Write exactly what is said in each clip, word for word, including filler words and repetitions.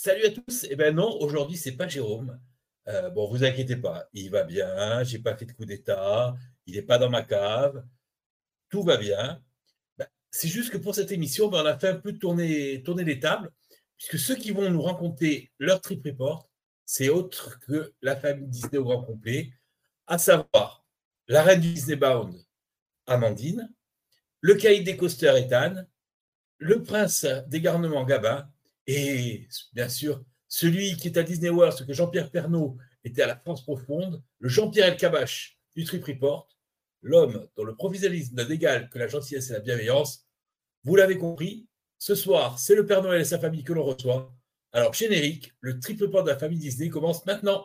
Salut à tous. Eh ben non, aujourd'hui, c'est pas Jérôme. Euh, bon, vous inquiétez pas, il va bien, j'ai pas fait de coup d'état, il n'est pas dans ma cave, tout va bien. Ben, c'est juste que pour cette émission, ben, on a fait un peu tourner, tourner les tables, puisque ceux qui vont nous raconter leur trip report, c'est autre que la famille Disney au grand complet, à savoir la reine du Disney Bound, Amandine, le caïd des coasters, Ethan, le prince des garnements, Gabin, et bien sûr, celui qui est à Disney World, ce que Jean-Pierre Pernaut était à la France profonde, le Jean-Pierre Elkabbach du Trip Report, l'homme dont le professionnalisme n'a d'égal que la gentillesse et la bienveillance. Vous l'avez compris, ce soir, c'est le Père Noël et sa famille que l'on reçoit. Alors, générique, le Trip Report de la famille Disney commence maintenant.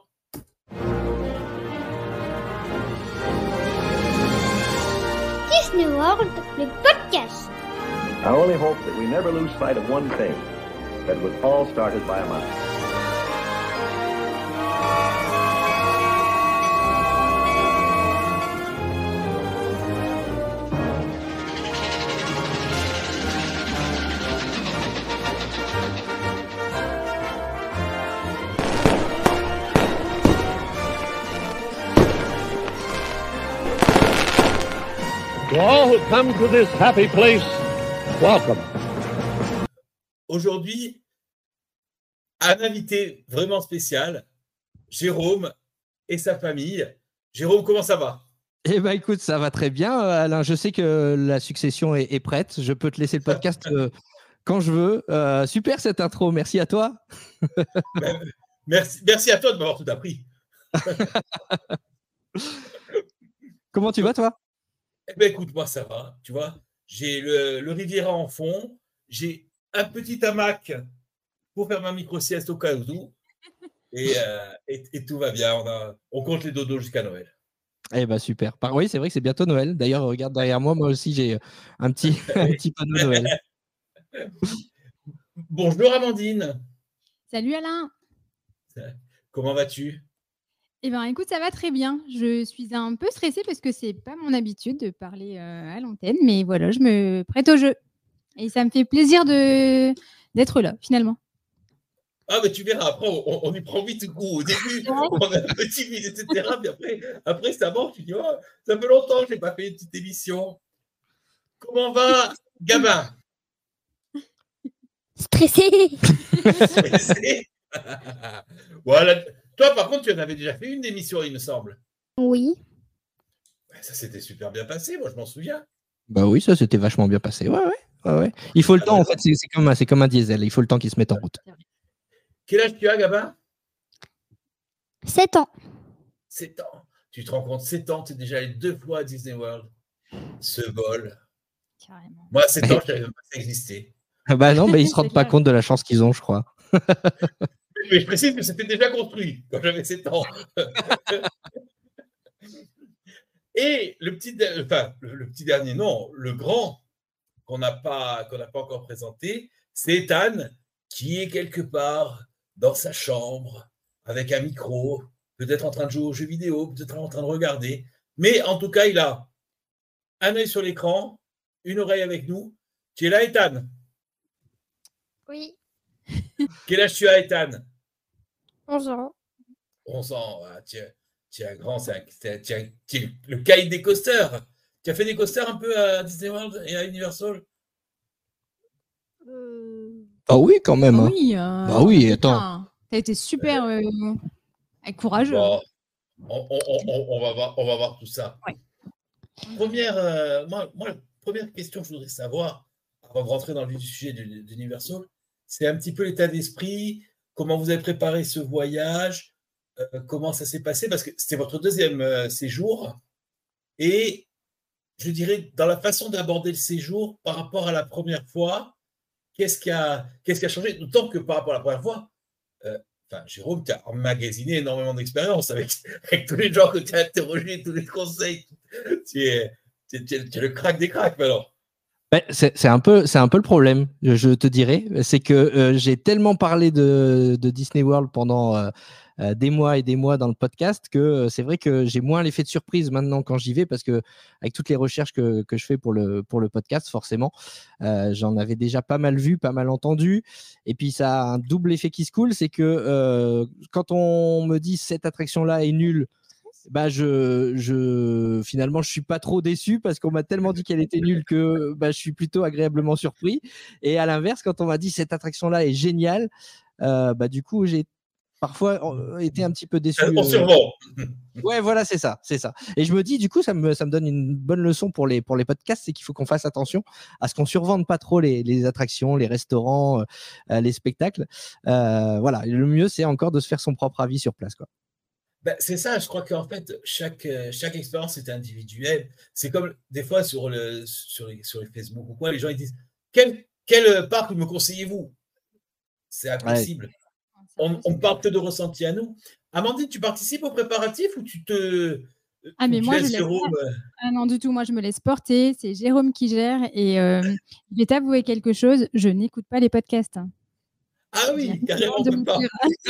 Disney World, le podcast. I only hope that we never lose sight of one thing, that it was all started by a mouse. To all who come to this happy place, welcome. Aujourd'hui, un invité vraiment spécial, Jérôme et sa famille. Jérôme, comment ça va? Eh bien, écoute, ça va très bien, Alain. Je sais que la succession est, est prête. Je peux te laisser le podcast euh, quand je veux. Euh, super cette intro. Merci à toi. Ben, merci, merci à toi de m'avoir tout appris. Comment tu vas, toi? Eh ben, écoute, moi, ça va. Tu vois, j'ai le, le Riviera en fond. J'ai un petit hamac pour faire ma micro-sieste au cas où. Et, euh, et, et tout va bien. On, a, on compte les dodos jusqu'à Noël. Eh bien, super. Par... Oui, c'est vrai que c'est bientôt Noël. D'ailleurs, regarde derrière moi. Moi aussi, j'ai un petit, un petit panneau Noël. Bonjour, Amandine. Salut, Alain. Comment vas-tu? Eh bien, écoute, ça va très bien. Je suis un peu stressée parce que c'est pas mon habitude de parler euh, à l'antenne. Mais voilà, je me prête au jeu. Et ça me fait plaisir de... d'être là, finalement. Ah, mais tu verras, après, on, on y prend vite goût. Au début, on a un petit vide, et cetera. Puis après, après ça va, tu dis, oh, ça fait longtemps que je n'ai pas fait une petite émission. Comment va, Gabin? Stressé. Stressé. Voilà. Toi, par contre, tu en avais déjà fait une émission, il me semble. Oui. Ça s'était super bien passé, moi, je m'en souviens. Bah oui, ça s'était vachement bien passé. Ouais, ouais. ouais, ouais. Il faut le temps, en fait. C'est, c'est, comme, c'est comme un diesel. Il faut le temps qu'il se mette en route. Quel âge tu as, Gabin? sept ans. sept ans. Tu te rends compte, sept ans, tu es déjà allé deux fois à Disney World. Ce bol. Carrément. Moi, à sept ans, je ne savais même pas que ça existait. Bah non, mais ils ne se rendent pas compte de la chance qu'ils ont, je crois. Mais je précise que c'était déjà construit quand j'avais sept ans. Et le petit, enfin, le, le petit dernier, non, le grand qu'on n'a pas, qu'on n'a pas encore présenté, c'est Ethan, qui est quelque part dans sa chambre avec un micro, peut-être en train de jouer aux jeux vidéo, peut-être en train de regarder. Mais en tout cas, il a un œil sur l'écran, une oreille avec nous. Tu es là, Ethan? Oui. Quel âge tu as, Ethan? onze ans. onze ans, ah, tu, es, tu es un grand, c'est un, tu es, tu es, tu es le caïd des coasters. Tu as fait des coasters un peu à Disney World et à Universal? Euh... Ah oui, quand même. Hein. Oui, euh, bah oui, attends. Tu as été super euh, courageux. Bon, on, on, on, on, va voir, on va voir tout ça. Ouais. Première, euh, moi, moi, la première question que je voudrais savoir, avant de rentrer dans le vif du sujet d'Universal, c'est un petit peu l'état d'esprit, comment vous avez préparé ce voyage, euh, comment ça s'est passé, parce que c'était votre deuxième euh, séjour, et je dirais, dans la façon d'aborder le séjour par rapport à la première fois, qu'est-ce qui a, qu'est-ce qui a changé? D'autant que par rapport à la première fois, euh, enfin, Jérôme, tu as emmagasiné énormément d'expérience avec, avec tous les gens que tu as interrogés, tous les conseils. Tu es, tu es, tu es, tu es le crack des cracks maintenant. Ben, c'est, c'est, un peu, c'est un peu le problème, je te dirais. C'est que euh, j'ai tellement parlé de, de Disney World pendant, euh, euh, des mois et des mois dans le podcast que euh, c'est vrai que j'ai moins l'effet de surprise maintenant quand j'y vais parce que avec toutes les recherches que, que je fais pour le, pour le podcast, forcément, euh, j'en avais déjà pas mal vu, pas mal entendu. Et puis, ça a un double effet qui se coule, c'est que euh, quand on me dit cette attraction-là est nulle, bah je, je, finalement, je suis pas trop déçu parce qu'on m'a tellement dit qu'elle était nulle que bah, je suis plutôt agréablement surpris. Et à l'inverse, quand on m'a dit cette attraction-là est géniale, euh, bah, du coup, j'ai parfois euh, été un petit peu déçu. On survend. Ouais, voilà, c'est ça, c'est ça. Et je me dis, du coup, ça me, ça me donne une bonne leçon pour les, pour les podcasts, c'est qu'il faut qu'on fasse attention à ce qu'on survende pas trop les, les attractions, les restaurants, euh, les spectacles. Euh, voilà, le mieux, c'est encore de se faire son propre avis sur place, quoi. Ben, c'est ça, je crois qu'en fait, chaque, chaque expérience est individuelle. C'est comme des fois sur, le, sur, les, sur les Facebook ou quoi, les gens ils disent quel, quel parc me conseillez-vous? C'est impossible. Ouais. On, on parle que de ressenti à nous. Amandine, tu participes aux préparatifs ou tu te. Ah, mais moi, je Jérôme... ah non, du tout. Moi, je me laisse porter. C'est Jérôme qui gère. Et euh, je vais t'avouer quelque chose, je n'écoute pas les podcasts. Ah oui, carrément pas.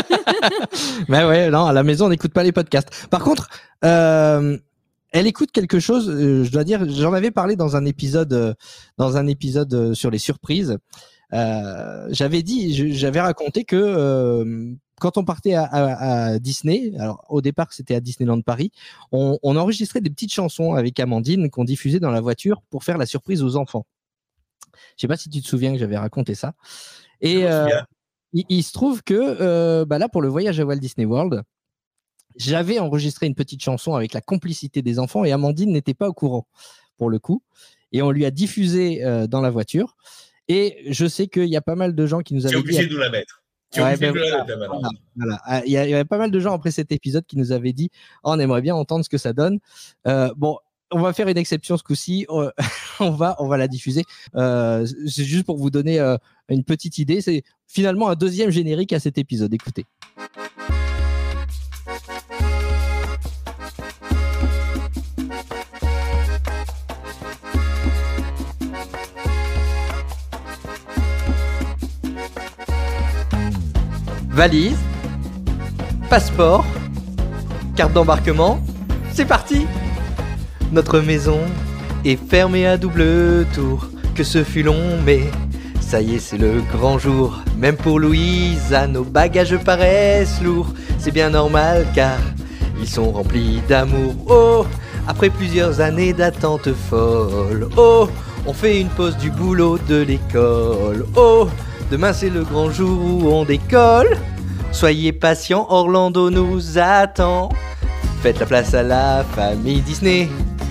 Ben ouais, non, à la maison, on n'écoute pas les podcasts. Par contre, euh, elle écoute quelque chose, euh, je dois dire, j'en avais parlé dans un épisode, euh, dans un épisode euh, sur les surprises. Euh, j'avais dit, je, j'avais raconté que euh, quand on partait à, à, à Disney, alors au départ c'était à Disneyland Paris, on, on enregistrait des petites chansons avec Amandine qu'on diffusait dans la voiture pour faire la surprise aux enfants. Je sais pas si tu te souviens que j'avais raconté ça. Et euh, il, il se trouve que euh, bah là, pour le voyage à Walt Disney World, j'avais enregistré une petite chanson avec la complicité des enfants et Amandine n'était pas au courant pour le coup. Et on lui a diffusé euh, dans la voiture. Et je sais qu'il y a pas mal de gens qui nous avaient dit... Tu es obligé de nous la mettre. Tu es ouais, obligé ben de voilà, la mettre maintenant. Voilà, voilà. Il, y a, il y avait pas mal de gens après cet épisode qui nous avaient dit oh, on aimerait bien entendre ce que ça donne. Euh, bon, on va faire une exception ce coup-ci. On, on, va, on va la diffuser. Euh, c'est juste pour vous donner euh, une petite idée. C'est finalement un deuxième générique à cet épisode. Écoutez. Valise, passeport, carte d'embarquement, c'est parti! Notre maison est fermée à double tour, que ce fut long mais ça y est c'est le grand jour. Même pour Louisa nos bagages paraissent lourds, c'est bien normal car ils sont remplis d'amour. Oh, après plusieurs années d'attente folle, oh, on fait une pause du boulot de l'école. Oh, demain c'est le grand jour où on décolle. Soyez patients, Orlando nous attend. Faites la place à la famille Disney.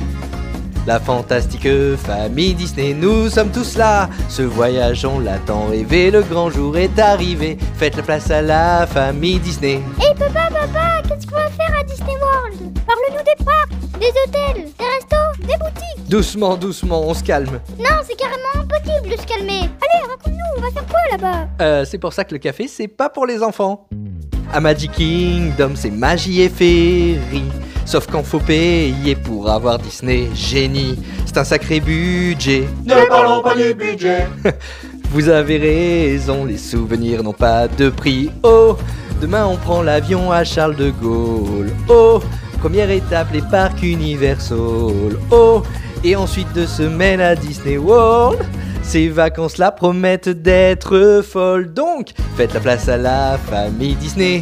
La fantastique famille Disney, nous sommes tous là. Ce voyage on l'a tant rêvé, le grand jour est arrivé. Faites la place à la famille Disney. Hé hey, papa, papa, qu'est-ce qu'on va faire à Disney World? Parle-nous des parcs, des hôtels, des restos, des boutiques. Doucement, doucement, on se calme. Non, c'est carrément impossible de se calmer. Allez, raconte-nous, on va faire quoi là-bas? Euh, c'est pour ça que le café, c'est pas pour les enfants. À Magic Kingdom, c'est magie et féerie. Sauf qu'en faut payer pour avoir Disney génie. C'est un sacré budget. Ne parlons pas du budget. Vous avez raison, les souvenirs n'ont pas de prix. Oh, demain on prend l'avion à Charles de Gaulle. Oh, première étape, les parcs Universal. Oh, et ensuite deux semaines à Disney World. Ces vacances-là promettent d'être folles. Donc, faites la place à la famille Disney.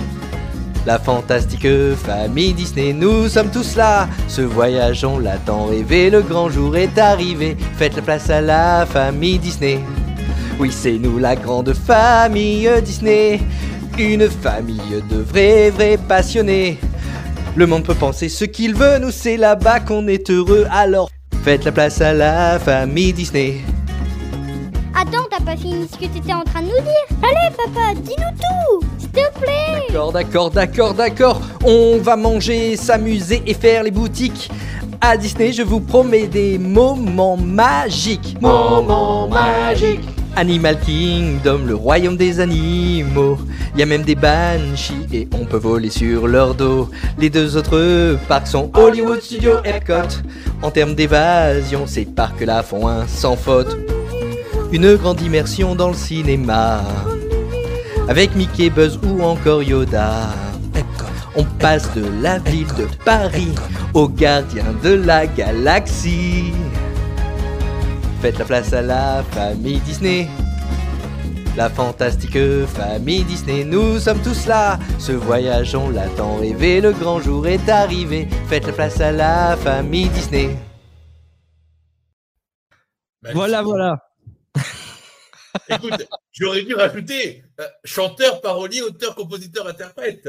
La fantastique famille Disney, nous sommes tous là. Ce voyage on l'a tant rêvé, le grand jour est arrivé. Faites la place à la famille Disney. Oui, c'est nous la grande famille Disney. Une famille de vrais, vrais passionnés. Le monde peut penser ce qu'il veut, nous c'est là-bas qu'on est heureux. Alors, faites la place à la famille Disney. Attends, t'as pas fini ce que t'étais en train de nous dire? Allez papa, dis-nous tout, s'il te plaît. D'accord, d'accord, d'accord, d'accord. On va manger, s'amuser et faire les boutiques. À Disney, je vous promets des moments magiques. Moments magiques. Animal Kingdom, le royaume des animaux. Il y a même des banshees et on peut voler sur leur dos. Les deux autres parcs sont Hollywood Studios, Epcot. En termes d'évasion, ces parcs-là font un sans faute. Une grande immersion dans le cinéma avec Mickey, Buzz ou encore Yoda. On passe de la ville de Paris au gardien de la galaxie. Faites la place à la famille Disney. La fantastique famille Disney, nous sommes tous là. Ce voyage, on l'a tant rêvé, le grand jour est arrivé. Faites la place à la famille Disney. Magnifique. Voilà, voilà. Écoute, j'aurais dû rajouter euh, chanteur, parolier, auteur, compositeur, interprète.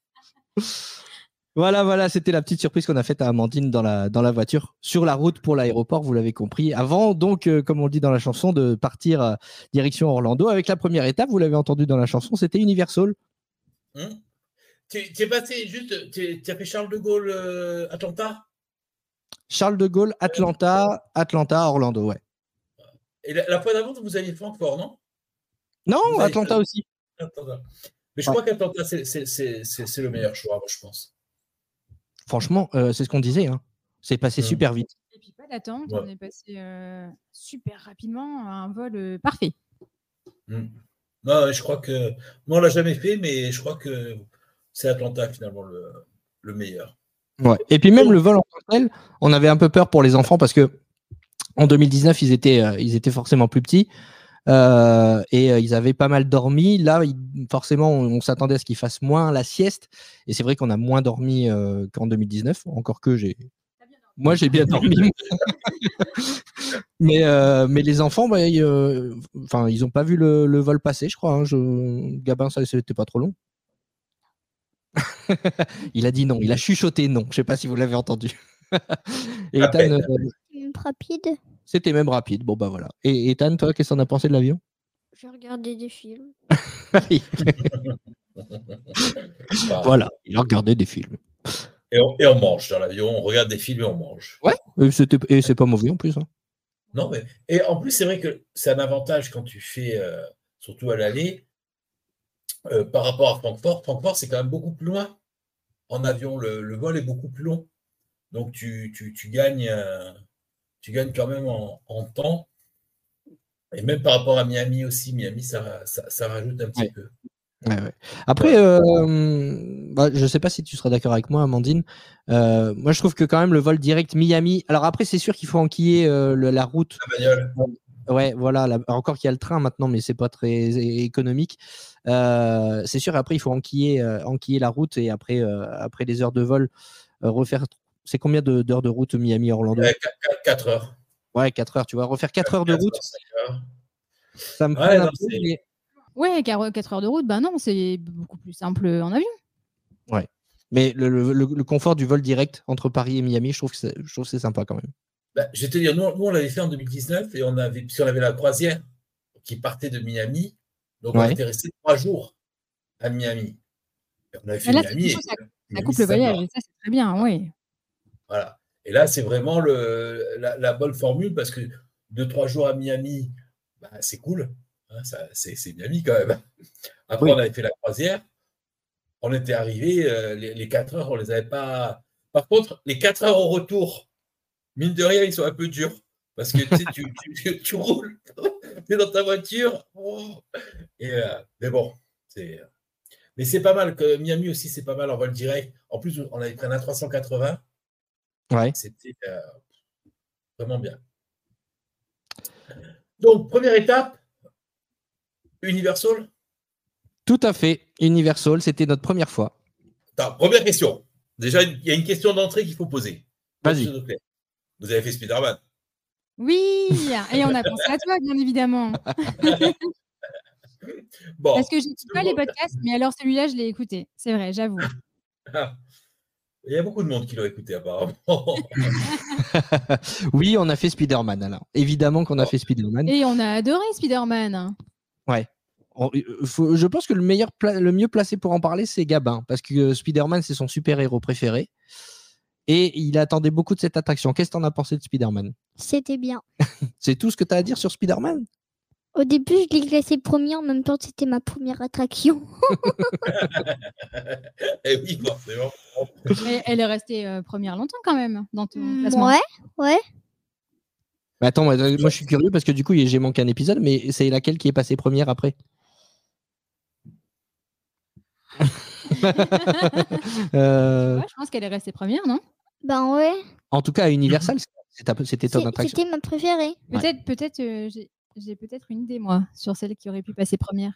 Voilà, voilà, c'était la petite surprise qu'on a faite à Amandine dans la, dans la voiture, sur la route pour l'aéroport, vous l'avez compris. Avant, donc, euh, comme on le dit dans la chanson, de partir euh, direction Orlando. Avec la première étape, vous l'avez entendu dans la chanson, c'était Universal. Hum tu, tu es passé juste, tu, tu as fait Charles de Gaulle, euh, Atlanta. Charles de Gaulle, Atlanta, Atlanta, Orlando, ouais. Et la, la fois d'avant, vous aviez Francfort, non? Non, Vous avez- Atlanta aussi. Atlanta. Mais je Ouais. crois qu'Atlanta, c'est- c'est c'est- c'est- c'est le meilleur choix, moi, je pense. Franchement, euh, c'est ce qu'on disait. Hein. C'est passé Mhm. super vite. Et puis pas d'attente, Ouais. on est passé euh, super rapidement à un vol euh, parfait. Hum. Non, je crois que. Moi, on l'a jamais fait, mais je crois que c'est Atlanta, finalement, le, le meilleur. Ouais. Et puis même le vol en tant que tel, on avait un peu peur pour les enfants parce que en deux mille dix-neuf, ils étaient, euh, ils étaient forcément plus petits euh, et euh, ils avaient pas mal dormi. Là, ils- forcément, on, on s'attendait à ce qu'ils fassent moins la sieste. Et c'est vrai qu'on a moins dormi euh, qu'en deux mille dix-neuf. Encore que j'ai. Moi, j'ai bien dormi. mais, euh, mais les enfants, bah, ils, euh, enfin, ils n'ont pas vu le, le vol passer, je crois. Hein. Je... Gabin, ça, c'était pas trop long. Il a dit non. Il a chuchoté non. Je sais pas si vous l'avez entendu. Et À Ethan, peine. euh, Hum, Rapide. c'était même rapide. Bon, bah voilà. Et Ethan, toi, qu'est-ce que t'en as pensé de l'avion? J'ai regardé des films. Bah, Voilà, il a regardé des films. et, on, et on mange dans l'avion, on regarde des films et on mange. Ouais, et c'était- et c'est pas mauvais en plus. Hein. Non, mais. Et en plus, c'est vrai que c'est un avantage quand tu fais, euh, surtout à l'aller, euh, par rapport à Francfort. Francfort, c'est quand même beaucoup plus loin. En avion, le, le vol est beaucoup plus long. Donc, tu, tu, tu gagnes, euh, tu gagnes quand même en, en temps. Et même par rapport à Miami aussi, Miami, ça, ça, ça rajoute un petit Ouais. peu. Ouais, ouais. Après, euh, bah, je sais pas si tu seras d'accord avec moi, Amandine. Euh, moi, je trouve que quand même le vol direct Miami. Alors après, c'est sûr qu'il faut enquiller euh, le- la route. La bagnole. Ouais, voilà. la- Encore qu'il y a le train maintenant, mais c'est pas très é- économique. Euh, c'est sûr. Après, il faut enquiller, euh, enquiller la route et après, euh, après les heures de vol, euh, refaire. C'est combien de- d'heures de route Miami-Orlando? Ouais, quatre heures. Ouais, quatre heures. Tu vois, refaire quatre heures de Quatre route, heures, cinq heures. ça me Ouais, freine un non, peu. c'est- mais- Ouais, quatre heures de route, bah non, c'est beaucoup plus simple en avion. Mais le, le- le- le confort du vol direct entre Paris et Miami, je trouve que c'est, je trouve que c'est sympa quand même. Bah, je vais te dire, nous, nous, on l'avait fait en deux mille dix-neuf et on avait, puisqu'on avait la croisière qui partait de Miami. Donc, on Ouais. était resté trois jours à Miami. Et on avait fait Mais là, c'est Miami. quelque et- chose, ça- Ça Miami, coupe le c'est sympa. voyage, et ça, c'est très bien, oui. Voilà. Et là, c'est vraiment le, la, la bonne formule parce que deux, trois jours à Miami, bah, c'est cool. Hein, ça, c'est, c'est Miami quand même. Après, Oui. on avait fait la croisière. On était arrivé, euh, les, les quatre heures, on les avait pas. Par contre, les quatre heures au retour, mine de rien, ils sont un peu durs. Parce que tu sais, tu, tu, tu, tu roules, tu es dans ta voiture. Oh, et, euh, mais bon, c'est. Mais c'est pas mal. Que Miami aussi, c'est pas mal en vol direct. En plus, on avait pris un A trois cent quatre-vingts. Ouais. C'était euh, vraiment bien. Donc, première étape, Universal. Tout à fait. Universal, c'était notre première fois. Attends, première question. Déjà, il y a une question d'entrée qu'il faut poser. Vas-y. S'il te plaît. Vous avez fait Spider-Man. Oui, et on a pensé à toi, bien évidemment. Bon. Parce que j'écoute pas les podcasts, mais alors celui-là, je l'ai écouté. C'est vrai, j'avoue. Il y a beaucoup de monde qui l'a écouté, apparemment. Oui, on a fait Spider-Man. Alors, évidemment qu'on a Oh. fait Spider-Man. Et on a adoré Spider-Man. On- euh, faut- je pense que le, meilleur pla- le mieux placé pour en parler, c'est Gabin. Parce que euh, Spider-Man, c'est son super-héros préféré. Et il attendait beaucoup de cette attraction. Qu'est-ce que tu en as pensé de Spider-Man? C'était bien. C'est tout ce que tu as à dire sur Spider-Man? Au début, je l'ai classé premier. En même temps, c'était ma première attraction. Eh oui, forcément. Et elle est restée euh, première longtemps quand même dans ton Mm, classement. ouais, ouais. Mais attends, moi, euh, moi, je suis curieux parce que du coup, j'ai manqué un épisode, mais c'est laquelle qui est passée première après? Euh, Ouais, je pense qu'elle est restée première, non? Ben ouais, en tout cas, à Universal, c'était c'était ton c'est- attraction. c'était ma préférée. Ouais. Peut-être, peut-être, euh, j'ai j'ai peut-être une idée, moi, sur celle qui aurait pu passer première.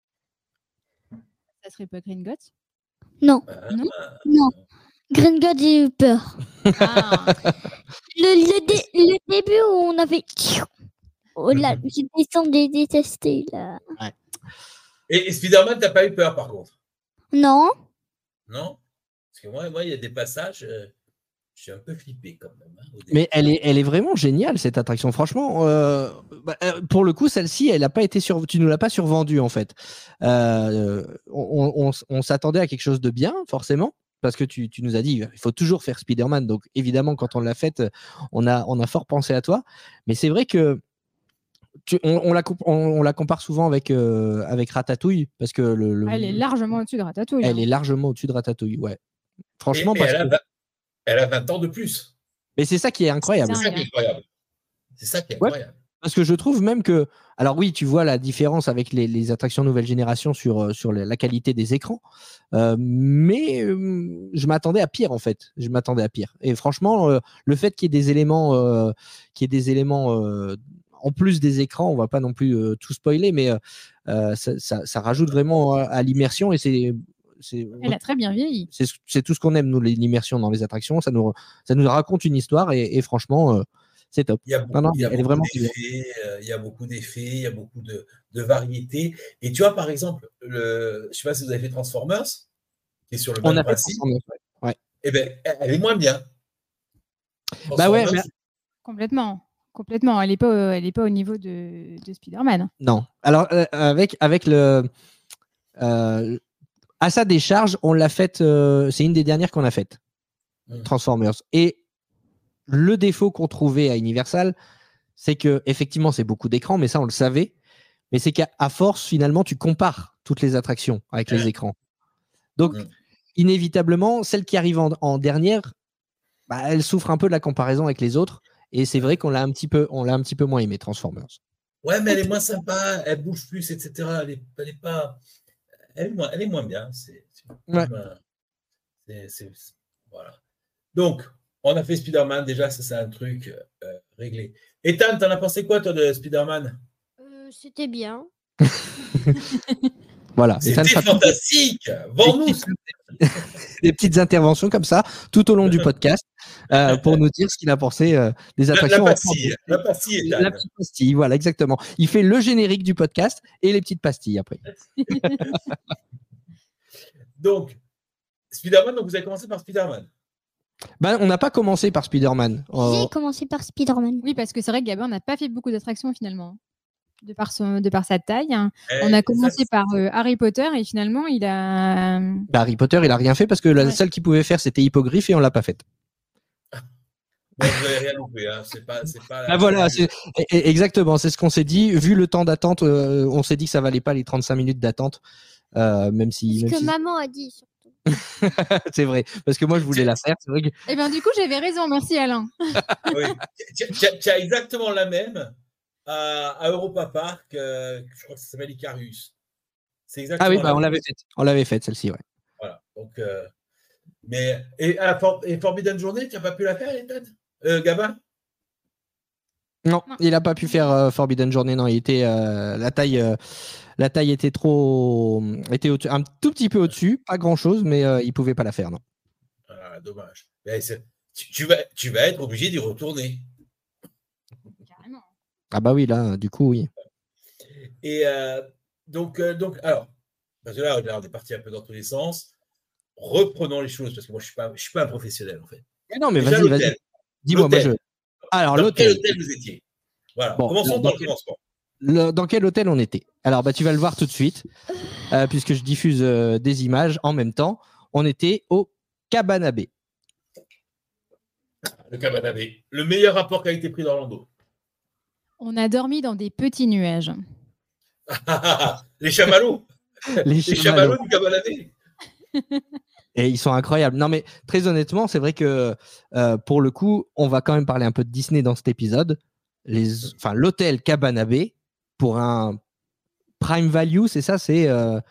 Ça serait pas Gringotts? Non, Ah, Non. ah, non. Gringotts, j'ai eu peur. Ah, Le, le, dé- le début où on avait... Oh là, j'ai descendu, détesté là. Et, et Spider-Man, t'as pas eu peur par contre? Non, Non? Parce que moi, moi, il y a des passages, euh, je suis un peu flippé quand même. hein, au début. Mais elle est, elle est vraiment géniale cette attraction. Franchement, euh, bah, euh, pour le coup, celle-ci, elle a pas été sur, tu nous l'as pas survendue en fait. Euh, on on, on, on s'attendait à quelque chose de bien, forcément, parce que tu, tu nous as dit, il faut toujours faire Spider-Man. Donc évidemment, quand on l'a faite, on a, on a fort pensé à toi. Mais c'est vrai que tu, on, on, la, comp- on, on la compare souvent avec, euh, avec Ratatouille, parce que le, le- elle est largement au-dessus de Ratatouille. elle hein. est largement au-dessus de Ratatouille. Ouais. Et, Franchement, et parce elle, a, que- vingt- elle a vingt ans de plus. mais c'est ça qui est incroyable. C'est ça qui est incroyable. C'est ça qui est Ouais. incroyable. Parce que je trouve même que, alors oui, tu vois la différence avec les, les attractions nouvelle génération sur, euh, sur la, la qualité des écrans, euh, mais euh, je m'attendais à pire en fait. Je m'attendais à pire. Et franchement, euh, le fait qu'il y ait des éléments, euh, qu'il y ait des éléments euh, en plus des écrans, on va pas non plus euh, tout spoiler, mais euh, euh, ça, ça, ça rajoute vraiment à, à l'immersion et c'est, c'est, Elle a très bien vieilli. c'est, c'est tout ce qu'on aime nous, l'immersion dans les attractions. Ça nous, ça nous raconte une histoire et, et franchement. Euh, C'est top. Il y a beaucoup, Non, non, il y a elle est beaucoup vraiment d'effets, euh, il y a beaucoup d'effets, il y a beaucoup de, de variétés. Et tu vois, par exemple, le, je ne sais pas si vous avez fait Transformers, qui est sur le On même a fait principe. Transformers, ouais. Ouais. Eh ben, elle est moins bien. Bah ouais, Transformers, mais- Complètement. Complètement. Elle n'est pas, au- elle est pas au niveau de, de Spider-Man. Non. Alors, euh, avec, avec le. euh, à sa décharge, on l'a faite. euh, c'est une des dernières qu'on a faites. Mm. Transformers. Et le défaut qu'on trouvait à Universal, c'est que, effectivement, c'est beaucoup d'écrans, mais ça, on le savait. Mais c'est qu'à à force, finalement, tu compares toutes les attractions avec les Ouais. écrans. Donc, Mm. inévitablement, celle qui arrive en, en dernière, bah, elle souffre un peu de la comparaison avec les autres. Et c'est vrai qu'on l'a un petit peu, on l'a un petit peu moins aimé, Transformers. Ouais, mais elle est moins sympa, elle bouge plus, et cetera. Elle est, elle est pas. Elle est moins, elle est moins bien. C'est, c'est Ouais. comme, euh, c'est- c'est- c'est- voilà. Donc, on a fait Spider-Man, déjà, ça, c'est un truc euh, réglé. Ethan, t'en as pensé quoi, toi, de Spider-Man? Euh, c'était bien. Voilà. Et ça C'était ne sera fantastique! Vends-nous! des petites interventions comme ça tout au long du podcast euh, pour nous dire ce qu'il a pensé euh, des La, la attractions. en pastille, la pastille, Ethan. La petite pastille, voilà, exactement. Il fait le générique du podcast et les petites pastilles après. Donc, Spider-Man, donc vous avez commencé par Spider-Man. Ben, on n'a pas commencé par Spider-Man. Euh, J'ai commencé par Spider-Man. Oui, parce que c'est vrai que Gabin n'a pas fait beaucoup d'attractions finalement. De par, son, de par sa taille. hein. Eh, On a ça, commencé c'est- par euh, Harry Potter et finalement, il a. bah, Harry Potter, il a rien fait parce que la Ouais. seule qu'il pouvait faire, c'était Hippogriffe et on l'a pas faite. Bon, vous n'avez rien loupé, hein. C'est pas, c'est pas. Ah, voilà, c'est e- e- exactement, c'est ce qu'on s'est dit. Vu le temps d'attente, euh, on s'est dit que ça valait pas les trente-cinq minutes d'attente, euh, même si, Ce même que si- maman a dit. surtout. c'est vrai, parce que moi je voulais la faire. C'est vrai que Eh bien, du coup, j'avais raison. Merci, Alain. Oui. Tu, tu- tu as exactement la même à, à Europa Park, euh, je crois que ça s'appelle Icarus. C'est exactement ah oui, la bah, on même. l'avait faite, on l'avait faite celle-ci, ouais. Voilà. Donc, euh, mais, et, à la For- et Forbidden Journée, tu n'as pas pu la faire, Ethan euh, Gabin? Non, Non. il a pas pu faire euh, Forbidden Journey. Non, il était euh, la taille, euh, la taille était trop, était au- un tout petit peu au-dessus, pas grand-chose, mais euh, il pouvait pas la faire, non. Ah, dommage. Mais c'est- tu, tu vas, tu vas être obligé d'y retourner. Carrément. Ah bah oui, là, du coup, oui. Et euh, donc, euh, donc, alors, parce que là, là, on est parti un peu dans tous les sens. Reprenons les choses, parce que moi, je ne suis, pas- je suis pas un professionnel, en fait. Mais non, mais Déjà, vas-y, l'hôtel. vas-y. Dis-moi, moi je. L'hôtel. Alors Dans quel l'hôtel. hôtel vous étiez? Voilà. Bon, Commençons dans par le quel- commencement. Le- dans quel hôtel on était? Alors, bah, tu vas le voir tout de suite, euh, puisque je diffuse euh, des images en même temps. On était au Cabana Bay. Le Cabana Bay. Le meilleur rapport qualité-prix d'Orlando. On a dormi dans des petits nuages. Les chamallows. Les Les chamallows. chamallows du Cabana Bay. Et ils sont incroyables. Non, mais très honnêtement, c'est vrai que euh, pour le coup, on va quand même parler un peu de Disney dans cet épisode. Les, enfin, l'hôtel Cabana Bay, pour un prime value, c'est ça, c'est euh,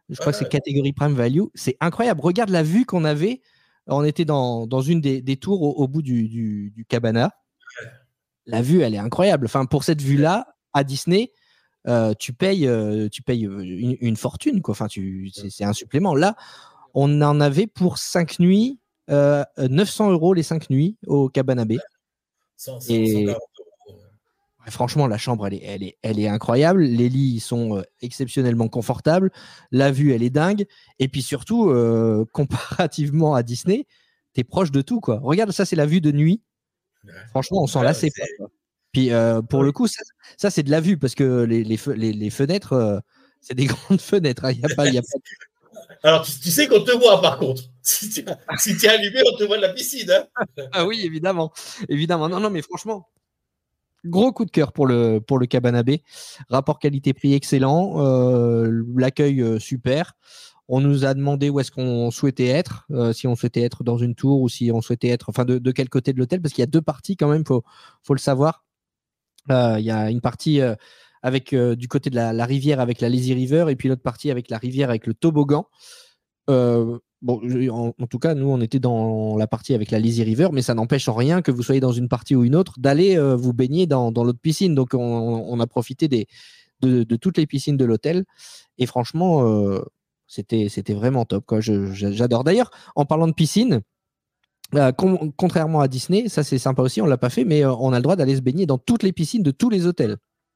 Je crois Ah, que c'est ouais. catégorie Prime Value. C'est incroyable. Regarde la vue qu'on avait. On était dans, dans une des, des tours au, au bout du, du, du cabana. La vue, elle est incroyable. Enfin, pour cette vue-là, à Disney, euh, tu payes, euh, tu payes une, une fortune, quoi. Enfin, tu, c'est, c'est un supplément. Là, on en avait pour cinq nuits, euh, neuf cents euros les cinq nuits au Cabana Bay. cent, cent, Et cent quarante euros. ouais, franchement, la chambre, elle est, elle est, elle est incroyable. Les lits ils sont euh, exceptionnellement confortables. La vue, elle est dingue. Et puis surtout, euh, comparativement à Disney, t'es proche de tout, quoi. Regarde, ça, c'est la vue de nuit. Ouais. Franchement, on s'en Ouais, lassait c'est- pas, quoi. Puis euh, pour Ouais. le coup, ça, ça, c'est de la vue parce que les, les, fe- les, les fenêtres, euh, c'est des grandes fenêtres. Il y a pas, il y a pas... Alors, tu, tu sais qu'on te voit, par contre. Si tu si es allumé, on te voit de la piscine. Hein. Ah oui, évidemment, évidemment. Non, non, mais franchement, gros coup de cœur pour le pour le Cabana Bay. Rapport qualité-prix excellent, euh, l'accueil euh, super. On nous a demandé où est-ce qu'on souhaitait être, euh, si on souhaitait être dans une tour ou si on souhaitait être, enfin de, de quel côté de l'hôtel, parce qu'il y a deux parties quand même, faut faut le savoir. Euh, Il y a une partie euh, avec euh, du côté de la, la rivière avec la Lazy River et puis l'autre partie avec la rivière avec le toboggan. Euh, bon, je- en, en tout cas, nous, on était dans la partie avec la Lazy River, mais ça n'empêche en rien que vous soyez dans une partie ou une autre d'aller euh, vous baigner dans, dans l'autre piscine. Donc, on, on a profité des, de, de toutes les piscines de l'hôtel. Et franchement, euh, c'était, c'était vraiment top, quoi. Je- je- j'adore. D'ailleurs, en parlant de piscine, euh, con- contrairement à Disney, ça c'est sympa aussi, on l'a pas fait, mais euh, on a le droit d'aller se baigner dans toutes les piscines de tous les hôtels.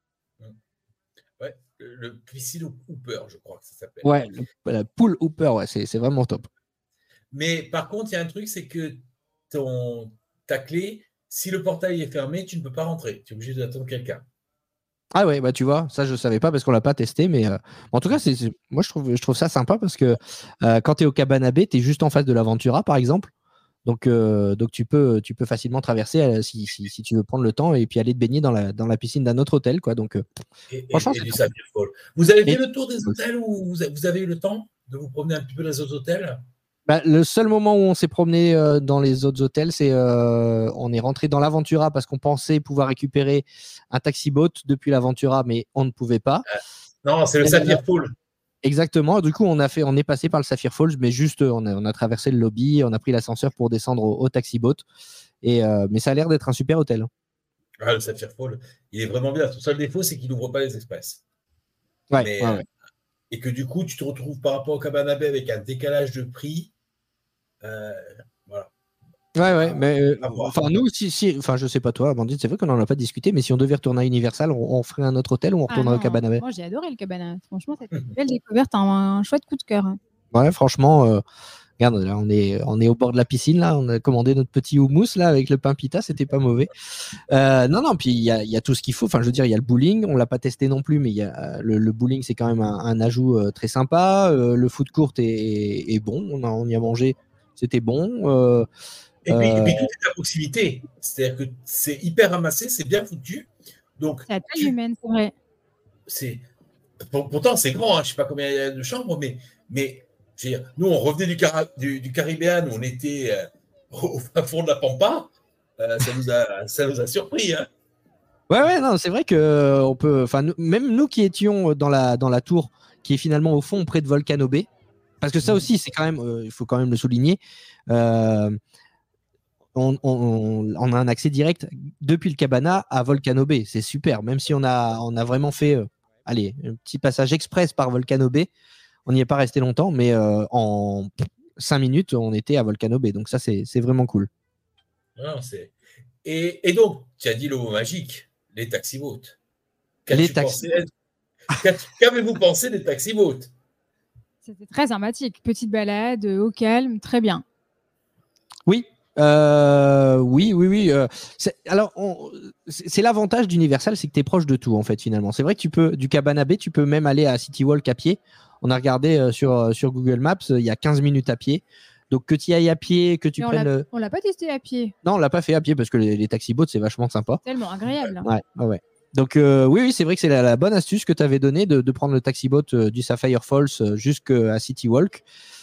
Ouais, le, le piscine Hooper, je crois que ça s'appelle. Ouais, le- la pool Hooper, ouais, c'est, c'est vraiment top. Mais par contre, il y a un truc, c'est que ton, ta clé, si le portail est fermé, tu ne peux pas rentrer. Tu es obligé d'attendre quelqu'un. Ah ouais, bah tu vois, ça je savais pas parce qu'on l'a pas testé, mais euh, en tout cas, c'est, c'est- moi je trouve, je trouve ça sympa parce que euh, quand tu es au Cabana Bay, tu es juste en face de l'Aventura par exemple. Donc, euh, donc tu, peux, tu peux facilement traverser euh, si, si, si tu veux prendre le temps et puis aller te baigner dans la, dans la piscine d'un autre hôtel, quoi. Donc, euh, Et, franchement, et, et c'est du top. Sapphire Fall. Vous avez fait Et- le tour des hôtels ou vous, a- vous avez eu le temps de vous promener un petit peu dans les autres hôtels? Bah, le seul moment où on s'est promené euh, dans les autres hôtels, c'est euh, on est rentré dans l'Aventura parce qu'on pensait pouvoir récupérer un taxi boat depuis l'Aventura, mais on ne pouvait pas. Non, c'est le Et Sapphire Fall. Exactement. Du coup, on a fait, on est passé par le Sapphire Falls, mais juste, euh, on a, on a traversé le lobby, on a pris l'ascenseur pour descendre au, au taxi boat. Et euh, mais ça a l'air d'être un super hôtel. Ah, le Sapphire Fall, il est vraiment bien. Son seul défaut, c'est qu'il n'ouvre pas les express. Ouais, Mais, ouais, euh, ouais. Et que du coup, tu te retrouves par rapport au Cabana Bay avec un décalage de prix. Euh, voilà. Ouais, ouais, mais euh, à voir. enfin nous, si, si, enfin je sais pas toi, Amandine, c'est vrai qu'on en a pas discuté, mais si on devait retourner à Universal, on, on ferait un autre hôtel ou on Ah retournerait non, au Cabana Bay. moi j'ai adoré le cabana. Franchement, c'était une belle découverte, un, un chouette coup de cœur. hein. Ouais, franchement, euh, regarde, là, on est, on est au bord de la piscine, là, on a commandé notre petit houmous là avec le pain pita, c'était pas mauvais. Euh, non, non, puis il y a, il y a tout ce qu'il faut. Enfin, je veux dire, il y a le bowling, on l'a pas testé non plus, mais il y a, euh, le, le bowling, c'est quand même un, un ajout euh, très sympa. Euh, le food court est, est, est bon, on, a, on y a mangé, c'était bon. Euh, Et puis, et euh, puis tout est à proximité. C'est-à-dire que c'est hyper ramassé, c'est bien foutu. Donc, C'est à taille tu- humaine, c'est vrai. c'est pour- pourtant c'est grand, hein, je ne sais pas combien il y a de chambres, mais, mais je veux dire, nous on revenait du, Cara- du, du Caribéan, on était euh, au fin fond de la Pampa, euh, ça, nous a, ça nous a surpris. Hein. Ouais, ouais, non, c'est vrai que euh, on peut, enfin, nous- même nous qui étions dans la, dans la tour, qui est finalement au fond près de Volcano Bay, parce que ça Mhm. aussi, c'est quand même, euh, il faut quand même le souligner. euh, on, on- on a un accès direct depuis le Cabana à Volcano Bay. C'est super. Même si on a, on a vraiment fait euh, allez, un petit passage express par Volcano Bay, on n'y est pas resté longtemps, mais euh, en cinq minutes, on était à Volcano Bay. Donc ça, c'est c'est vraiment cool. Non, c'est- et, et donc, tu as dit le mot magique, les taxi-boats. Les Qu'as-tu taxi- pensé- qu'as-tu- Qu'avez-vous pensé des taxi-boats? C'était très sympathique. Petite balade, au calme, très bien. Oui. Euh, oui, oui, oui. euh, c'est- alors, on- c'est c'est l'avantage d'Universal, c'est que tu es proche de tout, en fait, finalement. C'est vrai que tu peux, du Cabana Bay, tu peux même aller à City Walk à pied. On a regardé euh, sur, euh, sur Google Maps, euh, il y a quinze minutes à pied. Donc, que tu y ailles à pied, que tu Mais on prennes. l'a- le- on l'a pas testé à pied. Non, on l'a pas fait à pied parce que les, les taxi-boats, c'est vachement sympa. Tellement agréable. Ouais, ouais, ouais. Donc, euh, oui, oui, c'est vrai que c'est la, la bonne astuce que tu avais donnée de, de prendre le taxi-boat euh, du Sapphire Falls euh, jusqu'à City Walk.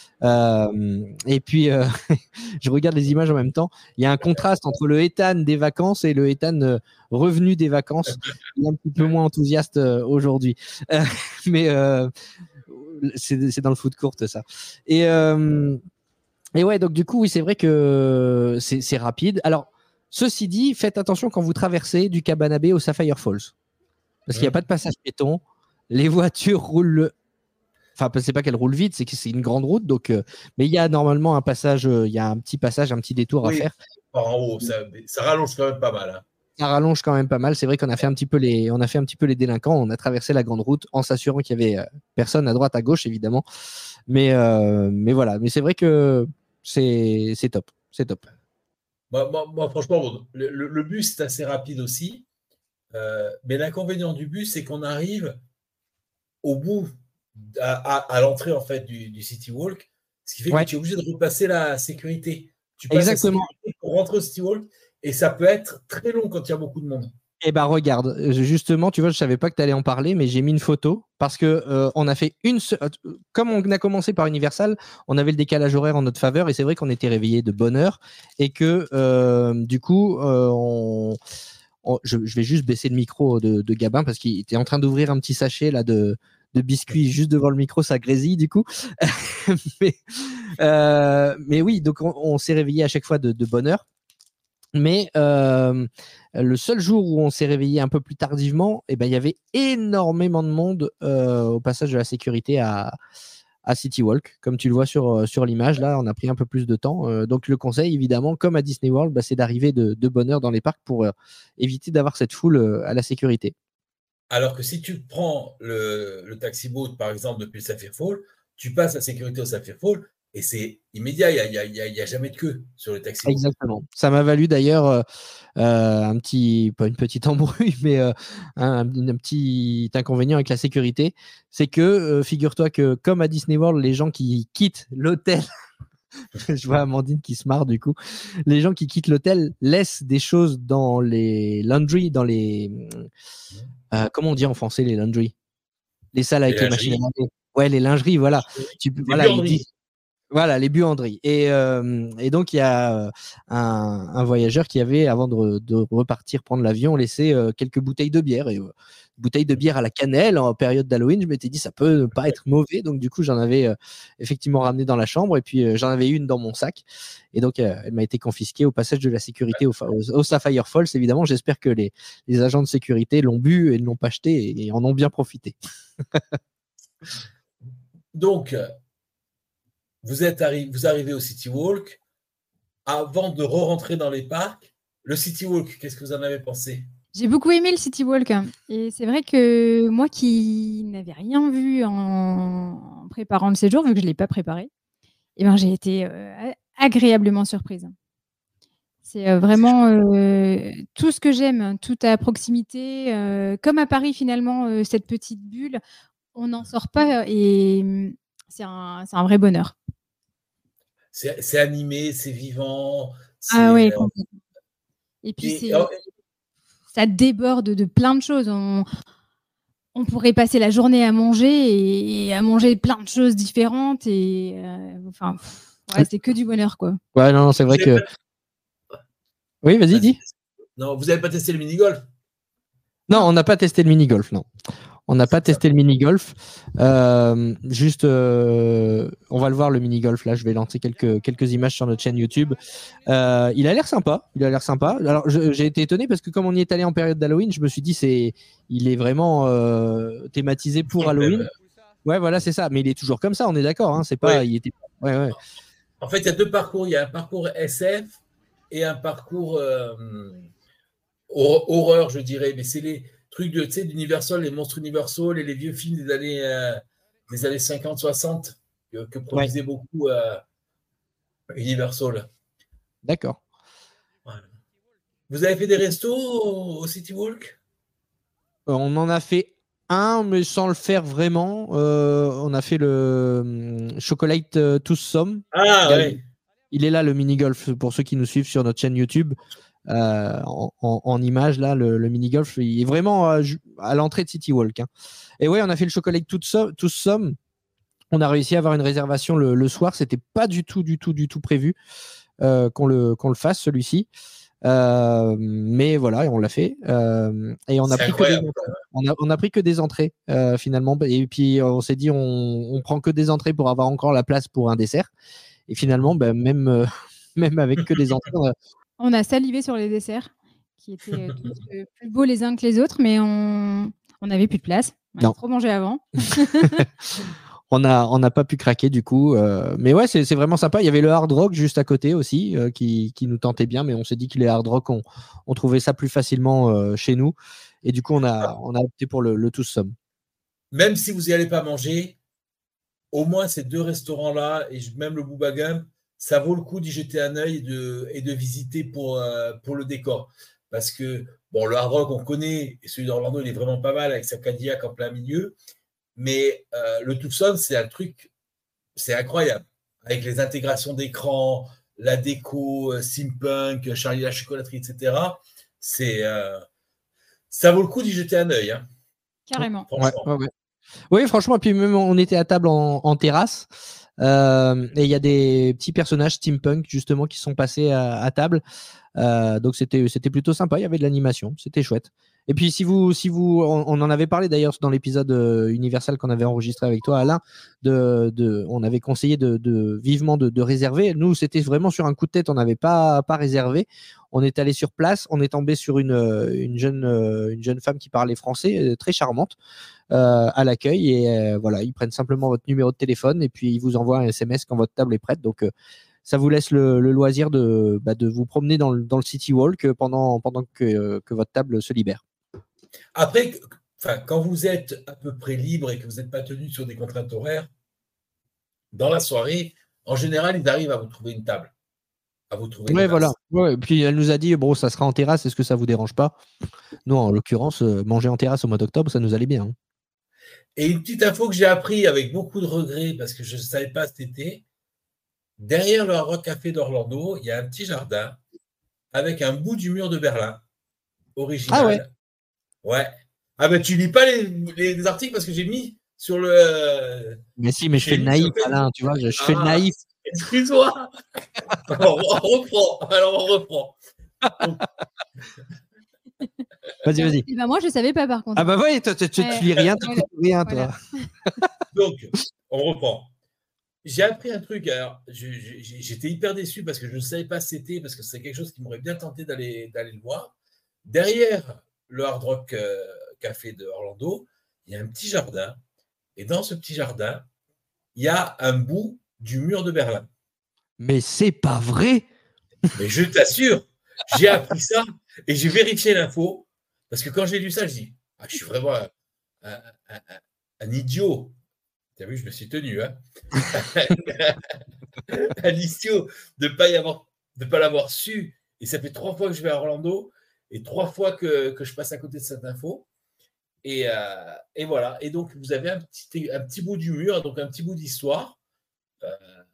Euh, et puis, euh, je regarde les images en même temps. Il y a un contraste entre le Ethan des vacances et le Ethan euh, revenu des vacances. Il est un petit peu moins enthousiaste euh, aujourd'hui. Euh, mais, euh, c'est, c'est dans le foot court, ça. Et, euh, et ouais, donc du coup, oui, c'est vrai que c'est, c'est rapide. Alors, ceci dit, faites attention quand vous traversez du Cabana Bay au Sapphire Falls. Parce qu'il n'y a Mmh. pas de passage piéton. Les voitures roulent. Enfin, c'est pas qu'elles roulent vite, c'est que c'est une grande route. Donc, euh, mais il y a normalement un passage, euh, il y a un petit passage, un petit détour Oui, à faire. par en haut, ça, ça rallonge quand même pas mal. Hein. Ça rallonge quand même pas mal. C'est vrai qu'on a fait un petit peu les, on a fait un petit peu les délinquants. On a traversé la grande route en s'assurant qu'il y avait euh, personne à droite, à gauche, évidemment. Mais, euh, mais voilà. Mais c'est vrai que c'est, c'est top. C'est top. Moi, moi, moi, franchement, bon, le, le, le bus, c'est assez rapide aussi. Euh, mais l'inconvénient du bus, c'est qu'on arrive au bout, à, à, à l'entrée en fait du, du City Walk, ce qui fait Ouais. que tu es obligé de repasser la sécurité. Tu passes Exactement. la sécurité pour rentrer au City Walk et ça peut être très long quand il y a beaucoup de monde. Eh ben regarde, justement, tu vois, je savais pas que tu allais en parler, mais j'ai mis une photo parce que euh, on a fait une, se... comme on a commencé par Universal, on avait le décalage horaire en notre faveur et c'est vrai qu'on était réveillés de bonne heure et que euh, du coup, euh, on... on... Je, je vais juste baisser le micro de, de Gabin parce qu'il était en train d'ouvrir un petit sachet là de, de biscuits juste devant le micro, ça grésille du coup. mais, euh, mais oui, donc on, on s'est réveillé à chaque fois de, de bonne heure. Mais euh, le seul jour où on s'est réveillé un peu plus tardivement, eh ben, il y avait énormément de monde euh, au passage de la sécurité à, à City Walk. Comme tu le vois sur, sur l'image, là, on a pris un peu plus de temps. Euh, donc, le conseil, évidemment, comme à Disney World, bah, c'est d'arriver de, de bonne heure dans les parcs pour euh, éviter d'avoir cette foule euh, à la sécurité. Alors que si tu prends le, le taxi boat, par exemple, depuis le Sapphire Fall, tu passes la sécurité au Sapphire Fall et c'est immédiat, il n'y a, y a, y a jamais de queue sur le taxi boat. Exactement. Ça m'a valu d'ailleurs euh, euh, un petit, pas une petite embrouille, mais euh, un, un petit inconvénient avec la sécurité. C'est que, euh, figure-toi que comme à Disney World, les gens qui quittent l'hôtel, je vois Amandine qui se marre du coup, les gens qui quittent l'hôtel laissent des choses dans les laundry, dans les... Euh, comment on dit en français les laundry? Les salles avec les, les machines à laver. Ouais, les lingeries, voilà. Tu, les voilà, ils disent... Voilà, les buanderies. Et, euh, et donc, il y a un, un voyageur qui avait, avant de, de repartir prendre l'avion, laissé euh, quelques bouteilles de bière. Et euh, bouteilles de bière à la cannelle en période d'Halloween, je m'étais dit, ça peut ne pas être mauvais. Donc, du coup, j'en avais euh, effectivement ramené dans la chambre. Et puis, euh, j'en avais une dans mon sac. Et donc, euh, elle m'a été confisquée au passage de la sécurité au, au, au Sapphire Falls. Évidemment, j'espère que les, les agents de sécurité l'ont bu et ne l'ont pas acheté et, et en ont bien profité. Donc, Vous, êtes arri- vous arrivez au City Walk. Avant de re-rentrer dans les parcs, le City Walk, qu'est-ce que vous en avez pensé? J'ai beaucoup aimé le City Walk. Et c'est vrai que moi qui n'avais rien vu en préparant le séjour, vu que je ne l'ai pas préparé, eh ben, j'ai été euh, agréablement surprise. C'est euh, vraiment euh, tout ce que j'aime, tout à proximité. Euh, comme à Paris, finalement, euh, cette petite bulle, on n'en sort pas et c'est un, c'est un vrai bonheur. C'est, c'est animé, c'est vivant. C'est, ah oui, euh, complètement. Et puis, et, c'est, euh, ça déborde de plein de choses. On, on pourrait passer la journée à manger et, et à manger plein de choses différentes. Et euh, enfin, ouais, c'est que du bonheur, quoi. Ouais, non, non c'est vrai que. Pas... Oui, vas-y, vas-y, dis. Non, vous n'avez pas testé le mini-golf? Non, on n'a pas testé le mini-golf, non. On n'a pas testé le mini-golf. Euh, juste, euh, on va le voir, le mini-golf. Là, je vais lancer quelques, quelques images sur notre chaîne YouTube. Euh, il a l'air sympa. Il a l'air sympa. Alors, je, j'ai été étonné parce que comme on y est allé en période d'Halloween, je me suis dit, c'est, il est vraiment euh, thématisé pour Halloween. Ouais, voilà, c'est ça. Mais il est toujours comme ça, on est d'accord. Hein, c'est pas, ouais. il était... ouais, ouais. En fait, il y a deux parcours. Il y a un parcours S F et un parcours euh, horreur, je dirais. Mais c'est les trucs de, tu sais, d'Universal, les monstres Universal et les vieux films des années, euh, des années cinquante soixante que, que produisait ouais. beaucoup euh, Universal. D'accord. Voilà. Vous avez fait des restos au, au City Walk? euh, On en a fait un, mais sans le faire vraiment. Euh, on a fait le hum, Chocolate euh, Tous Some. Ah il, ouais. Il est là, le mini-golf, pour ceux qui nous suivent sur notre chaîne YouTube. Euh, en, en, en image là le, le mini golf il est vraiment à, à l'entrée de City Walk hein. Et ouais on a fait le Chocolate Tous Some. On a réussi à avoir une réservation le, le soir, c'était pas du tout du tout du tout prévu euh, qu'on le qu'on le fasse celui-ci Euh, mais voilà, et on l'a fait. Euh, et on a, pris que des, on, a, on a pris que des entrées euh, finalement. Et puis on s'est dit, on, on prend que des entrées pour avoir encore la place pour un dessert. Et finalement, ben, même, euh, même avec que des entrées, on a... on a salivé sur les desserts qui étaient euh, tous euh, plus beaux les uns que les autres, mais on on n'avait plus de place. On a Non. trop mangé avant. On n'a on a pas pu craquer du coup. Euh, mais ouais, c'est vraiment sympa. Il y avait le hard rock juste à côté aussi euh, qui, qui nous tentait bien, mais on s'est dit que les hard rock, on, on trouvait ça plus facilement euh, chez nous. Et du coup, on a, on a opté pour le, le tous somme. Même si vous n'y allez pas manger, au moins ces deux restaurants-là, et même le Booba Gump, ça vaut le coup d'y jeter un œil et de, et de visiter pour, euh, pour le décor. Parce que, bon, le hard rock, on connaît, et celui d'Orlando, il est vraiment pas mal avec sa Cadillac en plein milieu. Mais euh, le Tucson, c'est un truc, c'est incroyable. Avec les intégrations d'écran, la déco, euh, Simpunk, Charlie la chocolaterie, et cetera. C'est, euh, ça vaut le coup d'y jeter un œil. Hein. Carrément. Ouais, ouais, ouais. Oui, franchement, et puis même on était à table en, en terrasse. Euh, et il y a des petits personnages steampunk justement qui sont passés à, à table. Euh, donc c'était c'était plutôt sympa. Il y avait de l'animation, c'était chouette. Et puis si vous si vous on, on en avait parlé d'ailleurs dans l'épisode euh, Universal qu'on avait enregistré avec toi Alain, de, de on avait conseillé de, de vivement de, de réserver. Nous c'était vraiment sur un coup de tête, on n'avait pas pas réservé. On est allé sur place, on est tombé sur une une jeune une jeune femme qui parlait français, très charmante. Euh, à l'accueil et euh, voilà, ils prennent simplement votre numéro de téléphone et puis ils vous envoient un S M S quand votre table est prête. Donc euh, ça vous laisse le, le loisir de, bah, de vous promener dans le, dans le City Walk pendant, pendant que, euh, que votre table se libère. Après, quand vous êtes à peu près libre et que vous n'êtes pas tenu sur des contraintes horaires, dans la soirée, en général, ils arrivent à vous trouver une table. À vous trouver ouais, voilà. Ouais, puis elle nous a dit, bon, ça sera en terrasse, est-ce que ça vous dérange pas? Non, en l'occurrence, euh, manger en terrasse au mois d'octobre, ça nous allait bien. Hein. Et une petite info que j'ai appris avec beaucoup de regrets parce que je ne savais pas cet été, derrière le Hard Rock Café d'Orlando, il y a un petit jardin avec un bout du mur de Berlin original. Ah ouais. Ouais. Ah ben tu lis pas les, les articles parce que j'ai mis sur le. Mais si, mais je fais le naïf, Alain, tu vois, je, je fais ah, le naïf. Excuse-moi. Alors, on reprend. Alors on reprend. Donc... Vas-y, vas-y. Ben moi, je ne savais pas par contre. Ah bah oui, tu, tu, tu, ouais, tu lis rien, tu voilà. rien, toi. Voilà. Donc, on reprend. J'ai appris un truc. Alors, je, je, j'étais hyper déçu parce que je ne savais pas c'était, parce que c'est quelque chose qui m'aurait bien tenté d'aller, d'aller le voir. Derrière le Hard Rock euh, Café de Orlando, il y a un petit jardin. Et dans ce petit jardin, il y a un bout du mur de Berlin. Mais c'est pas vrai. Mais je t'assure, j'ai appris ça et j'ai vérifié l'info. Parce que quand j'ai lu ça, je dis, ah, je suis vraiment un, un, un, un idiot. T'as vu, je me suis tenu. Hein un idiot de ne pas, y avoir, de pas l'avoir su. Et ça fait trois fois que je vais à Orlando et trois fois que, que je passe à côté de cette info. Et, euh, et voilà. Et donc, vous avez un petit, un petit bout du mur, donc un petit bout d'histoire. Euh,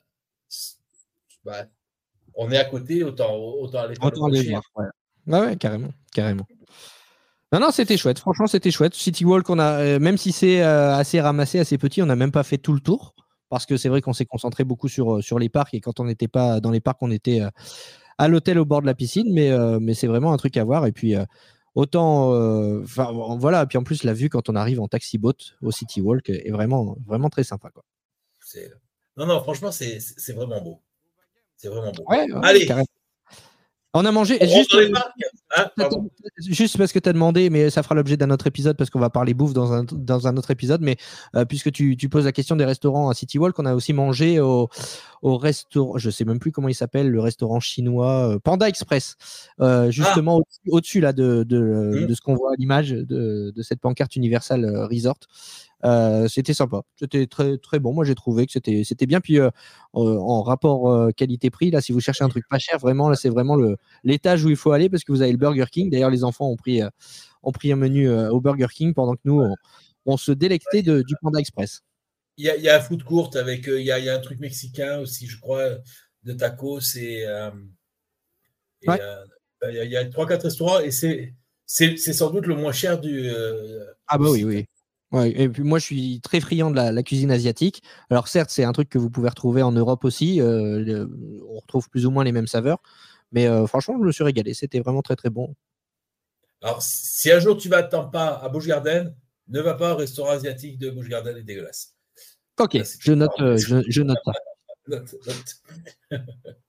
bah, on est à côté, autant, autant aller autant aller voir. Ouais. Ah ouais, carrément, carrément. Non, non, c'était chouette. Franchement, c'était chouette. City Walk, on a, euh, même si c'est euh, assez ramassé, assez petit, on n'a même pas fait tout le tour. Parce que c'est vrai qu'on s'est concentré beaucoup sur, sur les parcs. Et quand on n'était pas dans les parcs, on était euh, à l'hôtel au bord de la piscine. Mais, euh, mais c'est vraiment un truc à voir. Et puis, euh, autant. Euh, voilà. Et puis en plus, la vue quand on arrive en taxi-boat au City Walk est vraiment, vraiment très sympa. Quoi. C'est... Non, non, franchement, c'est, c'est vraiment beau. C'est vraiment beau. Ouais, ouais, allez. Carrément. On a mangé. On juste, euh, hein, juste parce que tu as demandé, mais ça fera l'objet d'un autre épisode parce qu'on va parler bouffe dans un, dans un autre épisode. Mais euh, puisque tu, tu poses la question des restaurants à City Walk, on a aussi mangé au, au restaurant, je ne sais même plus comment il s'appelle, le restaurant chinois euh, Panda Express, euh, justement ah. au-dessus, au-dessus là, de, de, mmh. de ce qu'on voit à l'image de, de cette pancarte Universal Resort. Euh, c'était sympa, c'était très très bon. Moi j'ai trouvé que c'était c'était bien. Puis euh, en rapport euh, qualité-prix, là, si vous cherchez un truc pas cher, vraiment là, c'est vraiment le l'étage où il faut aller parce que vous avez le Burger King. D'ailleurs, les enfants ont pris euh, ont pris un menu euh, au Burger King pendant que nous on, on se délectait de, du Panda Express. Il y a il y a un food court avec il y a il y a un truc mexicain aussi, je crois, de tacos et euh, il ouais. euh, y a il y a trois quatre restaurants et c'est c'est c'est sans doute le moins cher du. Euh, ah bah du oui site. oui. Ouais, et puis moi je suis très friand de la, la cuisine asiatique. Alors certes c'est un truc que vous pouvez retrouver en Europe aussi, euh, le, on retrouve plus ou moins les mêmes saveurs, Mais euh, franchement, je me suis régalé. C'était vraiment très très bon. Alors, si un jour tu vas attendre pas à Busch Garden, ne va pas au restaurant asiatique de Busch Garden, il est dégueulasse. Ok, Là, je note, euh, je, je note ça. Note, note.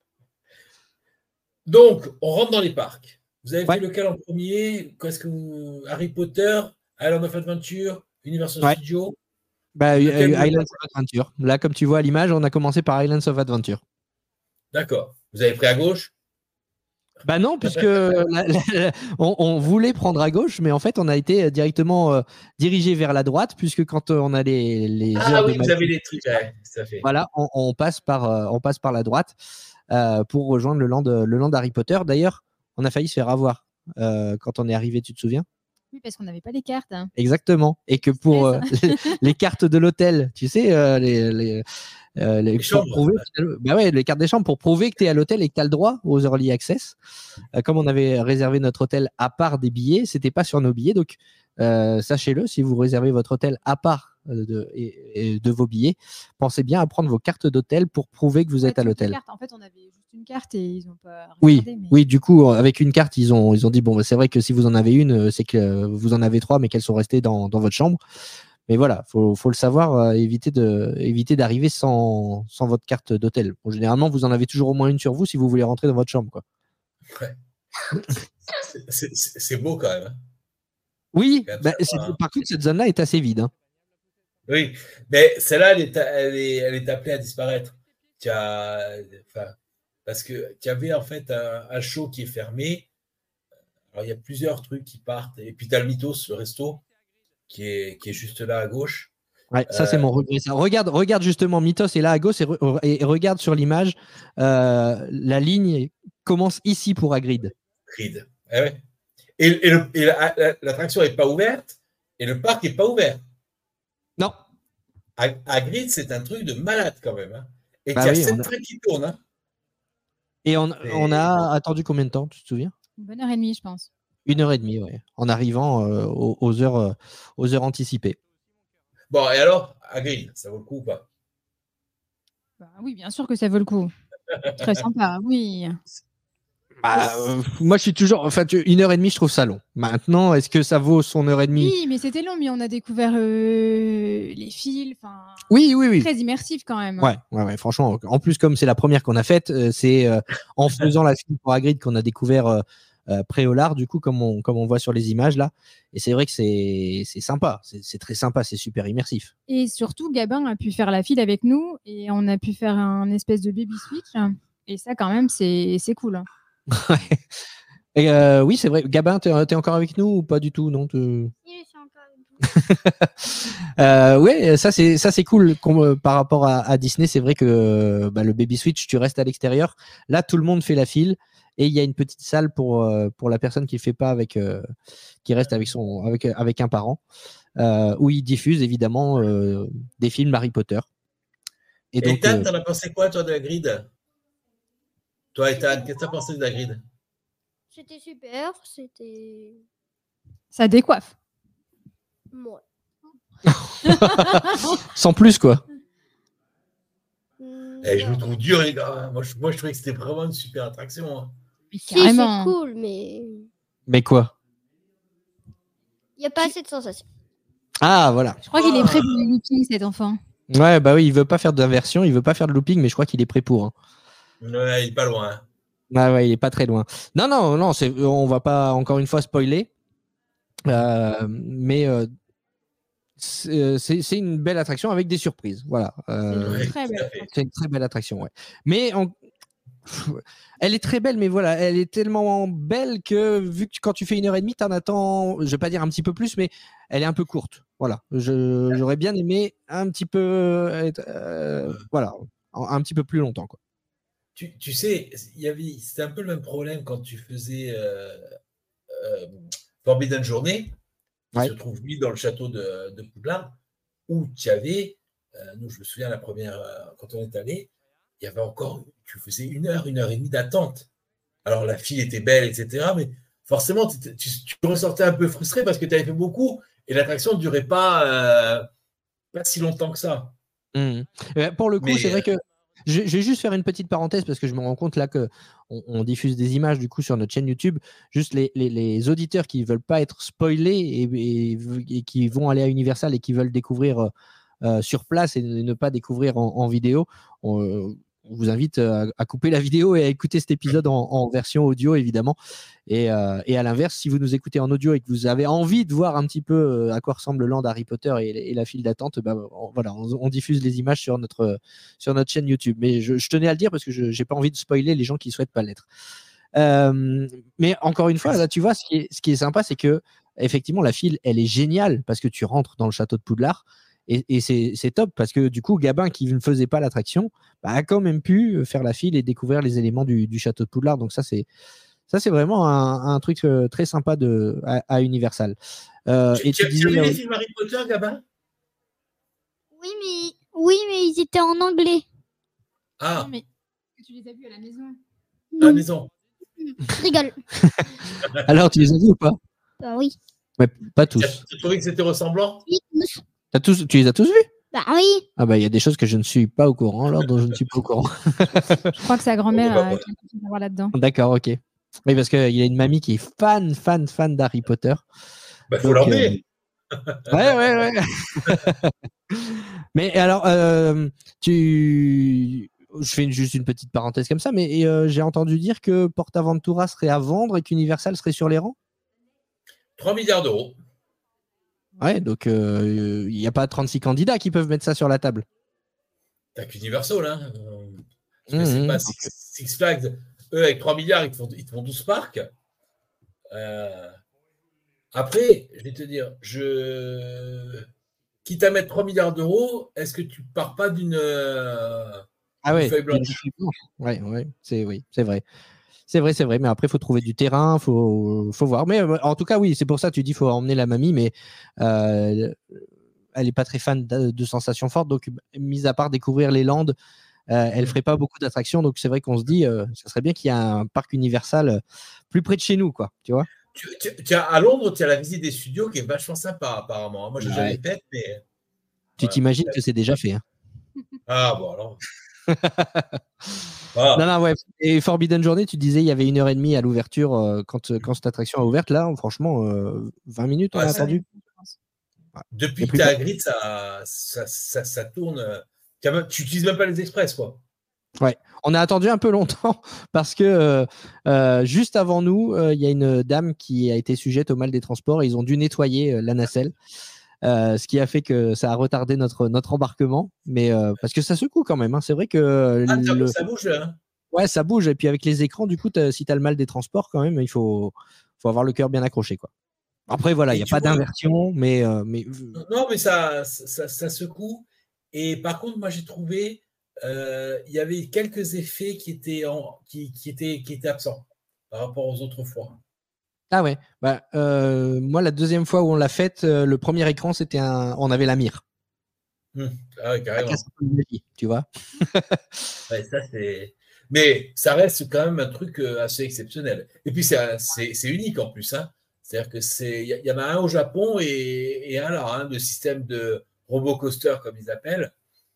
Donc, on rentre dans les parcs. Vous avez Ouais. fait lequel en premier? Qu'est-ce que vous... Harry Potter, Island of Adventure, Universal Ouais. Studios? Bah, Lequel euh, vous- Islands of Adventure. Là, comme tu vois à l'image, on a commencé par Islands of Adventure. D'accord. Vous avez pris à gauche? Bah non, puisque la- la- on, on voulait prendre à gauche, mais en fait, on a été directement euh, dirigé vers la droite, puisque quand euh, on a les, les Ah heures oui, de vous magie, avez les trucs. Ouais, ça fait. voilà, on, on passe par, euh, on passe par la droite euh, pour rejoindre le land, le land Harry Potter. D'ailleurs, on a failli se faire avoir euh, quand on est arrivé, tu te souviens? Oui, parce qu'on n'avait pas les cartes. hein. Exactement. Et que pour euh, Stress. les cartes de l'hôtel, tu sais, euh, les, les, euh, les- Les pour chambres. prouver, bah ouais, les cartes des chambres pour prouver que tu es à l'hôtel et que tu as le droit aux early access. Euh, comme on avait réservé notre hôtel à part des billets, c'était pas sur nos billets. Donc, euh, sachez-le, si vous réservez votre hôtel à part euh, de, et- et de vos billets, pensez bien à prendre vos cartes d'hôtel pour prouver que vous Ouais, êtes à toutes les l'hôtel. cartes. En fait, on avait juste une carte et ils n'ont pas Oui, regardé. mais- oui, du coup, euh, avec une carte, ils ont, ils ont dit bon, bah, c'est vrai que si vous en avez une, euh, c'est que euh, vous en avez trois, mais qu'elles sont restées dans, dans votre chambre. Mais voilà, faut, faut le savoir, euh, éviter de, éviter d'arriver sans, sans votre carte d'hôtel. Bon, généralement, vous en avez toujours au moins une sur vous si vous voulez rentrer dans votre chambre, quoi. C'est- c'est- C'est c'est beau quand même. hein. Oui, Quand même bah, sympa, c'est- hein. par contre, cette zone-là est assez vide. hein. Oui, mais celle-là, elle est, elle, est, elle est appelée à disparaître. Tu as, enfin, parce que tu avais en fait un, un show qui est fermé. Alors, il y a plusieurs trucs qui partent. Et puis, tu as le Mythos, le resto, qui est, qui est juste là à gauche. Ouais, ça, c'est Euh, mon regret. ça. Regarde, regarde justement, Mythos est là à gauche et, re- et regarde sur l'image, euh, la ligne commence ici pour Hagrid. Creed. Eh ouais. Et, et le- et la- la- l'attraction n'est pas ouverte et le parc n'est pas ouvert. Non, À, à Grid, c'est un truc de malade quand même. hein. Et Bah il y a oui, sept on a- trains qui tournent. hein. et on, Et- on a attendu combien de temps, tu te souviens? Une bonne heure et demie, je pense. Une heure et demie, ouais, en arrivant euh, aux, aux heures, euh, aux heures anticipées. Bon, et alors, à Grid, ça vaut le coup ou pas? Bah, oui, bien sûr que ça vaut le coup. Très sympa, oui. Bah, euh, moi, je suis toujours. Enfin, tu- une heure et demie, je trouve ça long. Maintenant, est-ce que ça vaut son heure et demie? Oui, mais c'était long, mais on a découvert euh, les fils. Enfin, Oui, oui, oui. très immersif quand même. Ouais, ouais, ouais, franchement. En plus, comme c'est la première qu'on a faite, euh, c'est euh, en faisant la file pour Hagrid qu'on a découvert euh, euh, Préolard, du coup, comme on, comme on voit sur les images là. Et c'est vrai que c'est c'est sympa. C'est c'est très sympa. C'est super immersif. Et surtout, Gabin a pu faire la file avec nous et on a pu faire un espèce de baby switch. Et ça, quand même, c'est c'est cool. hein. Ouais. Et, euh, oui, c'est vrai. Gabin, t'es es encore avec nous ou pas du tout? Non, te- Oui, je suis encore avec vous. Euh, ouais, ça c'est ça c'est cool qu'on- euh, par rapport à, à Disney. C'est vrai que euh, bah, le baby switch, tu restes à l'extérieur. Là, tout le monde fait la file et il y a une petite salle pour euh, pour la personne qui le fait pas avec euh, qui reste avec son avec avec un parent euh, où il diffuse évidemment euh, des films Harry Potter. Et Et donc Ethan, euh, t'en as pensé quoi, toi, de la Grid? Toi, Ethan, qu'est-ce que t'as pensé de la Grid? C'était super, c'était. Ça décoiffe. Moi. sans plus quoi. Hmm, Eh, je non. vous trouve dur, les gars. Moi, je, moi, je trouvais que c'était vraiment une super attraction. hein. Mais Si, c'est carrément. cool, mais Mais quoi? il n'y a pas assez de sensations. Ah voilà. Je crois qu'il est prêt pour le looping, cet enfant. Ouais, bah oui, il veut pas faire d'inversion, il veut pas faire de looping, mais je crois qu'il est prêt pour. hein. Ouais, il est pas loin. hein. Ah ouais, il est pas très loin. Non, non, non, c'est, on va pas encore une fois spoiler, Euh, mais euh, c'est c'est- c'est une belle attraction avec des surprises. Voilà, Euh, Ouais, très tout belle à fait. c'est une très belle attraction, ouais. Mais en- elle est très belle, mais voilà, elle est tellement belle que vu que quand tu fais une heure et demie, t'en attends, je vais pas dire un petit peu plus, mais elle est un peu courte. Voilà, Je- j'aurais bien aimé un petit peu, être, euh, voilà, un, un petit peu plus longtemps, quoi. Tu, tu sais, il y avait, c'était un peu le même problème quand tu faisais euh, euh, Forbidden Journey, qui Ouais. se trouve lui dans le château de, de Poudlard, où tu avais, euh, nous je me souviens la première, euh, quand on est allé, il y avait encore, tu faisais une heure, une heure et demie d'attente. Alors la fille était belle, et cetera. Mais forcément, tu, tu, tu ressortais un peu frustré parce que tu avais fait beaucoup et l'attraction ne durait pas, euh, pas si longtemps que ça. Mhm. Euh, Pour le coup, Mais, c'est vrai que Je, je vais juste faire une petite parenthèse parce que je me rends compte là que on, on diffuse des images du coup sur notre chaîne YouTube. Juste les, les, les auditeurs qui ne veulent pas être spoilés et, et, et qui vont aller à Universal et qui veulent découvrir euh, sur place et ne pas découvrir en, en vidéo, on, on vous invite à, à couper la vidéo et à écouter cet épisode en, en version audio évidemment. Et, euh, et à l'inverse, si vous nous écoutez en audio et que vous avez envie de voir un petit peu à quoi ressemble le land Harry Potter et, et la file d'attente, bah, on, voilà, on, on diffuse les images sur notre, sur notre chaîne YouTube. Mais je, je tenais à le dire parce que je n'ai pas envie de spoiler les gens qui ne souhaitent pas l'être. Euh, mais encore une fois, là, tu vois, ce qui est, ce qui est sympa, c'est que effectivement, la file, elle est géniale parce que tu rentres dans le château de Poudlard. Et, et c'est, c'est top parce que du coup, Gabin qui ne faisait pas l'attraction bah, a quand même pu faire la file et découvrir les éléments du, du château de Poudlard. Donc ça, c'est, ça, c'est vraiment un, un truc euh, très sympa de, à, à Universal. Euh, tu, et tu, tu tu disais, as vu euh, les films Harry Potter, Gabin? Oui, mais... oui, mais ils étaient en anglais. Ah, Non, mais tu les as vus à la maison. à la Non, maison. je rigole. alors, tu les as vus ou pas? Bah oui. Ouais, pas Tu as, tous. tu as trouvé que c'était ressemblant? Oui, tous. T'as tous. Tu les as tous vus? Bah oui. Ah bah il y a des choses que je ne suis pas au courant, alors dont je ne suis pas au courant. Je crois que sa grand-mère Bon, bah, a ouais. quelque chose à voir là-dedans. D'accord, ok. Oui, parce qu'il y a une mamie qui est fan, fan, fan d'Harry Potter. Bah, faut Donc, l'emmener. Ouais, ouais, ouais. Mais alors, euh, tu... je fais une- juste une petite parenthèse comme ça, mais euh, j'ai entendu dire que PortAventura serait à vendre et qu'Universal serait sur les rangs. trois milliards d'euros. Ouais, donc il n'y a pas trente-six candidats qui peuvent mettre ça sur la table. T'as qu'Universal, hein. Euh, Je Mmh, ne sais mmh. pas, Six, Six Flags, eux, avec trois milliards, ils te font, ils te font douze parcs. Euh, Après, je vais te dire, je... quitte à mettre trois milliards d'euros, est-ce que tu pars pas d'une euh, Ah d'une ouais, feuille d'une blanche? feuille blanche. Ouais, ouais, c'est oui, c'est vrai. C'est vrai, c'est vrai, mais après, il faut trouver du terrain, il faut, faut voir. Mais euh, en tout cas, oui, c'est pour ça que tu dis qu'il faut emmener la mamie, mais euh, elle n'est pas très fan de, de sensations fortes. Donc, mis à part découvrir les Landes, euh, elle ne ferait pas beaucoup d'attractions. Donc, c'est vrai qu'on se dit, euh, ça serait bien qu'il y ait un parc Universal plus près de chez nous, quoi. Tu vois? Tu, tu- tu as, à Londres, tu as la visite des studios qui est vachement sympa, apparemment. Moi, je n'ai Ouais. jamais faite, mais. Tu Voilà. t'imagines que c'est déjà fait. Hein. Ah, bon, alors. Voilà. Non, non, ouais. Et Forbidden Journey, tu disais, il y avait une heure et demie à l'ouverture euh, quand, quand cette attraction a ouvert. Là, franchement, euh, vingt minutes, on Ah, a ça- attendu. Ouais. Depuis Y a que plus tu es à pas- Grid, ça, ça, ça, ça tourne. Tu n'utilises même pas les express, quoi. Ouais, on a attendu un peu longtemps parce que euh, euh, juste avant nous, il euh, y a une dame qui a été sujette au mal des transports et ils ont dû nettoyer euh, la nacelle, euh, ce qui a fait que ça a retardé notre, notre embarquement. Mais euh, parce que ça secoue quand même, hein. C'est vrai que Ah, le... ça bouge, là. Hein. ouais, ça bouge. Et puis avec les écrans, du coup, si tu as le mal des transports, quand même, il faut, faut avoir le cœur bien accroché, quoi. Après, voilà, il n'y a pas vois... d'inversion, mais, euh, mais. Non, mais ça, ça, ça secoue. Et par contre, moi, j'ai trouvé. Euh, il y avait quelques effets qui étaient, en, qui, qui, étaient, qui étaient absents par rapport aux autres fois. Ah ouais, bah, euh, moi la deuxième fois où on l'a faite, euh, le premier écran c'était un, on avait la mire. Mmh. Ah ouais, carrément. Tu vois. Ouais, ça c'est. Mais ça reste quand même un truc assez exceptionnel. Et puis c'est, c'est, c'est unique en plus. Hein. C'est-à-dire que c'est, il y en a un au Japon et, et un là, hein, le système de robot coaster comme ils appellent.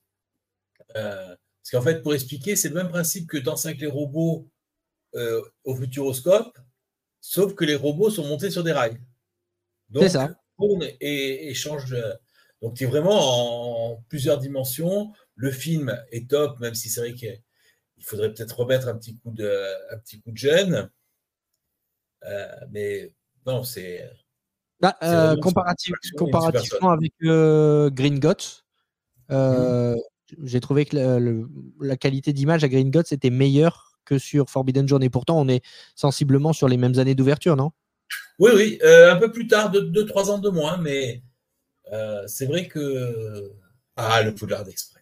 Euh, parce qu'en fait, pour expliquer, c'est le même principe que dans cinq les robots euh, au Futuroscope, sauf que les robots sont montés sur des rails. Donc, c'est ça. Tournent et, et changent. Donc, tu es vraiment en plusieurs dimensions. Le film est top, même si c'est vrai qu'il faudrait peut-être remettre un petit coup de, un petit coup de jeune. Euh, mais non, c'est. Bah, euh, comparatif, comparativement avec euh, Gringotts, euh, mmh. j'ai trouvé que la, le, la qualité d'image à Gringotts était meilleure que sur Forbidden Journey. Pourtant, on est sensiblement sur les mêmes années d'ouverture, non? Oui, oui, euh, un peu plus tard, deux trois ans de moins, mais euh, c'est vrai que. Ah, le Poudlard Express.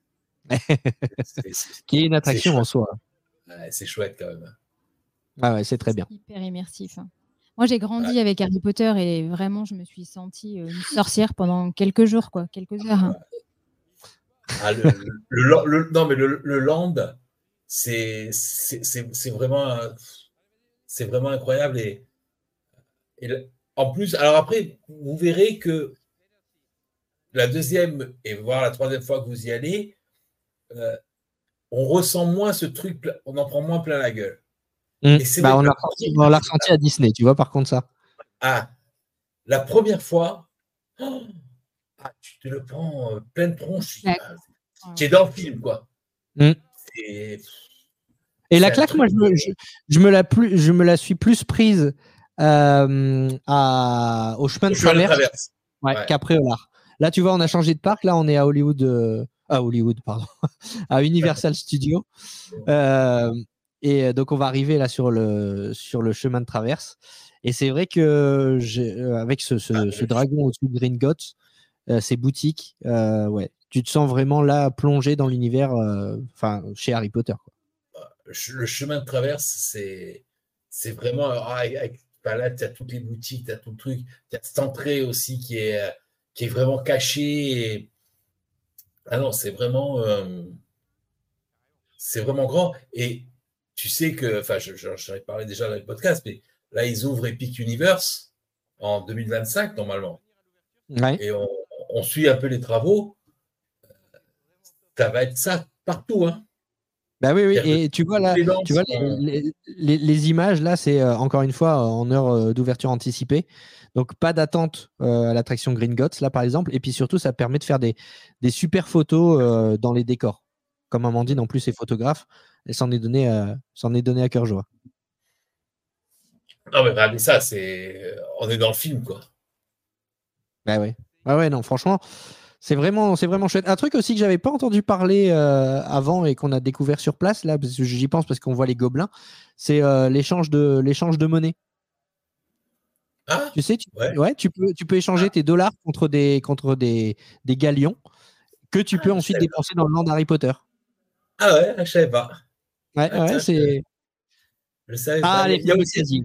c'est, c'est, qui est une attraction en soi. Ouais, c'est chouette quand même. Ah ouais, c'est très bien. Hyper immersif. Hein. Moi, j'ai grandi ouais. avec Harry Potter et vraiment, je me suis sentie une sorcière pendant quelques jours, quoi, quelques heures. Hein. Ah, le, le, le, le, non, mais le, le land, c'est, c'est, c'est, c'est vraiment, c'est vraiment incroyable. Et, et le, en plus, alors après, vous verrez que la deuxième et voire la troisième fois que vous y allez, euh, on ressent moins ce truc, on en prend moins plein la gueule. Mmh. Et c'est Bah, vrai on que l'a la ressenti, première- on l'a ressenti à Disney, tu vois, par contre, ça. Ah, la première fois, oh, ah, tu te le prends euh, pleine tronche, Ouais. ah, tu es dans le film, quoi. Mmh. C'est- Et la c'est un claque, truc moi, je me, de- je, je me la plus, je me la suis plus prise euh, à, au chemin au de chemin de traverse traverse. ouais, Ouais. qu'après Olar. Là, tu vois, on a changé de parc. Là, on est à Hollywood, euh, à Hollywood, pardon, à Universal Studios. Euh, et donc, on va arriver là sur le, sur le chemin de traverse. Et c'est vrai que j'ai, euh, avec ce, ce, Ah, ce je- dragon au-dessus de Gringotts, euh, ces boutiques, euh, ouais, tu te sens vraiment là plongé dans l'univers, euh, enfin, chez Harry Potter, quoi. Le chemin de traverse, c'est c'est vraiment. Ah, avec- bah là, tu as toutes les boutiques, tu as tout le truc. Tu as cette entrée aussi qui est, euh, qui est vraiment cachée. Et... Ah non, c'est vraiment, euh, c'est vraiment grand. Et tu sais que, enfin, je- je- j'en ai parlé déjà dans le podcast, mais là, ils ouvrent Epic Universe en deux mille vingt-cinq, normalement. Ouais. Et on, on suit un peu les travaux. Ça va être ça partout, hein. Bah oui, oui. C'est-à-dire que Et tu vois là, les dents tu vois sont- les, les- les- les images là, c'est euh, encore une fois euh, en heure euh, d'ouverture anticipée. Donc pas d'attente euh, à l'attraction Gringotts là par exemple. Et puis surtout, ça permet de faire des, des super photos euh, dans les décors. Comme Amandine en plus est photographe, elle s'en est donné, euh, s'en est donné à cœur joie. Non, mais regardez ça, c'est... on est dans le film, quoi. Bah ouais. Ah ouais, non, franchement, c'est vraiment, c'est vraiment chouette. Un truc aussi que j'avais pas entendu parler euh, avant et qu'on a découvert sur place, là, parce que j'y pense parce qu'on voit les gobelins, c'est euh, l'échange de, l'échange de monnaie. Ah, Tu sais, tu, ouais. ouais, tu peux, tu peux échanger tes dollars contre des, contre des, des galions que tu Ah, peux je ensuite savais pas. dépenser dans le land Harry Potter. Ah ouais, je savais pas. Ouais, Ah, ouais, tiens, je, c'est. je savais Ah, pas. Il y a, les il y a fameux aussi... casiers.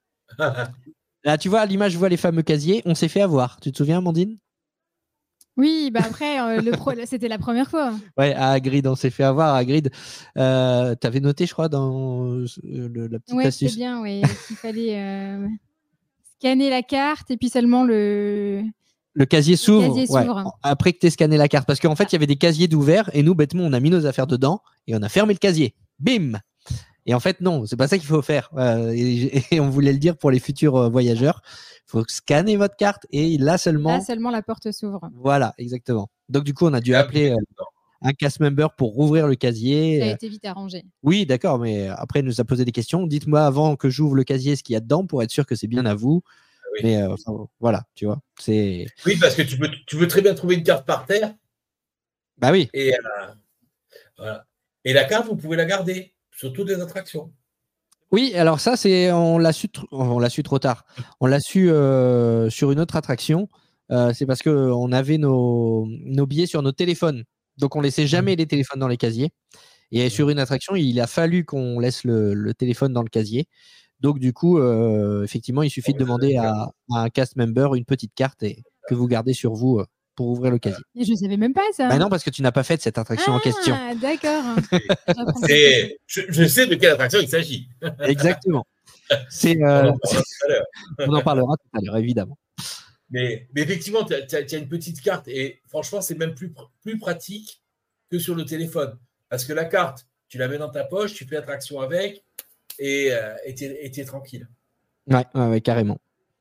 Là, tu vois, à l'image, je vois les fameux casiers. On s'est fait avoir. Tu te souviens, Amandine? Oui, bah après, euh, le pro... c'était la première fois. Ouais, à Hagrid, on s'est fait avoir. À Hagrid, euh, tu avais noté, je crois, dans euh, le- la petite Ouais, c'est astuce. bien, ouais, qu'il fallait euh, scanner la carte et puis seulement le. Le casier s'ouvre, casier ouais, s'ouvre. après que tu aies scanné la carte. Parce qu'en fait, il y avait des casiers d'ouvert et nous, bêtement, on a mis nos affaires dedans et on a fermé le casier. Bim! Et en fait, non, c'est pas ça qu'il faut faire. Euh, et, et on voulait le dire pour les futurs euh, voyageurs. Il faut scanner votre carte et là seulement. Là seulement la porte s'ouvre. Voilà, exactement. Donc, du coup, on a dû Là, appeler euh, dedans. un cast member pour rouvrir le casier. Ça a Euh, été vite arrangé. Oui, d'accord, mais après, il nous a posé des questions. Dites-moi avant que j'ouvre le casier ce qu'il y a dedans pour être sûr que c'est bien à vous. Oui. Mais euh, enfin, voilà, tu vois. C'est. Oui, parce que tu peux, tu peux très bien trouver une carte par terre Bah oui. et, euh, voilà. Et la carte, vous pouvez la garder sur toutes les attractions. Oui, alors ça, c'est on l'a su, tr- on l'a su trop tard. On l'a su euh, sur une autre attraction. Euh, c'est parce que on avait nos, nos billets sur nos téléphones, donc on laissait jamais les téléphones dans les casiers. Et sur une attraction, il a fallu qu'on laisse le, le téléphone dans le casier. Donc du coup, euh, effectivement, il suffit de demander à, à un cast member une petite carte et que vous gardez sur vous euh, pour ouvrir le casier. Et je savais même pas ça. Bah non, parce que tu n'as pas fait cette attraction en question. Ah, d'accord. J'apprends quelque chose. C'est, je, je sais de quelle attraction il s'agit. Exactement. C'est, On euh, en parlera tout à l'heure. on en parlera tout à l'heure, évidemment. Mais, mais effectivement, tu as, tu as- tu as une petite carte et franchement, c'est même plus, pr- plus pratique que sur le téléphone. Parce que la carte, tu la mets dans ta poche, tu fais attraction avec et tu es tranquille. Ouais, ouais, ouais, carrément.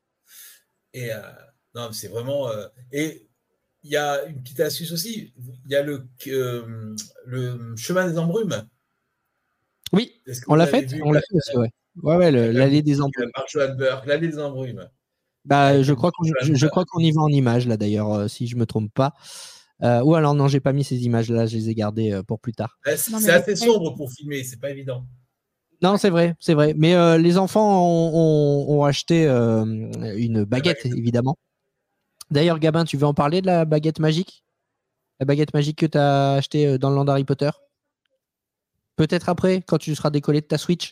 Et euh, non, c'est vraiment. Euh, et il y a une petite astuce aussi. Il y a le, euh, le chemin des embrumes. Oui, Est-ce que on vous l'a l'avez fait, vu, on l'a la- fait aussi, ouais. Ouais, ouais, le- la- l'allée des la- embrumes. Par Johan Burke, l'allée des embrumes. Bah, Avec je le crois qu'on Johan je, je Burke. crois qu'on y va en images là d'ailleurs, euh, si je me trompe pas. Euh, ou alors non, j'ai pas mis ces images là, je les ai gardées euh, pour plus tard. Ouais, C'est Non, mais c'est assez les- sombre pour filmer, c'est pas évident. Non, c'est vrai, c'est vrai. Mais euh, les enfants ont, ont- ont acheté euh, une baguette, baguette. évidemment. D'ailleurs, Gabin, tu veux en parler de la baguette magique? La baguette magique que tu as achetée euh, dans le land Harry Potter? Peut-être après, quand tu seras décollé de ta Switch.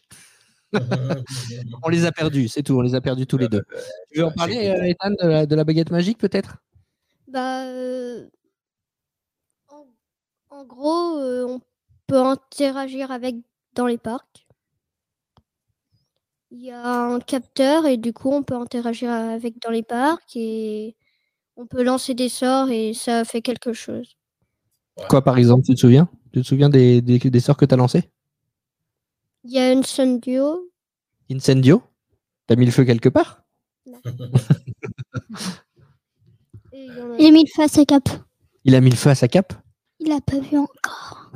On les a perdus, c'est tout, on les a perdus tous les deux. Tu veux en j'ai parler, compris. euh, Ethan, de la, de la baguette magique, peut-être? Bah, euh, en, en gros, euh, on peut interagir avec dans les parcs. Il y a un capteur et du coup, on peut interagir avec dans les parcs et on peut lancer des sorts et ça fait quelque chose. Ouais. Quoi, par exemple, tu te souviens Tu te souviens des, des, des sorts que tu as lancés? Il y a une Incendio. Incendio? T'as mis le feu quelque part? Et il y en a- Il a mis le face à cap. Il a mis le feu à sa cape? Il a pas vu encore.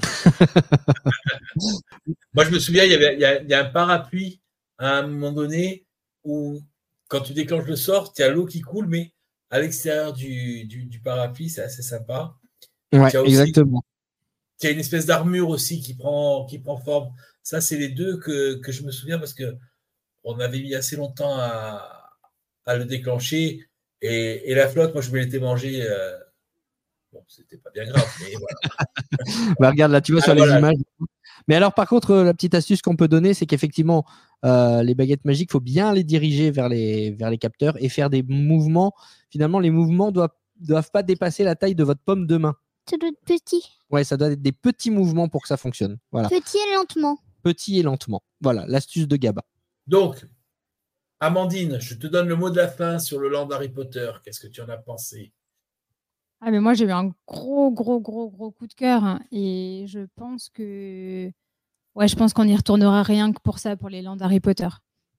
Moi, je me souviens, il y, avait, il, y a, il y a un parapluie à un moment donné où, quand tu déclenches le sort, tu as l'eau qui coule, mais à l'extérieur du, du, du parapluie, c'est assez sympa. Ouais, Tu as aussi- exactement. Tu as une espèce d'armure aussi qui prend, qui prend forme. Ça, c'est les deux que, que je me souviens parce que on avait mis assez longtemps à, à le déclencher. Et, et la flotte, moi, je me l'étais mangé. Euh, bon, c'était pas bien grave, mais voilà. Bah, regarde, là, tu vois Ah, sur les voilà. images. Mais alors, par contre, euh, la petite astuce qu'on peut donner, c'est qu'effectivement, euh, les baguettes magiques, il faut bien les diriger vers les, vers les capteurs et faire des mouvements. Finalement, les mouvements doivent, doivent pas dépasser la taille de votre paume de main. Ça doit être petit. Ouais, ça doit être des petits mouvements pour que ça fonctionne. Voilà. Petit et lentement. Petit et lentement. Voilà, l'astuce de Gaba. Donc, Amandine, je te donne le mot de la fin sur le land Harry Potter. Qu'est-ce que tu en as pensé? Ah, mais moi, j'ai eu un gros, gros, gros, gros coup de cœur. hein, Et je pense que. Ouais, je pense qu'on y retournera rien que pour ça, pour les landes Harry Potter.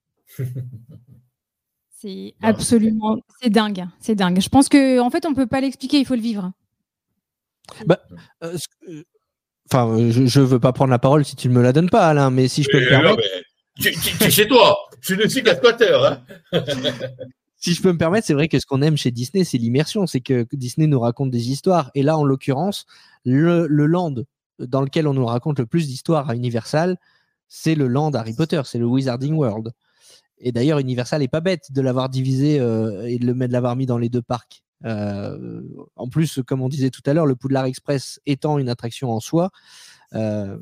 C'est Non, absolument. C'est dingue. C'est dingue. Je pense qu'en en fait, on peut pas l'expliquer, il faut le vivre. Euh, ce que- Enfin, euh, je ne veux pas prendre la parole si tu ne me la donnes pas, Alain, mais si je peux me Euh, permettre. non, mais tu, tu- tu es chez toi. Je ne suis qu'un squatter. Hein. Si je peux me permettre, c'est vrai que ce qu'on aime chez Disney, c'est l'immersion. C'est que Disney nous raconte des histoires. Et là, en l'occurrence, le, le land dans lequel on nous raconte le plus d'histoires à Universal, c'est le land Harry Potter, c'est le Wizarding World. Et d'ailleurs, Universal n'est pas bête de l'avoir divisé euh, et de, le, de l'avoir mis dans les deux parcs. Euh, en plus, comme on disait tout à l'heure, le Poudlard Express étant une attraction en soi, euh,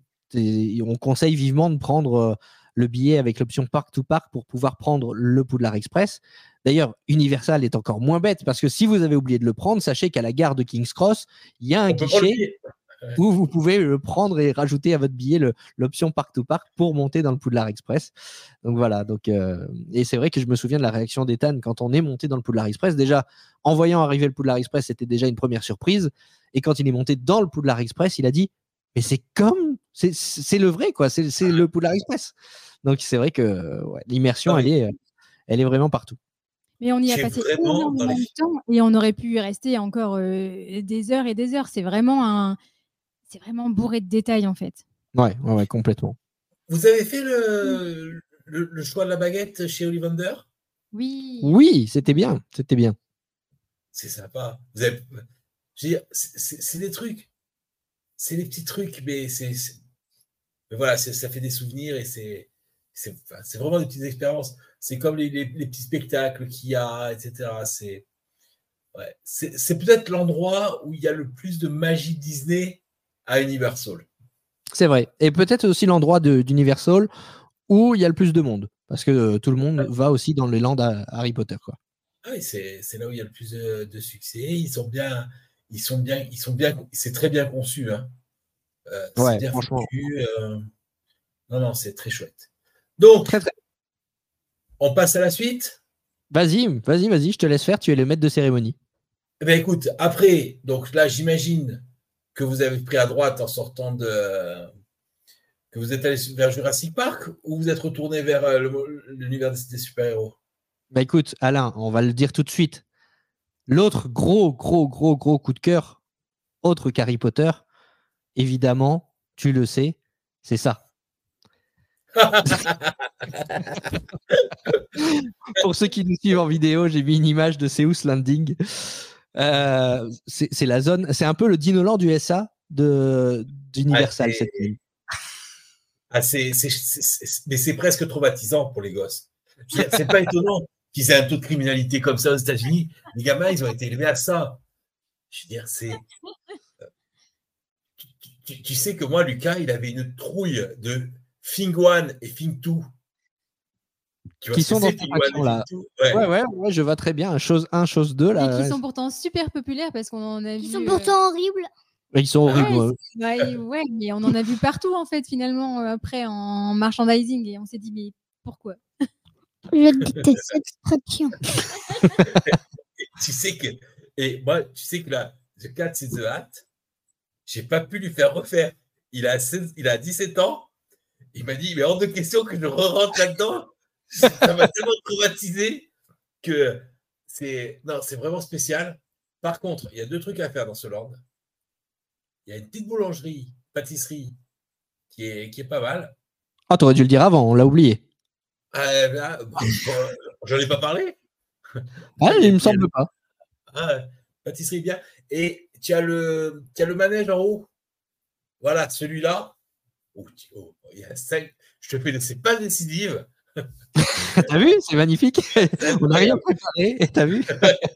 on conseille vivement de prendre euh, le billet avec l'option Park to Park pour pouvoir prendre le Poudlard Express. D'ailleurs, Universal est encore moins bête parce que si vous avez oublié de le prendre, sachez qu'à la gare de King's Cross, il y a un On peut pas le guichet dire. où vous pouvez le prendre et rajouter à votre billet le- l'option Park to Park pour monter dans le Poudlard Express. Donc voilà. Donc, euh, et c'est vrai que je me souviens de la réaction d'Ethan quand on est monté dans le Poudlard Express. Déjà, en voyant arriver le Poudlard Express, c'était déjà une première surprise. Et quand il est monté dans le Poudlard Express, il a dit mais c'est comme, c'est, c'est le vrai, quoi. C'est, c'est le Poudlard Express. Donc c'est vrai que ouais, l'immersion, Ah elle oui. est, elle est vraiment partout. Mais on y a J'ai passé vraiment dans énormément les- de temps et on aurait pu y rester encore euh, des heures et des heures. C'est vraiment un, c'est vraiment bourré de détails en fait. Ouais, ouais, ouais, complètement. Vous avez fait le, le, le choix de la baguette chez Ollivander? Oui. Oui, c'était bien, c'était bien. C'est sympa. Vous avez, je veux dire, c'est, c'est, c'est des trucs. C'est des petits trucs, mais c'est, c'est mais voilà, c'est, ça fait des souvenirs et c'est, c'est, enfin, c'est vraiment des petites expériences. C'est comme les, les, les petits spectacles qu'il y a, et cetera. C'est, ouais, c'est, c'est peut-être l'endroit où il y a le plus de magie Disney à Universal. C'est vrai. Et peut-être aussi l'endroit de- d'Universal où il y a le plus de monde. Parce que euh, tout le monde va aussi dans les lands à Harry Potter, quoi. Ah oui, c'est, c'est là où il y a le plus de, de succès. Ils sont bien, ils sont bien, ils sont bien, c'est très bien conçu. Hein. Euh, Ouais, c'est bien franchement. foutu. Euh... Non, non, c'est très chouette. Donc, Très, très. on passe à la suite. Vas-y, vas-y, vas-y, je te laisse faire. Tu es le maître de cérémonie. Eh bien, écoute, après, donc là, j'imagine que vous avez pris à droite en sortant de. Que vous êtes allé vers Jurassic Park ou vous êtes retourné vers euh, le- l'univers des, des super-héros? Bah écoute, Alain, on va le dire tout de suite. L'autre gros, gros, gros, gros coup de cœur, autre qu'Harry Potter, évidemment, tu le sais, c'est ça. Pour ceux qui nous suivent en vidéo, j'ai mis une image de Seuss Landing. Euh, c'est, c'est la zone, c'est un peu le Dinoland du S A de, d'Universal. Ah, c'est- cette zone. Ah, c'est, c'est, c'est, c'est- mais c'est presque traumatisant pour les gosses. Je veux dire, c'est pas étonnant qu'ils aient un taux de criminalité comme ça aux États-Unis. Les gamins, ils ont été élevés à ça. Je veux dire, c'est. Tu, tu- tu sais que moi, Lucas, il avait une trouille de Thing One et Thing Two. Tu vois Qui ce que sont dans c'est, cette Thing One et attraction-là. Thing Two? Ouais. Ouais, ouais, ouais, je vois très bien. Chose un, chose deux. Et Là, qui sont pourtant super populaires parce qu'on en a vu. Ils sont euh, pourtant horribles. Ils sont horribles. Ouais, ouais. c'est- bah, et- ouais, mais on en a vu partout en fait finalement euh, après en merchandising et on s'est dit mais pourquoi? Je déteste cette expression. Tu sais que. Et moi, tu sais que la The Cat is the Hat, j'ai pas pu lui faire refaire. Il a, seize, il a dix-sept ans. Il m'a dit, mais hors de question que je re-rentre là-dedans. Ça m'a tellement traumatisé que c'est, non, c'est vraiment spécial. Par contre, il y a deux trucs à faire dans ce land. Il y a une petite boulangerie, pâtisserie, qui est, qui est pas mal. Ah, t'aurais dû le dire avant, on l'a oublié. Ah, là, bon, j'en ai pas parlé. Ah, il me semble pas. Ah, pâtisserie bien. Et tu as le, tu as le manège en haut. Voilà, celui-là. Oh, oh, il y a cinq. Je te fais, c'est pas décisive. T'as vu, c'est magnifique. On n'a rien préparé. Et t'as vu.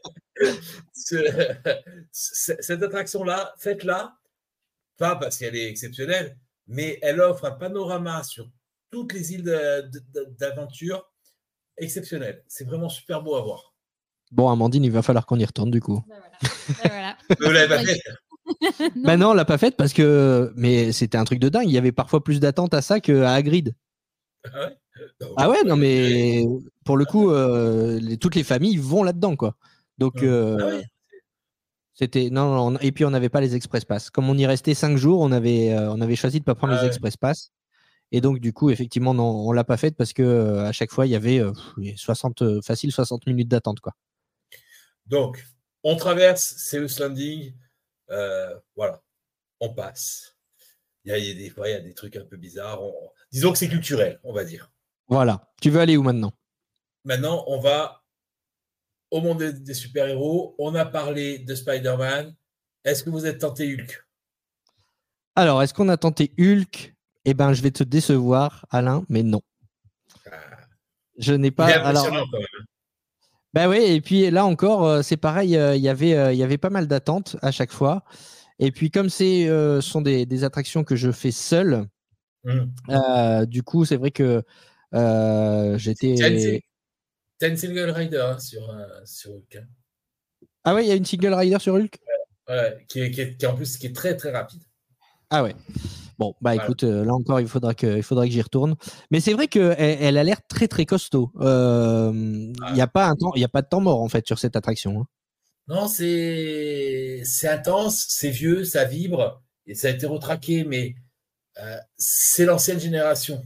Ce, cette attraction-là, faites-la, pas parce qu'elle est exceptionnelle, mais elle offre un panorama sur toutes les îles de, de, d'aventure exceptionnel. C'est vraiment super beau à voir. Bon, Amandine, il va falloir qu'on y retourne du coup. Ben voilà. Ben voilà. Vous l'avez pas fait. Non. Ben non, on l'a pas faite parce que. Mais c'était un truc de dingue. Il y avait parfois plus d'attentes à ça qu'à Hagrid. Ah ouais, non, Ah ouais, non, mais pour le coup, euh, les- toutes les familles vont là-dedans, quoi. Donc, euh, Ah ouais. c'était. Non, non, et puis on n'avait pas les Express Pass. Comme on y restait cinq jours, on avait, euh, on avait choisi de ne pas prendre Ah les ouais. Express Pass. Et donc, du coup, effectivement, non, on ne l'a pas faite parce que euh, à chaque fois, il y avait euh, soixante, euh, facile soixante minutes d'attente, quoi. Donc, on traverse Ceus Landing. Euh, voilà, on passe. Il y a, il y a des fois, il y a des trucs un peu bizarres. On- Disons que c'est culturel, on va dire. Voilà. Tu veux aller où maintenant? Maintenant, on va au monde des, des super-héros. On a parlé de Spider-Man. Est-ce que vous êtes tenté Hulk? Alors, est-ce qu'on a tenté Hulk? Eh ben, je vais te décevoir, Alain, mais non. Ah, Je n'ai il pas. est Alors, impressionnant quand même. ben oui, et puis là encore, euh, c'est pareil, euh, il y avait, euh, il y avait pas mal d'attentes à chaque fois. Et puis, comme c'est, euh, sont des, des attractions que je fais seul, Hum. euh, du coup, c'est vrai que euh, j'étais. T'as une single rider hein, sur, euh, sur Hulk. Hein. Ah ouais, il y a une single rider sur Hulk? Ouais, qui, est, qui, est, qui est en plus qui est très très rapide. Ah ouais. Bon, bah Voilà. écoute, euh, là encore, il faudra que, il faudra que j'y retourne. Mais c'est vrai qu'elle elle a l'air très très costaud. Euh, Il Ah. n'y a pas un temps, il y a pas de temps mort en fait sur cette attraction. Hein. Non, c'est c'est intense, c'est vieux, ça vibre, et ça a été retraqué, mais euh, c'est l'ancienne génération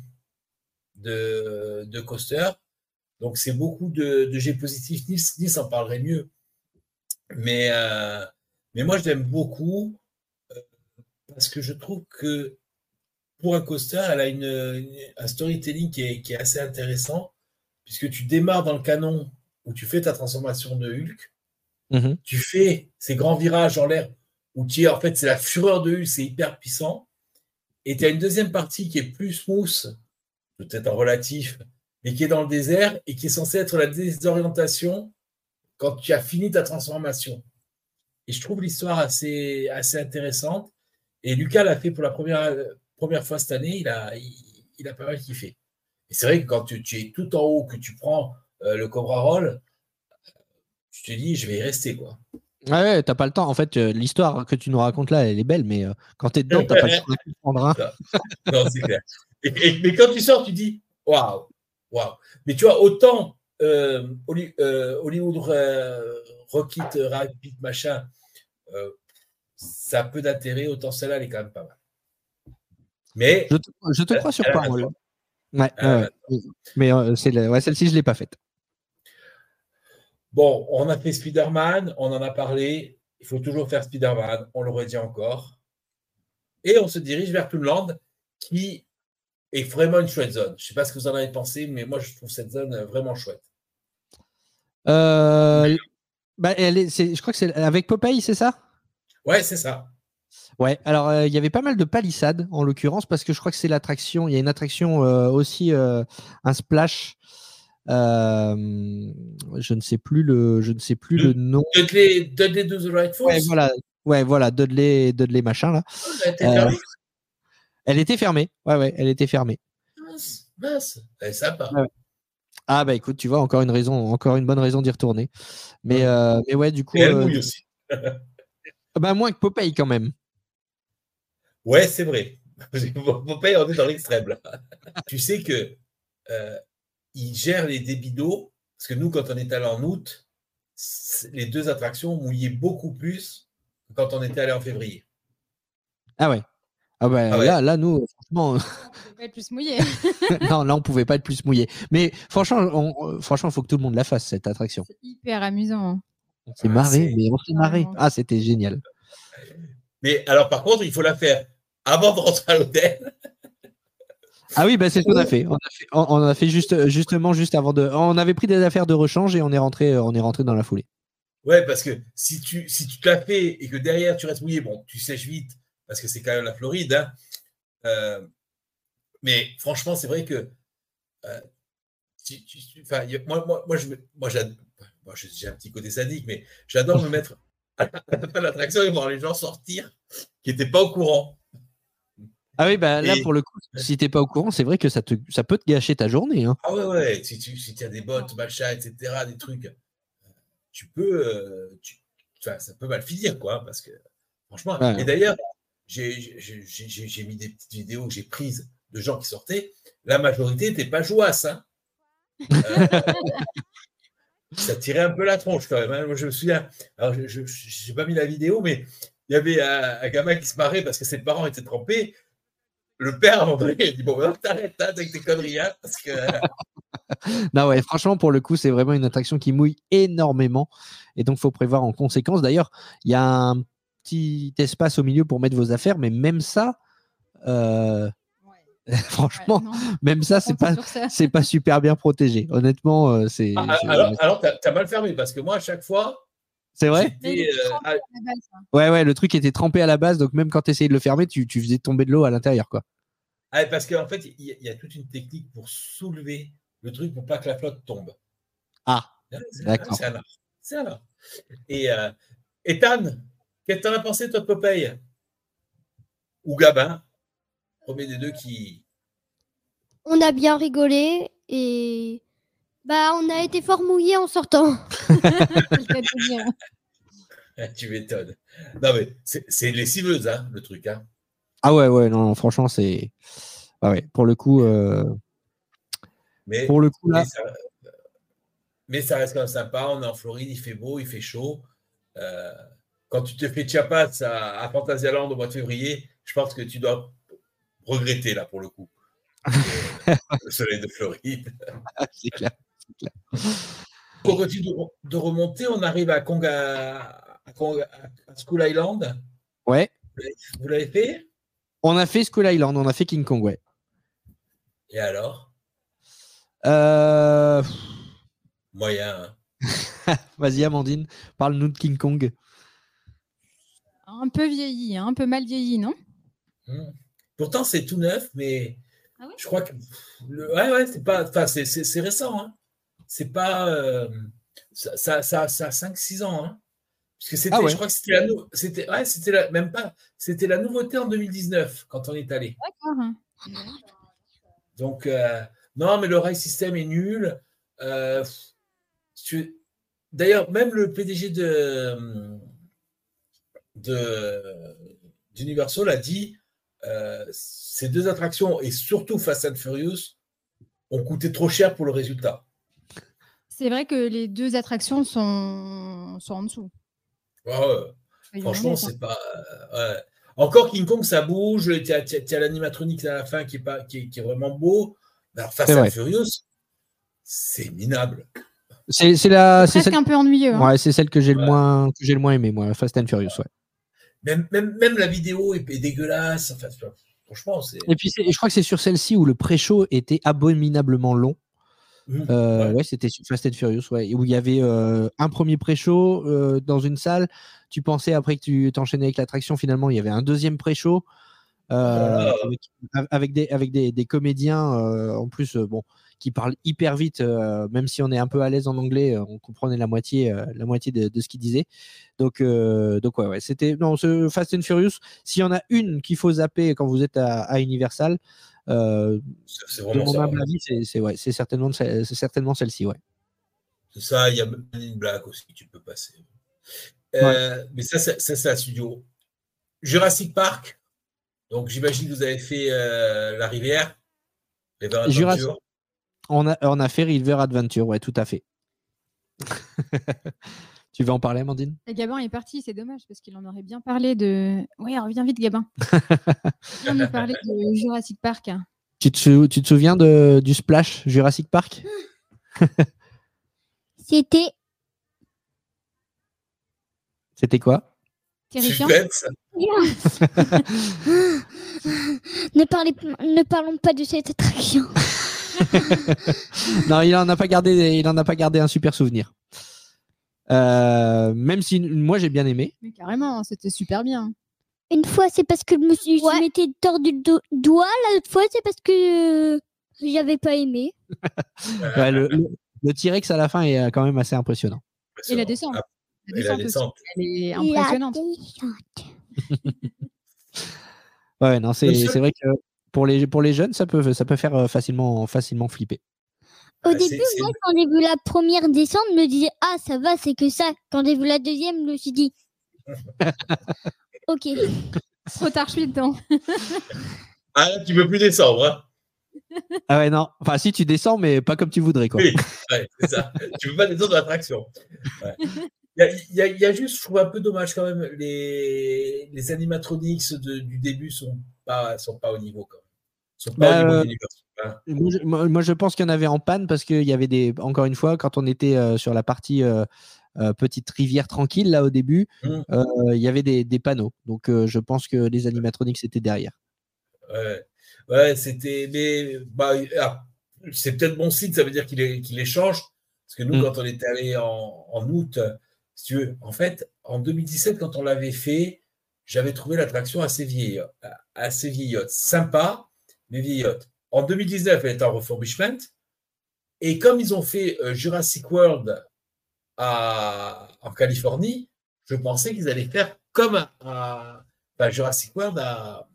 de, de coasters. Donc, c'est beaucoup de, de G positifs. Nils, Nils en parlerait mieux. Mais, euh, mais moi, je l'aime beaucoup euh, parce que je trouve que pour un coaster, elle a une, une- un storytelling qui est, qui est assez intéressant, puisque tu démarres dans le canon où tu fais ta transformation de Hulk, Mhm. tu fais ces grands virages en l'air où tu es, en fait, c'est la fureur de Hulk, c'est hyper puissant, et tu as une deuxième partie qui est plus smooth, peut-être en relatif, mais qui est dans le désert et qui est censée être la désorientation quand tu as fini ta transformation. Et je trouve l'histoire assez, assez intéressante. Et Lucas l'a fait pour la première, première fois cette année, il a, il, il a pas mal kiffé. Et c'est vrai que quand tu, tu es tout en haut, que tu prends euh, le Cobra Roll, tu te dis, je vais y rester, quoi. Ah ouais, t'as pas le temps. En fait, euh, l'histoire que tu nous racontes là, elle est belle, mais euh, quand t'es dedans, t'as pas le temps de comprendre. Hein. Non, c'est clair. Et, et, mais quand tu sors, tu dis, waouh, waouh. Mais tu vois, autant euh, Holly, euh, Hollywood euh, Rocket Rapid, machin, euh, ça a peu d'intérêt, autant celle-là, elle est quand même pas mal. Mais Je te, je te elle- crois sur elle a parole. raison. Ouais, Elle a ouais, ouais. Mais euh, c'est la- ouais, celle-ci, je l'ai pas faite. Bon, on a fait Spider-Man, on en a parlé. Il faut toujours faire Spider-Man, on le redit encore. Et on se dirige vers Toonland, qui est vraiment une chouette zone. Je ne sais pas ce que vous en avez pensé, mais moi, je trouve cette zone vraiment chouette. Euh, bah, elle est, c'est- je crois que c'est avec Popeye, c'est ça? Ouais, c'est ça. Ouais, alors euh, il y avait pas mal de palissades en l'occurrence parce que je crois que c'est l'attraction. Il y a une attraction euh, aussi, euh, un splash. Euh, je ne sais plus le, je ne sais plus le nom. Dudley, Dudley do the Right Force. Ouais, voilà, ouais, voilà, Dudley, Dudley machin là. Oh, elle a été Euh, fermée. Elle était fermée. Ouais, ouais, elle était fermée. Mince, mince. Elle est sympa. Ouais. Ah bah écoute, tu vois, encore une raison, encore une bonne raison d'y retourner. Mais, Ouais. euh, mais ouais, du coup, Et elle euh, mouille aussi. bah moins que Popeye quand même. Ouais, c'est vrai. Popeye, on est dans l'extrême là. Tu sais que euh, il gère les débits d'eau, parce que nous, quand on est allé en août, les deux attractions mouillaient beaucoup plus que quand on était allé en février. Ah ouais. Ah bah, Ah ouais. là, là, nous, franchement, On peut pas être plus mouillé. non, là, on pouvait pas être plus mouillé. Mais franchement, on, franchement, faut que tout le monde la fasse cette attraction. C'est hyper amusant. hein. On s'est Ah, marré, c'est- mais on s'est marré. Vraiment. Ah, c'était génial. Mais alors, par contre, il faut la faire avant de rentrer à l'hôtel. Ah oui, bah, c'est ce qu'on a fait. On a fait, on, on a fait juste, justement juste avant de. On avait pris des affaires de rechange et on est rentré, on est rentré dans la foulée. Ouais, parce que si tu, si tu te la fais et que derrière tu restes mouillé, bon, tu sèches vite parce que c'est quand même la Floride. Hein. Euh, mais franchement, c'est vrai que euh, tu, tu, tu, y a, moi, moi, moi, je, moi, j'adore, moi, j'ai un petit côté sadique, mais j'adore me mettre à la fin de l'attraction et voir les gens sortir qui n'étaient pas au courant. Ah oui, bah là, Et- pour le coup, si t'es pas au courant, c'est vrai que ça, te, ça peut te gâcher ta journée. Hein. Ah ouais, ouais, si tu si as des bottes, machin, et cetera, des trucs, tu peux, euh, tu, enfin, ça peut mal finir, quoi, parce que franchement. Ouais. Et d'ailleurs, j'ai j'ai- j'ai- j'ai mis des petites vidéos que j'ai prises de gens qui sortaient. La majorité n'était pas jouasse. Hein. Euh, ça tirait un peu la tronche quand même. Hein. Moi, je me souviens. Alors, je n'ai pas mis la vidéo, mais il y avait un, un gamin qui se marrait parce que ses parents étaient trempés. Le père, à un moment donné, il dit bon, ben, t'arrêtes hein, avec tes conneries, hein, parce que. Non, ouais, franchement, pour le coup, c'est vraiment une attraction qui mouille énormément. Et donc, il faut prévoir en conséquence. D'ailleurs, il y a un petit espace au milieu pour mettre vos affaires, mais même ça, euh, franchement, Ouais, non. même ça, c'est Comptez pas, sur ça. c'est pas super bien protégé. Honnêtement, euh, c'est. Ah, c'est- alors, alors t'as as mal fermé parce que moi, à chaque fois, C'est vrai? Mais il j'étais. était euh, trempé à- à la base, hein. Ouais, ouais, le truc était trempé à la base, donc même quand tu essayais de le fermer, tu, tu faisais tomber de l'eau à l'intérieur, quoi. ah, parce qu'en fait, il y, a- il y a toute une technique pour soulever le truc pour pas que la flotte tombe. Ah, C'est d'accord. c'est un art. C'est un art. Et euh, Ethan, qu'est-ce que t'en as pensé, toi, de Popeye? Ou Gabin? Premier des deux qui. On a bien rigolé et bah on a été fort mouillés en sortant. C'est le cas de le dire. Tu m'étonnes. Non, mais c'est c'est lessiveuse, hein, le truc. Hein. Ah ouais, ouais, non, non, franchement, c'est. Ah ouais, pour le coup, euh, Mais, pour le coup là. mais, ça, mais ça reste quand même sympa. On est en Floride, il fait beau, il fait chaud. Euh, quand tu te fais Chiapas à, à Fantasyland au mois de février, je pense que tu dois regretter, là, pour le coup. Le, le soleil de Floride. C'est clair. On continue de, de remonter, on arrive à Conga, à, Conga, à School Island. Ouais. Vous l'avez fait? On a fait Skull Island, on a fait King Kong, ouais. Et alors? Euh... Moyen. Hein. Vas-y, Amandine, parle-nous de King Kong. Un peu vieilli, hein, un peu mal vieilli, non? Hum. Pourtant, c'est tout neuf, mais Ah ouais je crois que. Le, ouais, ouais, c'est pas. Enfin, c'est, c'est, c'est récent. Hein. C'est pas. Euh, ça, ça, ça, ça a cinq six ans. Hein. Parce que c'était, Ah ouais. je crois que c'était la, nou- c'était, ouais, c'était la, même pas. C'était la nouveauté en deux mille dix-neuf quand on est allé. D'accord. hein. Donc, euh, non, mais le rail system est nul. Euh, tu- D'ailleurs, même le P D G de, de, d'Universal a dit euh, ces deux attractions, et surtout Fast and Furious, ont coûté trop cher pour le résultat. C'est vrai que les deux attractions sont, sont en dessous. Ouais, ouais. Soyons Franchement, honnêtes, hein. c'est pas. euh, ouais. Encore King Kong, ça bouge. Tu as, tu as l'animatronique à la fin qui est, pas, qui est, qui est vraiment beau. Mais alors, Fast C'est and vrai. Furious, c'est minable. C'est, c'est la, c'est Presque celle... un peu ennuyeux. hein. ouais, c'est celle que j'ai le Ouais. moins, que j'ai le moins aimé, moi, Fast and Furious, ouais. Même, même, même la vidéo est, est dégueulasse. Enfin, franchement, c'est. Et puis, c'est, je crois que c'est sur celle-ci où le pré-show était abominablement long. Mmh, Euh, ouais. ouais, c'était sur Fast and Furious, ouais, où il y avait euh, un premier pré-show euh, dans une salle. Tu pensais après que tu t'enchaînais avec l'attraction, finalement, il y avait un deuxième pré-show euh, Oh avec, avec des, avec des, des comédiens euh, en plus, euh, bon, qui parlent hyper vite, euh, même si on est un peu à l'aise en anglais, euh, on comprenait la moitié, euh, la moitié de, de ce qu'ils disaient. Donc, euh, donc ouais, ouais, c'était non, ce Fast and Furious. S'il y en a une qu'il faut zapper quand vous êtes à, à Universal. Euh, C'est, c'est de vraiment mon ça. humble avis, c'est, c'est, ouais, c'est, certainement, c'est, c'est certainement celle-ci. Ouais. C'est ça, il y a même une blague aussi que tu peux passer. Euh, mais ça, c'est, ça, c'est un studio. Jurassic Park. Donc, j'imagine que vous avez fait euh, la rivière. River Jurassic- Adventure. On a, on a fait River Adventure, ouais, tout à fait. Tu veux en parler, Amandine? Et Gabin est parti, c'est dommage parce qu'il en aurait bien parlé de. Oui, reviens vite, Gabin. On nous parler de Jurassic Park. Tu te, sou- tu te souviens de, du splash Jurassic Park? C'était C'était quoi? Terrifiant. Suspense. ne, parlez... ne parlons pas de cette attraction. Non, il en a pas gardé, il en a pas gardé un super souvenir. Euh, même si moi j'ai bien aimé. Mais carrément, c'était super bien. Une fois, c'est parce que je me suis Ouais. je m'étais tordu le do- doigt. L'autre fois, c'est parce que euh, j'avais pas aimé. Ouais, le, le- le T-Rex à la fin est euh, quand même assez impressionnant. Et la descente. Ah, La et la descente aussi, descente. elle est La impressionnante. descente. Ouais, non, c'est Le seul- c'est vrai que pour les, pour les jeunes, ça peut, ça peut faire euh, facilement, facilement flipper. Au Ah, début, c'est- c'est- moi, quand j'ai vu la première descente, je me disais ah ça va, c'est que ça. Quand j'ai vu la deuxième, je me suis dit ok. Trop tard, je suis dedans. Ah, là, tu peux plus descendre. Hein. Ah ouais, non. Enfin, si tu descends, mais pas comme tu voudrais, quoi. Oui, ouais, c'est ça. Tu peux pas descendre de l'attraction. Ouais. Il y, a- il y a- il y a juste, je trouve un peu dommage quand même, les, les animatronics de- du début sont pas, sont pas au niveau quand même. Sont pas Bah, au niveau euh, de l'univers. Hein. Moi je, moi, moi, je pense qu'il y en avait en panne parce qu'il y avait des. Encore une fois, quand on était euh, sur la partie euh, euh, petite rivière tranquille, là, au début, Mm. euh, il y avait des, des panneaux. Donc, euh, je pense que les animatronics étaient derrière. Ouais, ouais, c'était. Mais bah, ah, c'est peut-être bon signe, ça veut dire qu'il est- qu'il les change. Parce que nous, Mm. quand on est allé en, en août, si tu veux, en fait, en deux mille dix-sept, quand on l'avait fait, j'avais trouvé l'attraction assez vieillotte, assez vieillotte. Sympa, mais vieillotte. En deux mille dix-neuf, elle était en refurbishment. Et comme ils ont fait euh, Jurassic World à, en Californie, je pensais qu'ils allaient faire comme à, à- enfin, Jurassic World à,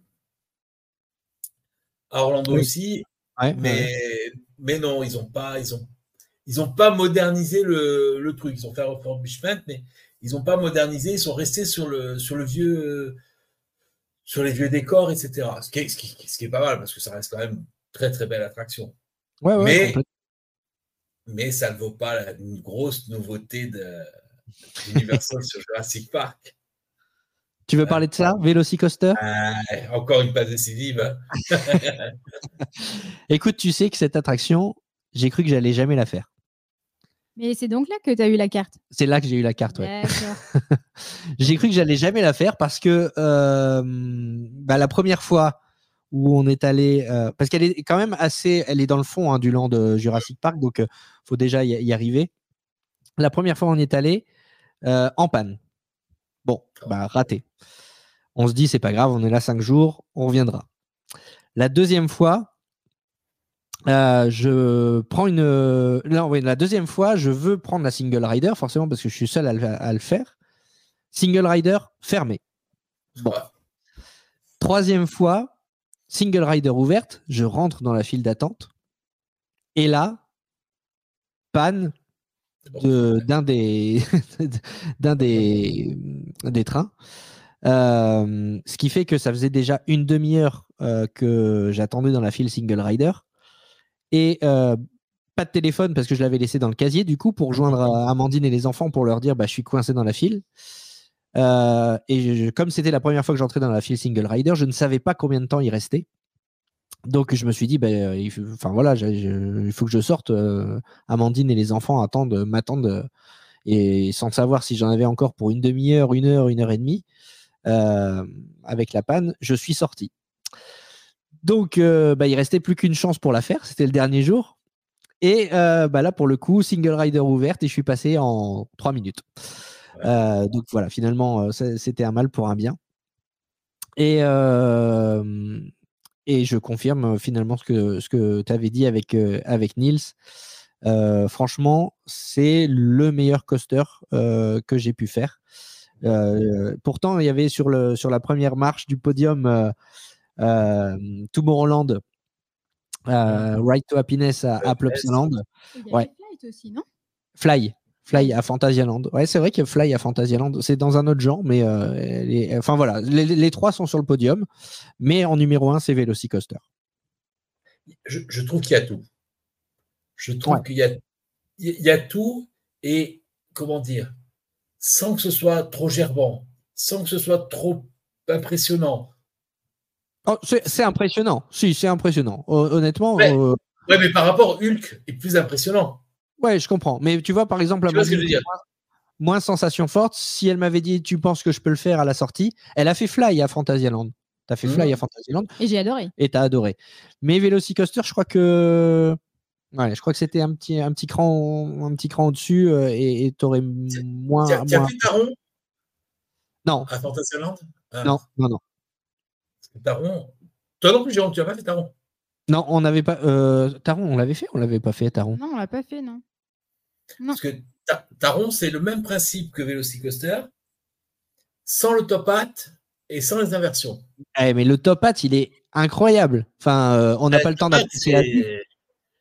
à Orlando Oui. aussi. Ouais, Mais, ouais. mais non, ils n'ont pas, ils ont, ils ont pas modernisé le, le truc. Ils ont fait un refurbishment, mais ils n'ont pas modernisé. Ils sont restés sur le, sur le vieux, sur les vieux décors, et cetera. Ce qui est, ce qui, ce qui est pas mal parce que ça reste quand même une très très belle attraction. Ouais, ouais, mais, complètement. mais ça ne vaut pas la, une grosse nouveauté de d'Universal sur Jurassic Park. Tu veux parler de ça, Velocicoaster? Ah, encore une passe décisive. Écoute, tu sais que cette attraction, j'ai cru que j'allais jamais la faire. Mais c'est donc là que tu as eu la carte. C'est là que j'ai eu la carte, ouais. D'accord. J'ai cru que j'allais jamais la faire parce que euh, bah, la première fois où on est allé, euh, parce qu'elle est quand même assez, elle est dans le fond hein, du land de Jurassic Park, donc il euh, faut déjà y, y arriver. La première fois on y est allé euh, en panne. Bon, bah raté. On se dit c'est pas grave, on est là cinq jours, on reviendra. La deuxième fois, euh, je prends une, non, oui, la deuxième fois, je veux prendre la single rider forcément parce que je suis seul à le, à le faire. Single rider fermé. Bon. Troisième fois, single rider ouverte, je rentre dans la file d'attente. Et là, panne de, d'un des, d'un des, des trains. Euh, ce qui fait que ça faisait déjà une demi-heure euh, que j'attendais dans la file single rider. Et euh, pas de téléphone parce que je l'avais laissé dans le casier, du coup, pour joindre Amandine et les enfants pour leur dire bah, je suis coincé dans la file. Euh, et je, comme c'était la première fois que j'entrais dans la file single rider, je ne savais pas combien de temps il restait. Donc je me suis dit, bah, il, faut, enfin, voilà, je, je, il faut que je sorte. Euh, Amandine et les enfants attendent, m'attendent, et sans savoir si j'en avais encore pour une demi-heure, une heure, une heure et demie, euh, avec la panne, je suis sorti. Donc euh, bah, il restait plus qu'une chance pour la faire, c'était le dernier jour. Et euh, bah, là, pour le coup, single rider ouverte et je suis passé en trois minutes. Euh, donc voilà, finalement, c'était un mal pour un bien. Et, euh, et je confirme finalement ce que, ce que tu avais dit avec, euh, avec Niels. Euh, franchement, c'est le meilleur coaster euh, que j'ai pu faire. Euh, pourtant, il y avait sur, le, sur la première marche du podium euh, euh, Tomorrowland, euh, Ride to Happiness à, à Plopsaland. Il y a ouais. Flight aussi, non? Fly. Fly à Phantasialand. Ouais, c'est vrai que Fly à Phantasialand, c'est dans un autre genre, mais euh, les, enfin voilà, les, les trois sont sur le podium, mais en numéro un, c'est Velocicoaster. Je, je trouve qu'il y a tout. Je trouve ouais. qu'il y a, il y a tout et comment dire, sans que ce soit trop gerbant, sans que ce soit trop impressionnant. Oh, c'est c'est impressionnant. Si, c'est impressionnant. Hon- Honnêtement, Ouais. euh, Ouais, mais par rapport, Hulk est plus impressionnant. ouais, je comprends. Mais tu vois, par exemple, Tu vois ce que je veux Amandine, dire? moins sensation forte, si elle m'avait dit tu penses que je peux le faire à la sortie, elle a fait Fly à Fantasyland. T'as fait Fly Mhm. à Fantasyland Et j'ai adoré. et t'as adoré. Mais Velocicoaster, je crois que ouais, je crois que c'était un petit, un petit cran, un petit cran au-dessus euh, et et t'aurais moins, Tu as, tu as moins. fait Taron Non, à Fantasyland? Ah, non, non, non. Taron. Toi non plus, Jérôme, tu n'as pas fait Taron. Non, on n'avait pas. Euh, Taron, on l'avait fait, on l'avait pas fait Taron. Non, on l'a pas fait, non. Non. Parce que Ta- Taron, c'est le même principe que Velocicoaster, sans le top hat et sans les inversions. Eh, mais le top hat, il est incroyable. Enfin, euh, on n'a Euh, pas le temps top hat, d'apprécier la vie, c'est-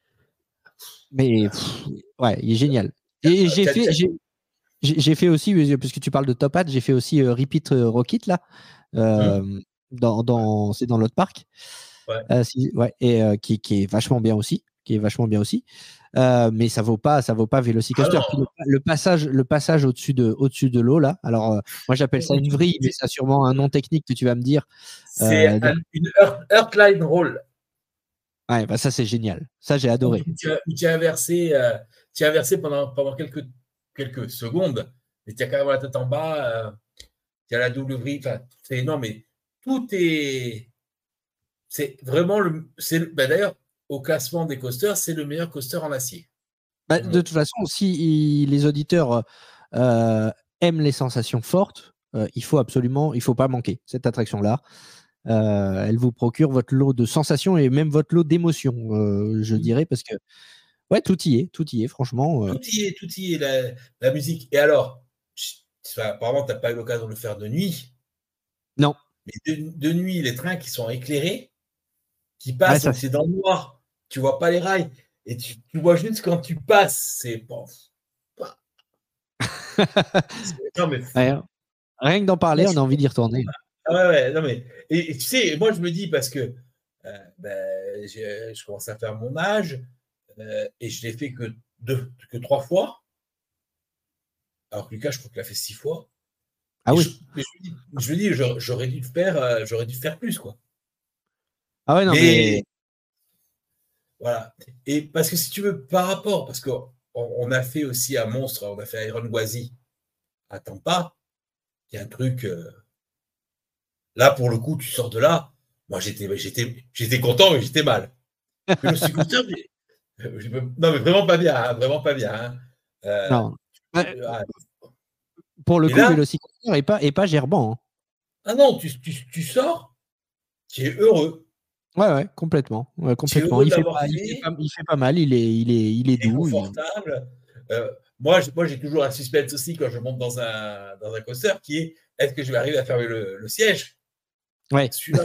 mais pff, ouais, il est génial. Et j'ai T'as- fait, t'as- j'ai j'ai- j'ai fait aussi, euh, parce que tu parles de top hat, j'ai fait aussi euh, Repeat euh, Rocket là. Euh, dans, dans, c'est dans l'autre parc. Ouais. Euh, si, ouais, et euh, qui, qui est vachement bien aussi, qui est vachement bien aussi. Euh, mais ça vaut pas, ça vaut pas Velocicoaster. Ah Puis le, le passage, le passage au-dessus de, au-dessus de l'eau là. Alors euh, moi j'appelle ça une vrille, mais ça a sûrement un nom technique que tu vas me dire. C'est Euh, un- une Earth- Earthline Roll. Ouais, bah ça c'est génial. Ça j'ai adoré. Où tu as, où tu as inversé, euh, tu as inversé pendant, pendant quelques, quelques secondes, mais tu as carrément la tête en bas, euh, tu as la double vrille. Enfin, c'est énorme, mais tout est. C'est vraiment le. c'est le- bah, d'ailleurs, au classement des coasters, c'est le meilleur coaster en acier. Bah, de toute façon, si il- les auditeurs euh, aiment les sensations fortes, euh, il faut absolument, il faut pas manquer cette attraction-là. Euh, elle vous procure votre lot de sensations et même votre lot d'émotions, euh, je dirais, parce que ouais, tout y est, tout y est, franchement. euh. Tout y est, tout y est, la, la musique. Et alors, je- enfin, apparemment, tu n'as pas eu l'occasion de le faire de nuit. Non. Mais de, de nuit, les trains qui sont éclairés, qui Ouais, passent, ça, donc c'est dans le noir, tu vois pas les rails, et tu, tu vois juste quand tu passes, c'est bon. Pas- c'est- non, mais Ouais, rien que d'en parler, Moi, on je- a envie d'y retourner. Ah ouais, ouais, non mais et, et tu sais, moi je me dis parce que euh, ben, j'ai- je commence à faire mon âge euh, et je l'ai fait que deux, que trois fois. Alors que Lucas, je crois qu'il l'a fait six fois. Ah Et oui. Je, mais je me dis, je me dis, j'aurais- j'aurais dû le faire, euh, j'aurais dû faire plus quoi. Ah ouais, non, mais, mais. voilà. Et parce que si tu veux, par rapport, parce qu'on on a fait aussi un monstre, on a fait Iron Gwazi à Tampa, il y a un truc. euh, Là, pour le coup, tu sors de là. Moi, j'étais, j'étais, j'étais content, mais j'étais mal. Mais le scooter, non, mais vraiment pas bien, hein, vraiment pas bien. Hein. Euh, Non. Ouais, ah, pour le et coup, là- Velocicoaster est pas, est pas gerbant. hein. ah non, tu, tu, tu sors, tu es heureux. Ouais, ouais, complètement. Ouais, complètement. heureux Il fait, d'avoir pas, il, fait. fait pas, il fait pas mal, il est, il est, il est Il est doux. il- confortable. Euh, moi, je- moi, j'ai toujours un suspense aussi quand je monte dans un, dans un coaster qui est est-ce que je vais arriver à fermer le, le siège? Ouais. Celui-là,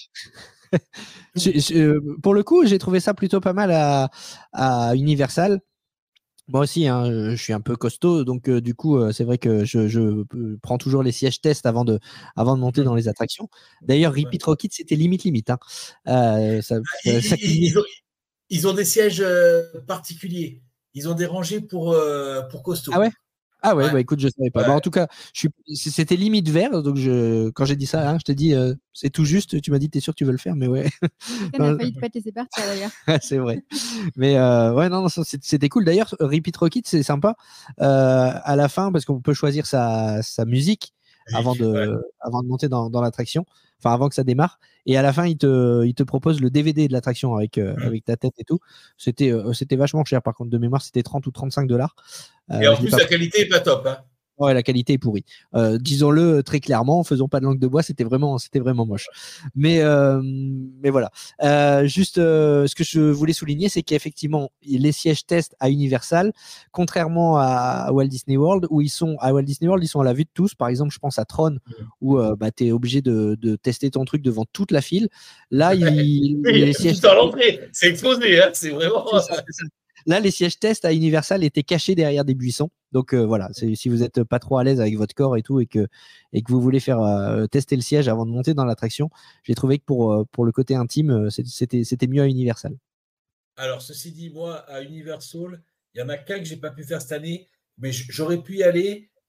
Je- je- euh, pour le coup, j'ai trouvé ça plutôt pas mal à, à Universal. Moi aussi, hein, je suis un peu costaud, donc euh, du coup, euh, c'est vrai que je, je, euh, prends toujours les sièges test avant de, avant de monter dans les attractions. D'ailleurs, Repeat Rocket, c'était limite limite. Hein. Euh, ça, ils, ça ils- ils ont, ils ont des sièges euh, particuliers. Ils ont des rangées pour, euh, pour costaud. Ah ouais. Ah ouais, Ouais. bah écoute, je savais pas. Ouais. Bah, en tout cas, je suis, c'était limite vert, donc je, quand j'ai dit ça, hein, je t'ai dit, euh, c'est tout juste. Tu m'as dit, t'es sûr que tu veux le faire, mais ouais. On a failli pas te laisser partir d'ailleurs. C'est vrai. Mais euh, ouais, non, non, ça, c'est- c'était cool. D'ailleurs, Repeat Rocket, c'est sympa euh, à la fin parce qu'on peut choisir sa, sa musique avant de, Ouais. avant de monter dans, dans l'attraction, enfin avant que ça démarre. Et à la fin, il te, il te propose le D V D de l'attraction avec, euh, Mhm. avec ta tête et tout. C'était, euh, c'était vachement cher. Par contre, de mémoire, c'était trente ou trente-cinq dollars. Euh, Et en je l'ai plus, pas la pris. qualité n'est pas top. Hein. Ouais, la qualité est pourrie. Euh, disons-le très clairement, faisons pas de langue de bois, c'était vraiment, c'était vraiment moche. Mais, euh, mais voilà. Euh, juste, euh, ce que je voulais souligner, c'est qu'effectivement, les sièges test à Universal, contrairement à Walt Disney World, où ils sont à Walt Disney World, ils sont à la vue de tous. Par exemple, je pense à Tron, où euh, bah, tu es obligé de, de tester ton truc devant toute la file. Là, il, Oui, les sièges juste à l'entrée, c'est exposé. Hein. C'est vraiment. c'est ça, c'est ça. Là, les sièges test à Universal étaient cachés derrière des buissons. Donc euh, voilà, c'est- si vous n'êtes pas trop à l'aise avec votre corps et tout, et que, et que vous voulez faire euh, tester le siège avant de monter dans l'attraction, j'ai trouvé que pour, euh, pour le côté intime, euh, c'est- c'était c'était mieux à Universal. Alors, ceci dit, moi, à Universal, il y en a qu'un que j'ai pas pu faire cette année, mais j- j'aurais pu y aller,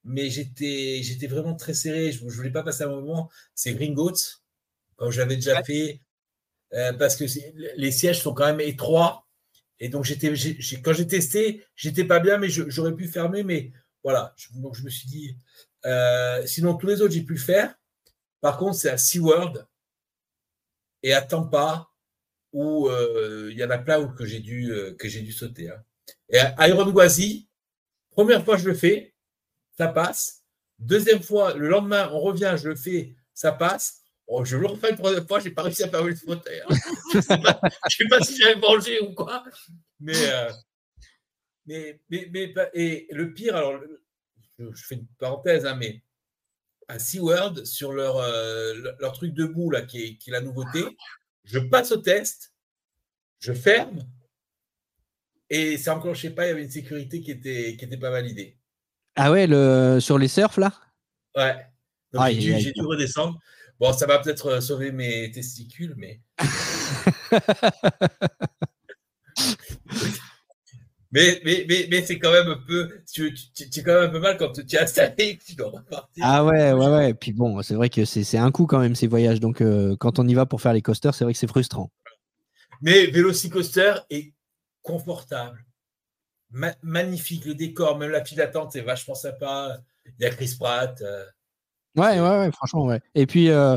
mais j'étais, j'étais vraiment très serré. Je ne voulais pas passer un moment. C'est Gringotts, comme j'avais déjà Ouais. fait, euh, parce que c'est- les sièges sont quand même étroits. Et donc, j'étais, j'ai, j'ai- quand j'ai testé, j'étais pas bien, mais je- j'aurais pu fermer. Mais voilà, je- donc je me suis dit. euh, sinon, tous les autres, j'ai pu le faire. Par contre, c'est à SeaWorld et à Tampa où euh, il y en a plein où que j'ai dû, euh, que j'ai dû sauter. Hein. Et à Iron Gwazi, première fois, je le fais, ça passe. Deuxième fois, le lendemain, on revient, je le fais, ça passe. Oh, je le refais une troisième fois, je n'ai pas réussi à fermer le fauteuil. Hein. Je ne sais, sais pas si j'avais mangé ou quoi. Mais, euh, mais, mais, mais, et le pire, alors, je, je fais une parenthèse, hein, mais à SeaWorld, sur leur, euh, leur truc debout, là, qui est, qui est la nouveauté, je passe au test, je ferme, et ça n'enclenchait pas, il y avait une sécurité qui n'était qui était pas validée. Ah ouais, le... sur les surfs, là? Ouais. Donc Aïe, j'ai dû, aïe, j'ai aïe. dû redescendre. Bon, ça va peut-être sauver mes testicules, mais. mais, mais, mais, mais c'est quand même un peu. Tu, tu, tu es quand même un peu mal quand tu es installé et que tu dois repartir. Ah ouais, ouais, ouais. Et puis bon, c'est vrai que c'est c'est un coût quand même, ces voyages. Donc, euh, quand on y va pour faire les coasters, c'est vrai que c'est frustrant. Mais Velocicoaster est confortable. Ma- magnifique, le décor, même la file d'attente, c'est vachement sympa. Il y a Chris Pratt. Euh, Ouais, ouais, ouais, franchement, ouais. Et puis, euh,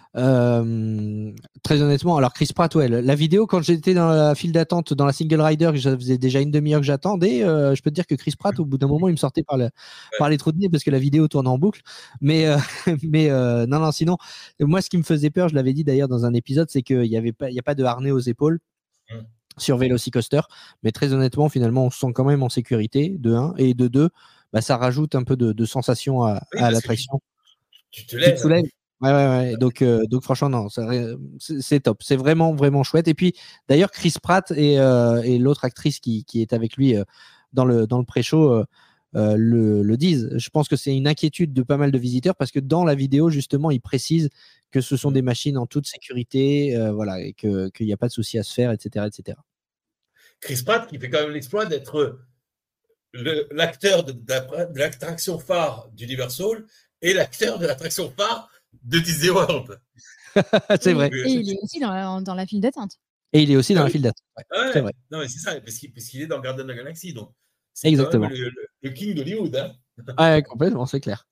euh, très honnêtement, alors Chris Pratt, ouais, la vidéo, quand j'étais dans la file d'attente, dans la single rider, que ça faisait déjà une demi-heure que j'attendais, euh, je peux te dire que Chris Pratt, au bout d'un moment, il me sortait par, le, Ouais. par les trous de nez parce que la vidéo tourne en boucle. Mais, euh, mais euh, non, non, sinon, moi, ce qui me faisait peur, je l'avais dit d'ailleurs dans un épisode, c'est qu'il n'y avait pas, il y a pas de harnais aux épaules. Mm. Sur Velocicoaster, mais très honnêtement, finalement, on se sent quand même en sécurité, de un, et de deux, bah, ça rajoute un peu de, de sensation à, Oui, à parce que l'attraction. Tu te Tu te lèves. soulèves. Ouais, ouais, ouais. Donc, euh, donc franchement, non, ça- c'est c'est top. C'est vraiment, vraiment chouette. Et puis, d'ailleurs, Chris Pratt et, euh, et l'autre actrice qui, qui est avec lui euh, dans le, dans le pré-show euh, euh, le, le disent. Je pense que c'est une inquiétude de pas mal de visiteurs parce que dans la vidéo, justement, ils précisent que ce sont Mm. des machines en toute sécurité, euh, voilà, et que- qu'il n'y a pas de souci à se faire, et cetera, et cetera. Chris Pratt qui fait quand même l'exploit d'être le- l'acteur de, de l'attraction phare d'Universal et l'acteur de l'attraction phare de Disney World. C'est Et- vrai. Et il est aussi dans la, dans la file d'attente. Et il est aussi dans Ah la oui. file d'attente. Ouais, Ah ouais. c'est vrai. Non, mais c'est ça, parce qu'il, parce qu'il est dans Garden of the Galaxy. Donc, c'est Exactement. quand même le, le- le king d'Hollywood. Hein. Ouais, complètement, c'est clair.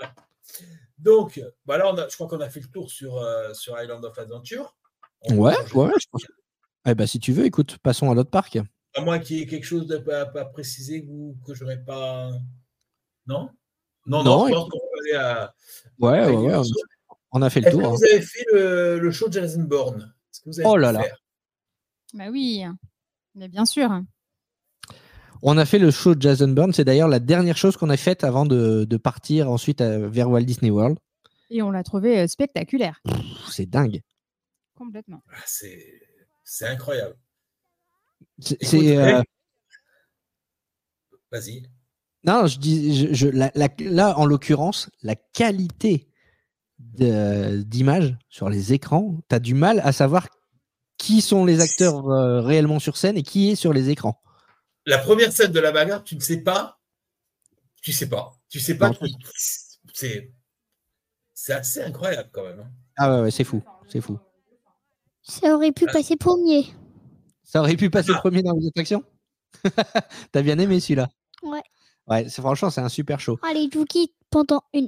Donc, bah là, on a, je crois qu'on a fait le tour sur, euh, sur Island of Adventure. On Ouais, peut changer ouais, de- je pense. Eh ben, si tu veux, écoute, passons à l'autre parc. À moins qu'il y ait quelque chose de pas, pas précisé que, vous- que je n'aurais pas. Non Non, non, Non, je et- pense qu'on va aller à. Ouais, à ouais, ouais, on, Universal. on a fait le Est-ce que tour. hein. vous avez fait le, le show de Jason Bourne? Est-ce que vous avez Oh pu là le là. faire? Bah oui, mais bien sûr. On a fait le show de Jason Bourne. C'est d'ailleurs la dernière chose qu'on a faite avant de, de partir ensuite à- vers Walt Disney World. Et on l'a trouvé euh, spectaculaire. Pff, c'est dingue. Complètement. Ah, c'est, c'est incroyable. C'est, Écoute, c'est, euh, mec, vas-y. Non, je dis, je, je- la- la- là, en l'occurrence, la qualité de- d'image sur les écrans, tu as du mal à savoir qui sont les acteurs euh, réellement sur scène et qui est sur les écrans. La première scène de la bagarre, tu ne sais pas. Tu sais pas. Tu sais pas Non, qui. C'est, c'est assez incroyable quand même. hein. Ah ouais, ouais, c'est fou, c'est fou. Ça aurait pu passer premier. Ça aurait pu passer Ah. premier dans les attractions. T'as bien aimé celui-là? Ouais. Ouais, c'est, franchement, c'est un super show. Allez, je vous quitte pendant une.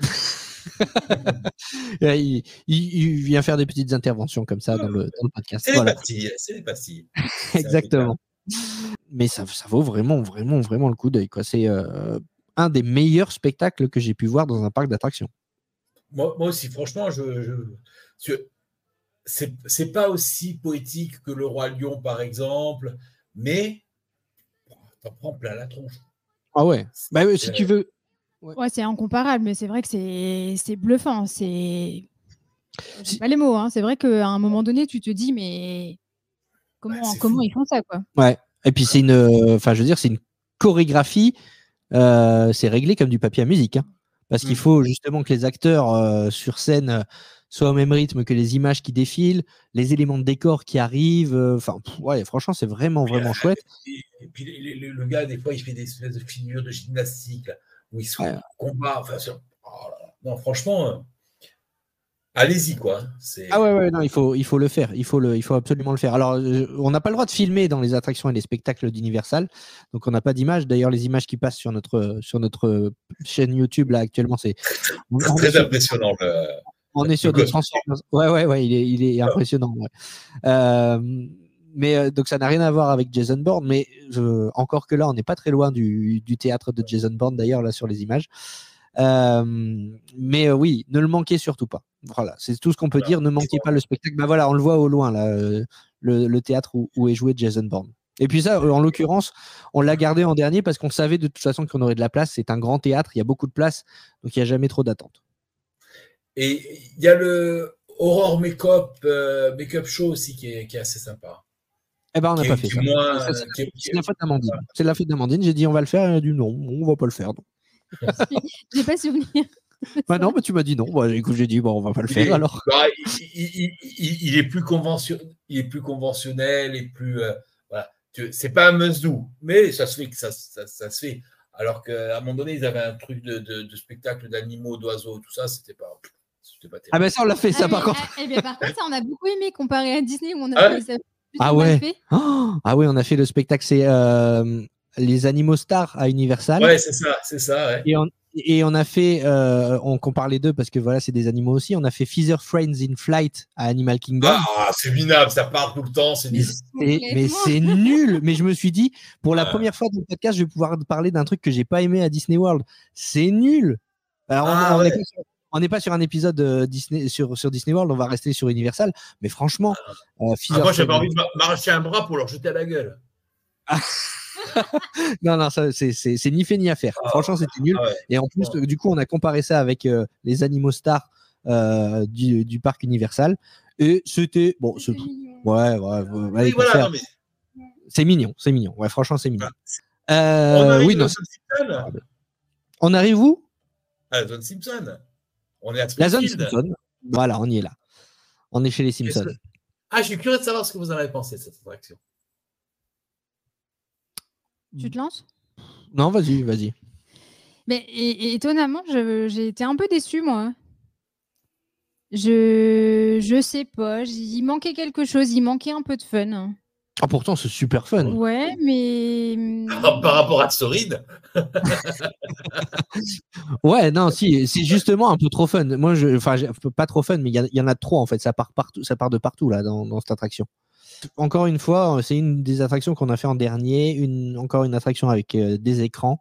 Ouais, il, il- il vient faire des petites interventions comme ça dans le, dans le podcast. C'est les Voilà. pastilles. C'est les pastilles. C'est Exactement. Mais ça, ça vaut vraiment, vraiment, vraiment le coup d'œil, quoi. C'est euh, un des meilleurs spectacles que j'ai pu voir dans un parc d'attractions. Moi, moi aussi, franchement, je, je, je- c'est, c'est pas aussi poétique que le Roi Lion, par exemple, mais t'en prends plein la tronche. Ah ouais. Bah, ouais, si C'est- tu veux. Ouais, c'est incomparable, mais c'est vrai que c'est c'est bluffant. C'est. Si- J'ai pas les mots. Hein. C'est vrai qu'à un moment donné, tu te dis, mais comment, Bah, c'est comment fou. ils font ça, quoi? Ouais. Et puis c'est une, euh, enfin, je veux dire, c'est une chorégraphie. euh, c'est réglé comme du papier à musique, hein. Parce qu'il Mm. faut justement que les acteurs euh, sur scène euh, soient au même rythme que les images qui défilent, les éléments de décor qui arrivent. euh, Enfin, pff, ouais, franchement, c'est vraiment, vraiment chouette. Et, et puis le, le- le gars, des fois, il fait des espèces de figures de gymnastique, là, où ils se Ouais. combattent. Enfin, sur- oh là là. Non, franchement, euh, allez-y, quoi. C'est... Ah ouais, ouais, non, il faut, il faut le faire. Il faut, le, il faut absolument le faire. Alors, euh, on n'a pas le droit de filmer dans les attractions et les spectacles d'Universal. Donc, on n'a pas d'image. D'ailleurs, les images qui passent sur notre, sur notre chaîne YouTube, là, actuellement, c'est. on- on est très sur- impressionnant. Le... On est sur Le des cosplay. Transformers. Ouais, ouais, ouais, il est, il est impressionnant. Ouais. Euh, mais euh, donc, ça n'a rien à voir avec Jason Bourne. Mais je- encore que là, on n'est pas très loin du, du théâtre de Jason Bourne, d'ailleurs, là, sur les images. Euh, mais euh, oui, ne le manquez surtout pas. Voilà, c'est tout ce qu'on peut Voilà. dire. Ne manquez pas le spectacle. Bah voilà, on le voit au loin, là, euh, le, le théâtre où, où est joué Jason Bourne. Et puis ça, euh, en l'occurrence, on l'a gardé en dernier parce qu'on savait de toute façon qu'on aurait de la place. C'est un grand théâtre, il y a beaucoup de place, donc il n'y a jamais trop d'attente. Et il y a le Horror Make-up euh, make-up Show aussi qui est, qui est assez sympa. Eh ben, on n'a Qui pas est- fait qui ça. est moins- Ça, c'est qui est- qui c'est est- la faute d'Amandine. C'est la faute d'Amandine. J'ai dit on va le faire. Elle a dit non, on va pas le faire. Non. J'ai pas souvenir. Bah non, bah tu m'as dit non. Bah, écoute, j'ai dit bon, on va pas le Il faire est, alors. bah, il, il- il- il- il est plus convention, il est plus conventionnel et plus euh, voilà. Tu- C'est pas un must-do, mais ça se fait que ça, ça, ça se fait. Alors qu'à un moment donné, ils avaient un truc de, de, de spectacle d'animaux, d'oiseaux, tout ça, c'était pas, c'était pas Ah terrible. ben ça on l'a fait ça Ah, par mais- contre. ah, eh ben, par contre, ça, on a beaucoup aimé comparé à Disney où on a Ah trouvé ça plus Ah mal ouais. fait. Oh, ah ouais, on a fait le spectacle. C'est euh, les animaux stars à Universal. Ouais, c'est ça, c'est ça. Ouais. Et on, et on a fait, euh, on compare les deux parce que voilà, c'est des animaux aussi. On a fait Feather Friends in Flight à Animal Kingdom. Ah, c'est minable, ça part tout le temps, c'est Mais nul. c'est, mais c'est nul. Mais je me suis dit, pour la Ouais. première fois dans le podcast, je vais pouvoir parler d'un truc que j'ai pas aimé à Disney World. C'est nul. Alors, on- Ah on n'est ouais. pas sur- on n'est pas sur un épisode euh, Disney, sur, sur Disney World, on va rester sur Universal. Mais franchement, euh, Ah, Feather moi, j'avais Friends- envie de m'a- m'arracher un bras pour leur jeter à la gueule. Non, non, ça, c'est, c'est, c'est ni fait ni à faire. Ah. Franchement, c'était nul. Ah ouais. Et en plus, Ouais. du coup, on a comparé ça avec euh, les animaux stars euh, du, du parc Universal. Et c'était. Bon, c'est- C'est mignon. ouais, ouais, ouais, allez, Oui, pour voilà, faire. non, mais C'est mignon, c'est mignon. Ouais, franchement, c'est mignon. on Euh, arrive oui, non. à Zone Simpson. On arrive où? À la zone Simpson. On est à La zone Springfield. Simpson. Voilà, on y est là. On est chez les Qu'est-ce Simpsons. que- Ah, je suis curieux de savoir ce que vous en avez pensé de cette attraction. Tu te lances? Non, vas-y, vas-y. Mais et- et étonnamment, je- j'ai été un peu déçue, moi. Je je sais pas, j- il manquait quelque chose, il manquait un peu de fun. Ah, pourtant, c'est super fun. Ouais, mais hum, Par rapport à Soride, Ouais, non, si, c'est justement un peu trop fun. Moi, je, enfin, j'ai- pas trop fun, mais il y, a- il y en a trop en fait. Ça part partout, ça part de partout là dans, dans cette attraction. Encore une fois, c'est une des attractions qu'on a fait en dernier. Une, encore une attraction avec euh, des écrans.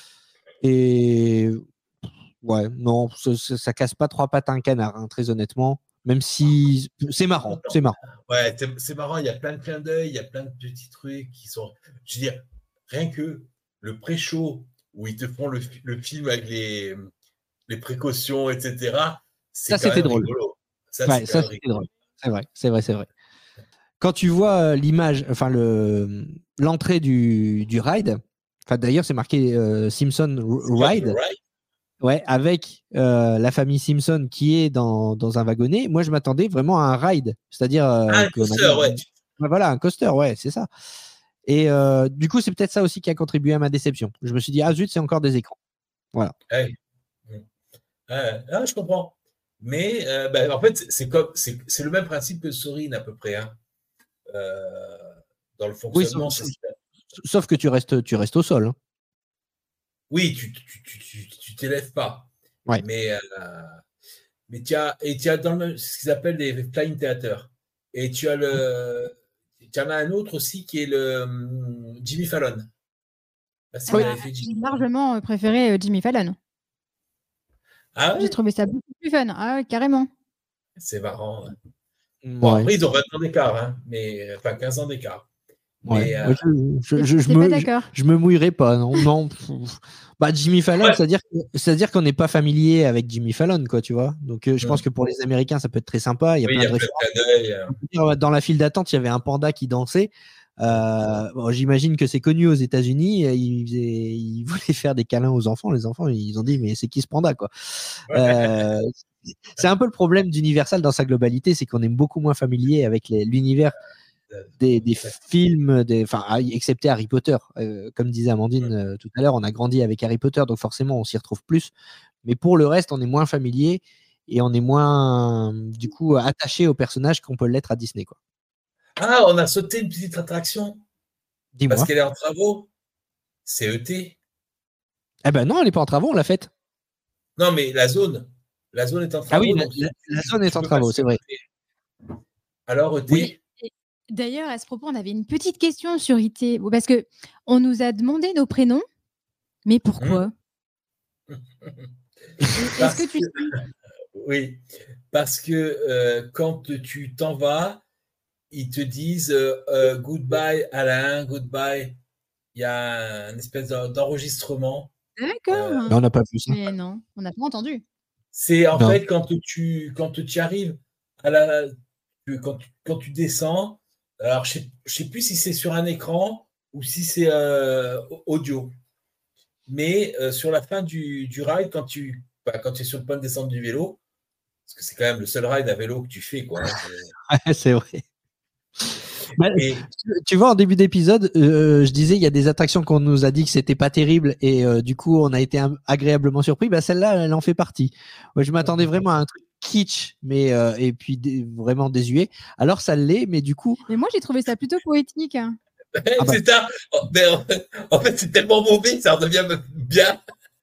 Et ouais, non, ça, ça, ça casse pas trois pattes à un canard, hein, très honnêtement. Même si c'est marrant, c'est marrant. ouais, c'est- c'est marrant, il y a plein de clins d'œil, il y a plein de petits trucs qui sont. Je veux dire, rien que le pré-show où ils te font le, fi- le film avec les, les précautions, et cetera. C'est Ça, quand c'était même drôle. rigolo. Ça, Ouais, c'est ça, quand même c'était rigolo. drôle. C'est vrai, c'est vrai, c'est vrai. Quand tu vois euh, l'image, enfin le l'entrée du, du ride, enfin d'ailleurs c'est marqué euh, Simpson R- Ride, Right? ouais, avec euh, la famille Simpson qui est dans, dans un wagonnet. Moi je m'attendais vraiment à un ride, c'est-à-dire euh, Ah, un qu'on coaster, allait- ouais. Ouais, voilà, un coaster, ouais, c'est ça. Et euh, du coup c'est peut-être ça aussi qui a contribué à ma déception. Je me suis dit ah zut c'est encore des écrans. Ouais. Mm. Ouais, ah, je comprends. Mais euh, ben, en fait, c'est comme c'est c'est le même principe que Sorine à peu près. Hein. Euh, dans le fonctionnement. sauf- c'est- Sauf que tu restes, tu restes au sol. hein. Oui, tu tu tu tu tu t'élèves pas. Ouais. Mais euh, mais tu as et tu as dans le même- ce qu'ils appellent des flying theater. Et tu as le tu en as un autre aussi qui est le hum, Jimmy Fallon. Là, c'est ah il bah, avait fait j'ai Jimmy Fallon. largement euh, préféré euh, Jimmy Fallon. Ah ouais, J'ai trouvé ça beaucoup plus fun. Ah ouais, carrément. c'est marrant. ouais. Bon, Ouais. après, ils ont vingt ans d'écart, hein, mais enfin quinze ans d'écart. Ouais. Mais, euh, Moi, je, je, je, je T'es pas me, je, d'accord. je me mouillerai pas, non, non. pff. Bah Jimmy Fallon, Ouais. c'est-à-dire, que- c'est-à-dire qu'on n'est pas familier avec Jimmy Fallon, quoi, tu vois. Donc, euh, je Mm. pense que pour les Américains, ça peut être très sympa. Il y a oui, il y plein a de plein de clins d'œil. euh. références. Dans la file d'attente, il y avait un panda qui dansait. Euh, bon, j'imagine que c'est connu aux États-Unis. Ils, faisaient- ils voulaient faire des câlins aux enfants. Les enfants, ils ont dit, mais c'est qui ce panda, quoi. Euh, c'est un peu le problème d'Universal dans sa globalité, c'est qu'on est beaucoup moins familier avec les- l'univers des, des films, des, enfin, excepté Harry Potter. Euh, comme disait Amandine euh, tout à l'heure, on a grandi avec Harry Potter, donc forcément, on s'y retrouve plus. Mais pour le reste, on est moins familier et on est moins, du coup, attaché aux personnages qu'on peut l'être à Disney, quoi. Ah, on a sauté une petite attraction Dis-moi. parce qu'elle est en travaux. C'est E T. Eh ben non, elle n'est pas en travaux, on l'a faite. Non, mais la zone. La zone est en travaux. Ah oui, la, donc la, tu- la tu- zone tu est en peux travaux, passer c'est vrai. E T. Alors, E T, Oui. Et D'ailleurs, à ce propos, on avait une petite question sur I T. Bon, parce que on nous a demandé nos prénoms, mais pourquoi? Est-ce parce que tu que, sais? oui, parce que euh, quand tu t'en vas, ils te disent euh, euh, goodbye Alain, goodbye. Il y a une espèce d'en- d'enregistrement. D'accord. Euh, Mais on n'a pas vu ça. Mais non, on n'a pas entendu. C'est en Non. fait quand tu quand tu arrives à la que- quand tu, quand tu descends. Alors je sais, je sais plus si c'est sur un écran ou si c'est euh, audio. Mais euh, sur la fin du, du ride, quand tu bah, quand tu es sur le point de descendre du vélo, parce que c'est quand même le seul ride à vélo que tu fais, quoi. hein, c'est- Ouais, c'est vrai. Bah, Et tu vois, en début d'épisode, euh, je disais, il y a des attractions qu'on nous a dit que c'était pas terrible et euh, du coup, on a été un- agréablement surpris. Bah, celle-là, elle en fait partie. Moi, je m'attendais vraiment à un truc kitsch, mais euh, et puis dé- vraiment désuet. Alors, ça l'est, mais du coup, Mais moi, j'ai trouvé ça plutôt poétique. hein. Ah bah. c'est ça. Mais en fait, en fait, c'est tellement mauvais, ça redevient bien.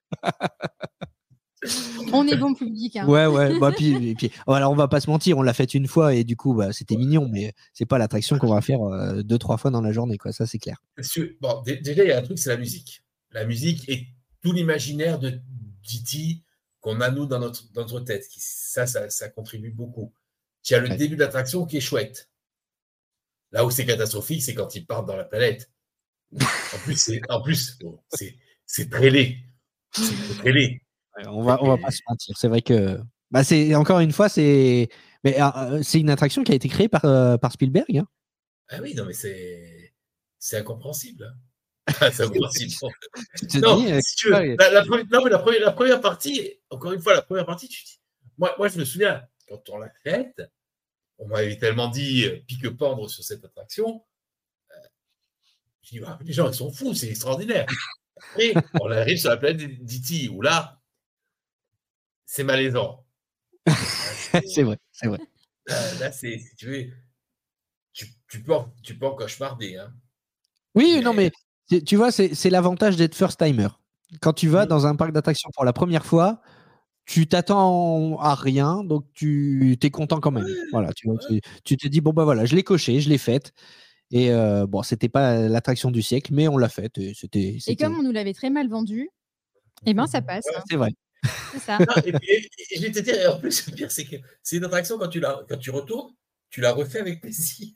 On est bon public. hein. ouais, ouais. Bah, puis, et puis, oh, alors, on va pas se mentir, on l'a fait une fois et du coup, bah, c'était mignon, mais c'est pas l'attraction qu'on va faire euh, deux, trois fois dans la journée, quoi. Ça, c'est clair. Parce que, bon, dé- déjà, il y a un truc, c'est la musique. La musique et tout l'imaginaire de G T qu'on a, nous, dans notre, dans notre tête. Qui, ça, ça, ça contribue beaucoup. Il y a le Ouais. début de l'attraction qui est chouette. Là où c'est catastrophique, c'est quand ils partent dans la planète. En plus, c'est, en plus, bon, c'est, c'est très laid. C'est très, très laid. Ouais, on va, on va pas se mentir. C'est vrai que, bah, c'est encore une fois, c'est, mais euh, c'est une attraction qui a été créée par, euh, par Spielberg. Hein. Ah oui, non, mais c'est, c'est incompréhensible. hein. c'est incompréhensible. Tu te Non, dis, euh, si tu veux, ouais. la, la première, non, mais la première, la première partie, encore une fois, la première partie, tu dis, moi, moi, je me souviens, quand on l'a faite, on m'avait tellement dit euh, pique-pendre sur cette attraction. Euh, je dis, ah, les gens, ils sont fous, c'est extraordinaire. Et on arrive sur la planète d'E T, où là, c'est malaisant. Là, c'est vrai, c'est vrai. Là, là, c'est, si tu veux, tu, tu, peux, en, tu peux en cauchemarder. Hein. Oui, Mais- non, mais c'est- tu vois, c'est c'est l'avantage d'être first timer. Quand tu vas Mm. dans un parc d'attractions pour la première fois, tu t'attends à rien, donc tu es content quand même. Voilà, tu, vois, tu, tu te dis, bon, bah voilà, je l'ai coché, je l'ai faite. Et euh, bon, c'était pas l'attraction du siècle, mais on l'a faite. Et, c'était, Et c'était- comme on nous l'avait très mal vendu, eh ben ça passe. hein. c'est vrai. C'est ça. Non, et, puis, et- et je vais te dire, et en plus, le pire, c'est que c'est une attraction, quand tu, la, quand tu retournes, tu la refais avec plaisir.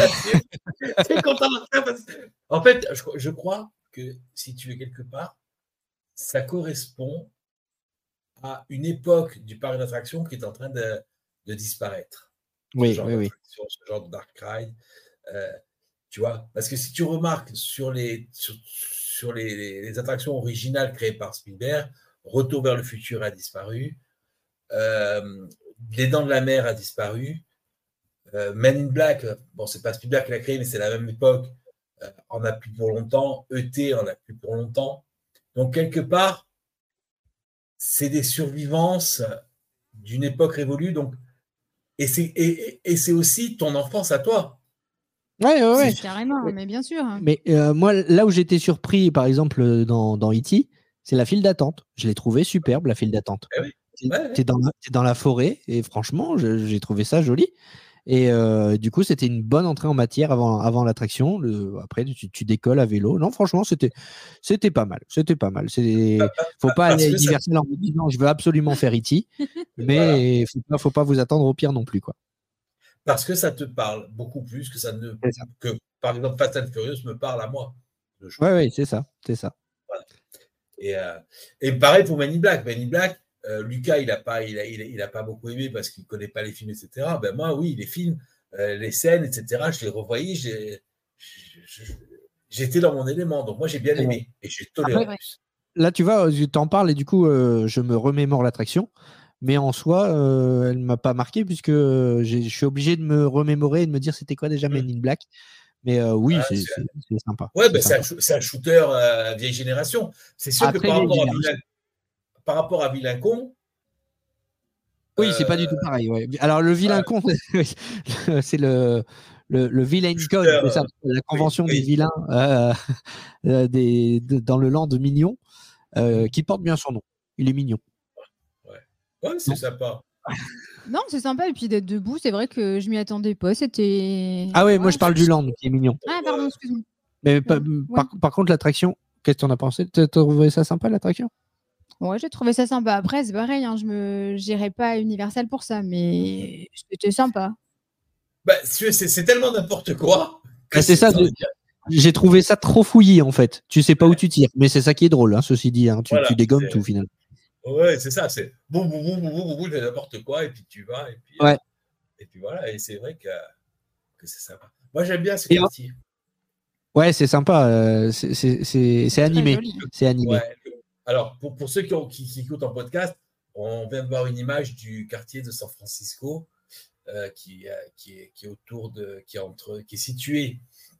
Tu es content de la faire parce que- En fait, je, je crois que si tu es quelque part, ça correspond à une époque du parc d'attractions qui est en train de, de disparaître. Oui, ce genre oui, oui. d'attraction, ce genre de dark ride. Euh, tu vois, parce que si tu remarques sur les, sur, sur les, les, les attractions originales créées par Spielberg, Retour vers le futur a disparu, euh, Les Dents de la Mer a disparu, euh, Men in Black, bon, c'est pas Spielberg qui l'a créé, mais c'est la même époque, euh, en a plus pour longtemps, E T en a plus pour longtemps. Donc, quelque part, c'est des survivances d'une époque révolue. Donc, et c'est, et, et c'est aussi ton enfance à toi. Ouais, ouais, ouais. C'est carrément, mais bien sûr. hein. Mais euh, moi, là où j'étais surpris, par exemple, dans, dans E T, c'est la file d'attente. Je l'ai trouvé superbe, la file d'attente. Eh oui. T'es Ouais, ouais. t'es dans, la- t'es dans la forêt et franchement, je- j'ai trouvé ça joli. Et euh, du coup, c'était une bonne entrée en matière avant, avant l'attraction. Le- Après, tu, tu décolles à vélo. Non, franchement, c'était c'était pas mal. C'était pas mal. C'est faut pas Parce aller à que ça- Universal en me disant je veux absolument faire E T, mais faut pas, faut pas vous attendre au pire non plus, quoi. Parce que ça te parle beaucoup plus que ça ne C'est ça. que par exemple Fast and Furious me parle à moi. le jeu. Ouais, ouais, c'est ça, c'est ça. Et, euh, et pareil pour Men in Black. Men in Black, euh, Lucas, il n'a pas, il a, il a, il a pas beaucoup aimé parce qu'il ne connaît pas les films, et cetera. Ben moi, oui, les films, euh, les scènes, et cetera. Je les revoyais, j'ai, je- je- j'étais dans mon élément. Donc moi, j'ai bien C'est aimé et j'ai toléré. Après, en plus. Là, tu vois, tu t'en parles et du coup, euh, je me remémore l'attraction. Mais en soi, euh, elle ne m'a pas marqué puisque euh, j'ai- je suis obligé de me remémorer et de me dire c'était quoi déjà Men in Black. Mais euh, oui, Ah, c'est c'est- c'est- c'est sympa. Ouais, c'est ben, c'est un, sympa. shoo- c'est un shooter euh, vieille génération. C'est sûr Ah, que très par vieille rapport à génération. Vilain, par rapport à Vilain Con, Oui, c'est pas du euh, tout pareil. Ouais. Alors, le vilain voilà, con, c'est le, le, le villain code, shooter, c'est ça, euh, la oui, convention des oui, vilains euh, euh, des, de- dans le land mignon, euh, qui porte bien son nom. Il est mignon. ouais. Ouais, c'est Non sympa. Non, c'est sympa. Et puis d'être debout, c'est vrai que je m'y attendais pas. C'était. Ah ouais, moi Ouais. je parle du land qui est mignon. Ah, pardon, excuse-moi. Mais pa- Ouais. par, par contre, l'attraction, qu'est-ce que t'en as pensé? T'as trouvé ça sympa, l'attraction? Ouais, j'ai trouvé ça sympa. Après, c'est pareil, hein, je me j'irai pas à Universal pour ça, mais c'était sympa. Bah, c'est c'est tellement n'importe quoi que Bah, c'est c'est ça, ça je- veut dire. j'ai trouvé ça trop fouillis en fait. Tu sais pas où Ouais, tu tires, mais c'est ça qui est drôle, hein, ceci dit. Hein. Tu, voilà, tu dégommes c'est tout finalement. ouais, c'est ça, c'est boum, boum, boum, boum, boum, boum, n'importe quoi, et puis tu vas, et puis, euh, Ouais. et puis voilà, et c'est vrai que, que c'est sympa. Moi, j'aime bien ce Et- quartier. Ouais, c'est sympa. euh, c'est- c'est c'est- c'est Très animé. joli. C'est animé. Ouais. Alors, pour, pour ceux qui, ont, qui, qui écoutent en podcast, on vient de voir une image du quartier de San Francisco euh, qui, euh, qui, est, qui est autour de, qui est entre, qui est situé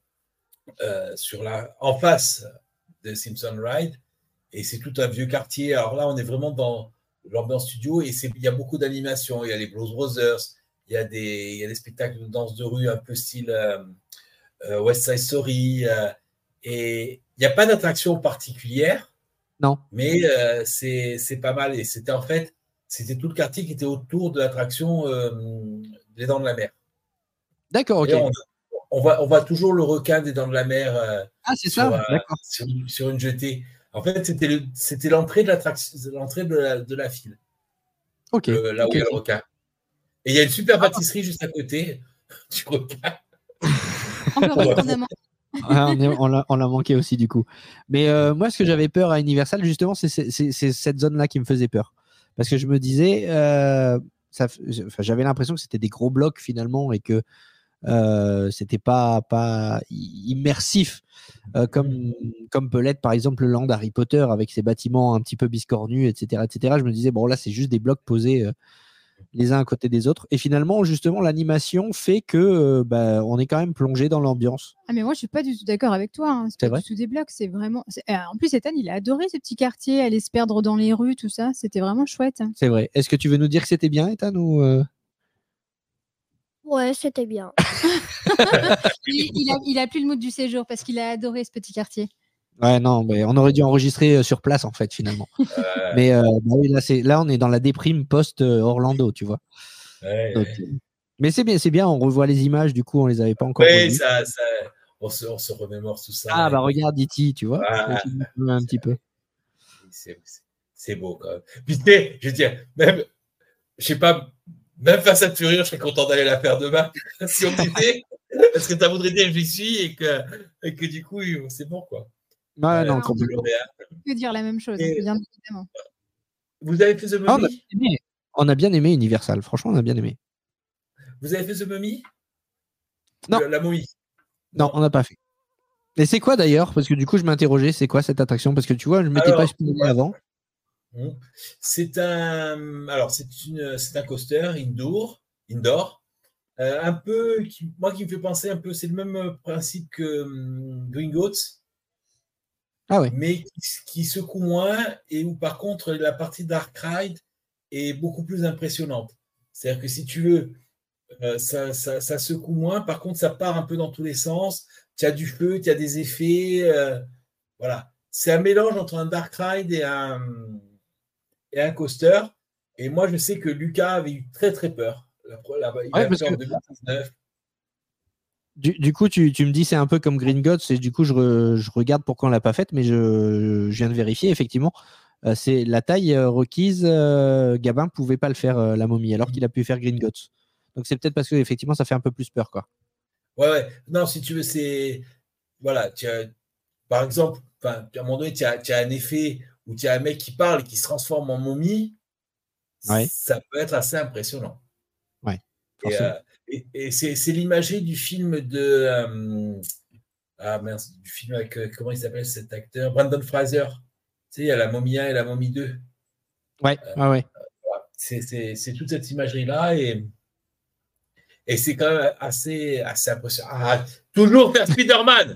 euh, sur la, en face de Simpson Ride, et c'est tout un vieux quartier. Alors là, on est vraiment dans l'ambiance studio, et c'est, il y a beaucoup d'animations. Il y a les Blues Brothers, il y a des, il y a des spectacles de danse de rue un peu style euh, euh, West Side Story, euh, et il n'y a pas d'attraction particulière. Non. Mais euh, c'est, c'est pas mal. Et c'était en fait, c'était tout le quartier qui était autour de l'attraction euh, des Dents de la Mer. D'accord, ok. Et on, on, voit, on voit toujours le requin des Dents de la Mer euh, Ah, c'est sur, ça. euh, D'accord. sur, sur une jetée. En fait, c'était, le, c'était l'entrée de l'attraction, l'entrée de la, de la file, Ok. le- là ok, où il y a ok. le requin. Et il y a une super pâtisserie juste à côté du requin. Encore Ouais. étonnamment. Ah, on est- on l'a on l'a manqué aussi du coup. Mais euh, moi, ce que j'avais peur à Universal, justement, c'est c'est- c'est- c'est cette zone-là qui me faisait peur. Parce que je me disais, euh, ça f- enfin, j'avais l'impression que c'était des gros blocs finalement et que euh, c'était pas, pas i- immersif euh, comme, comme peut l'être par exemple le land Harry Potter avec ses bâtiments un petit peu biscornus, et cetera, et cetera. Je me disais, bon, là, c'est juste des blocs posés euh, les uns à côté des autres. Et finalement, justement, l'animation fait que euh, bah, on est quand même plongé dans l'ambiance. Ah, mais moi, je suis pas du tout d'accord avec toi. Hein. C'est C'est pas vrai du tout des blocs. C'est vraiment. c'est- euh, En plus, Ethan, il a adoré ce petit quartier, aller se perdre dans les rues, tout ça. C'était vraiment chouette. Hein. C'est vrai. Est-ce que tu veux nous dire que c'était bien, Ethan, ou euh Ouais, c'était bien. Il, il a, il a plus le mood du séjour parce qu'il a adoré ce petit quartier. Ouais, non, mais on aurait dû enregistrer euh, sur place en fait finalement. Euh, Mais euh, bah oui, là, c'est, là, on est dans la déprime post-Orlando, tu vois. ouais, Donc, ouais. euh, mais c'est bien, c'est bien. On revoit les images. Du coup, on les avait pas encore Oui, revues. ça, ça, on, se, on se remémore tout ça. Ah et bah puis- regarde E T, tu vois. Ah, Ça fait un petit peu. C'est, c'est- c'est beau quand même. Puis tu sais, je veux dire, même, je sais pas, même face à Furieux, je serais content d'aller la faire demain, si on était, parce que ça voudrait dire que j'y suis et que, et que du coup, c'est bon quoi. Ouais, Ouais, non, on complètement. On peut dire la même chose, Et- hein, bien évidemment. Vous avez fait The Ah, on, a Mummy bien aimé. On a bien aimé Universal. Franchement, on a bien aimé. Vous avez fait The Mummy Non. Le- La momie. Non, on n'a pas fait. Et c'est quoi d'ailleurs? Parce que du coup, je m'interrogeais, c'est quoi cette attraction? Parce que tu vois, je m'étais Alors, pas spoilé ouais. avant. Mmh. C'est un, alors c'est une, c'est un coaster indoor, indoor, euh, un peu, qui, moi qui me fait penser un peu, c'est le même principe que hum, Gringotts, Ah ouais. mais qui, qui secoue moins et où par contre la partie Dark Ride est beaucoup plus impressionnante. C'est-à-dire que si tu veux, euh, ça, ça, ça secoue moins, par contre ça part un peu dans tous les sens, tu as du feu, tu as des effets, euh, voilà. C'est un mélange entre un Dark Ride et un, et un coaster. Et moi, je sais que Lucas avait eu très très peur. La, la, il Ouais, l'a parce fait en que- deux mille dix-neuf. Du, du coup, tu, tu me dis c'est un peu comme Gringotts et du coup, je, re- je regarde pourquoi on l'a pas faite, mais je, je viens de vérifier effectivement. Euh, c'est la taille euh, requise. euh, Gabin pouvait pas le faire euh, la momie alors qu'il a pu faire Gringotts. Donc c'est peut-être parce que effectivement ça fait un peu plus peur quoi. Ouais, ouais. Non, si tu veux, c'est. Voilà. Tu as, par exemple, enfin, à un moment donné, tu as, tu as un effet où tu as un mec qui parle et qui se transforme en momie. Ouais. Ça peut être assez impressionnant. Ouais, Et, forcément. euh, et, et c'est, c'est l'imagerie du film de. euh, ah mince, du film avec. euh, comment il s'appelle cet acteur? Brandon Fraser. Tu sais, il y a la momie un et la momie deux. Ouais, ouais, ouais. c'est, c'est, c'est toute cette imagerie-là et, et c'est quand même assez, assez impressionnant. Ah, toujours faire Spider-Man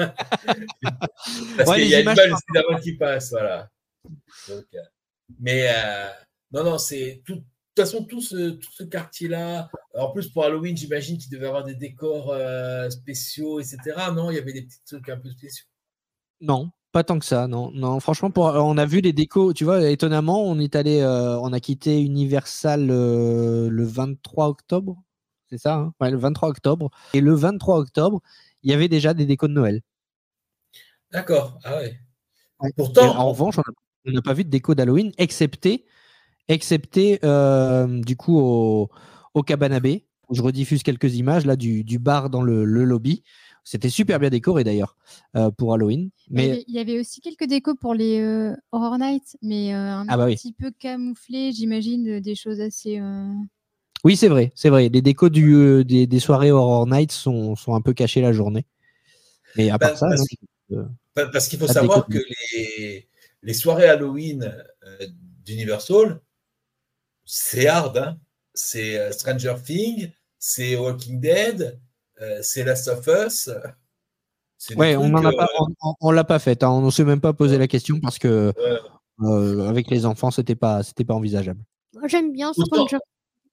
Parce Ouais, qu'il les y a images l'image de sont- Spider-Man qui passe, voilà. Donc, euh, mais euh, non, non, c'est tout. De toute façon, tout ce, tout ce quartier-là, en plus pour Halloween, j'imagine qu'il devait avoir des décors euh, spéciaux, et cetera. Non, il y avait des petits trucs un peu spéciaux. Non, pas tant que ça. Non, non. Franchement, pour, on a vu les décos. Tu vois, étonnamment, on est allé, euh, on a quitté Universal euh, le vingt-trois octobre. C'est ça, hein ouais, le vingt-trois octobre. Et le vingt-trois octobre, il y avait déjà des décos de Noël. D'accord, ah ouais. Ouais. Et Pourtant, en on- revanche, on a- on n'a pas vu de déco d'Halloween, excepté, excepté euh, du coup au, au Cabana Bay, où je rediffuse quelques images là du, du bar dans le, le lobby. C'était super bien décoré d'ailleurs euh, pour Halloween. Il y, Mais avait, il y avait aussi quelques décos pour les euh, Horror Nights, mais euh, un Ah bah oui. petit peu camouflés, j'imagine, euh, des choses assez. euh, oui, c'est vrai, c'est vrai. Les décos du, euh, des, des soirées Horror Nights sont, sont un peu cachés la journée. Mais à part bah, ça, parce, non, euh, bah, parce qu'il faut pas de déco. savoir que les, les soirées Halloween euh, d'Universal, c'est hard, hein. C'est euh, Stranger Things, c'est Walking Dead, euh, c'est Last of Us. C'est des Ouais, on trucs. n'en a pas, euh, on, on- on l'a pas fait. Hein. On ne s'est même pas posé la question parce que euh, euh, avec les enfants, c'était pas, c'était pas envisageable. Moi, j'aime bien Autant- Stranger.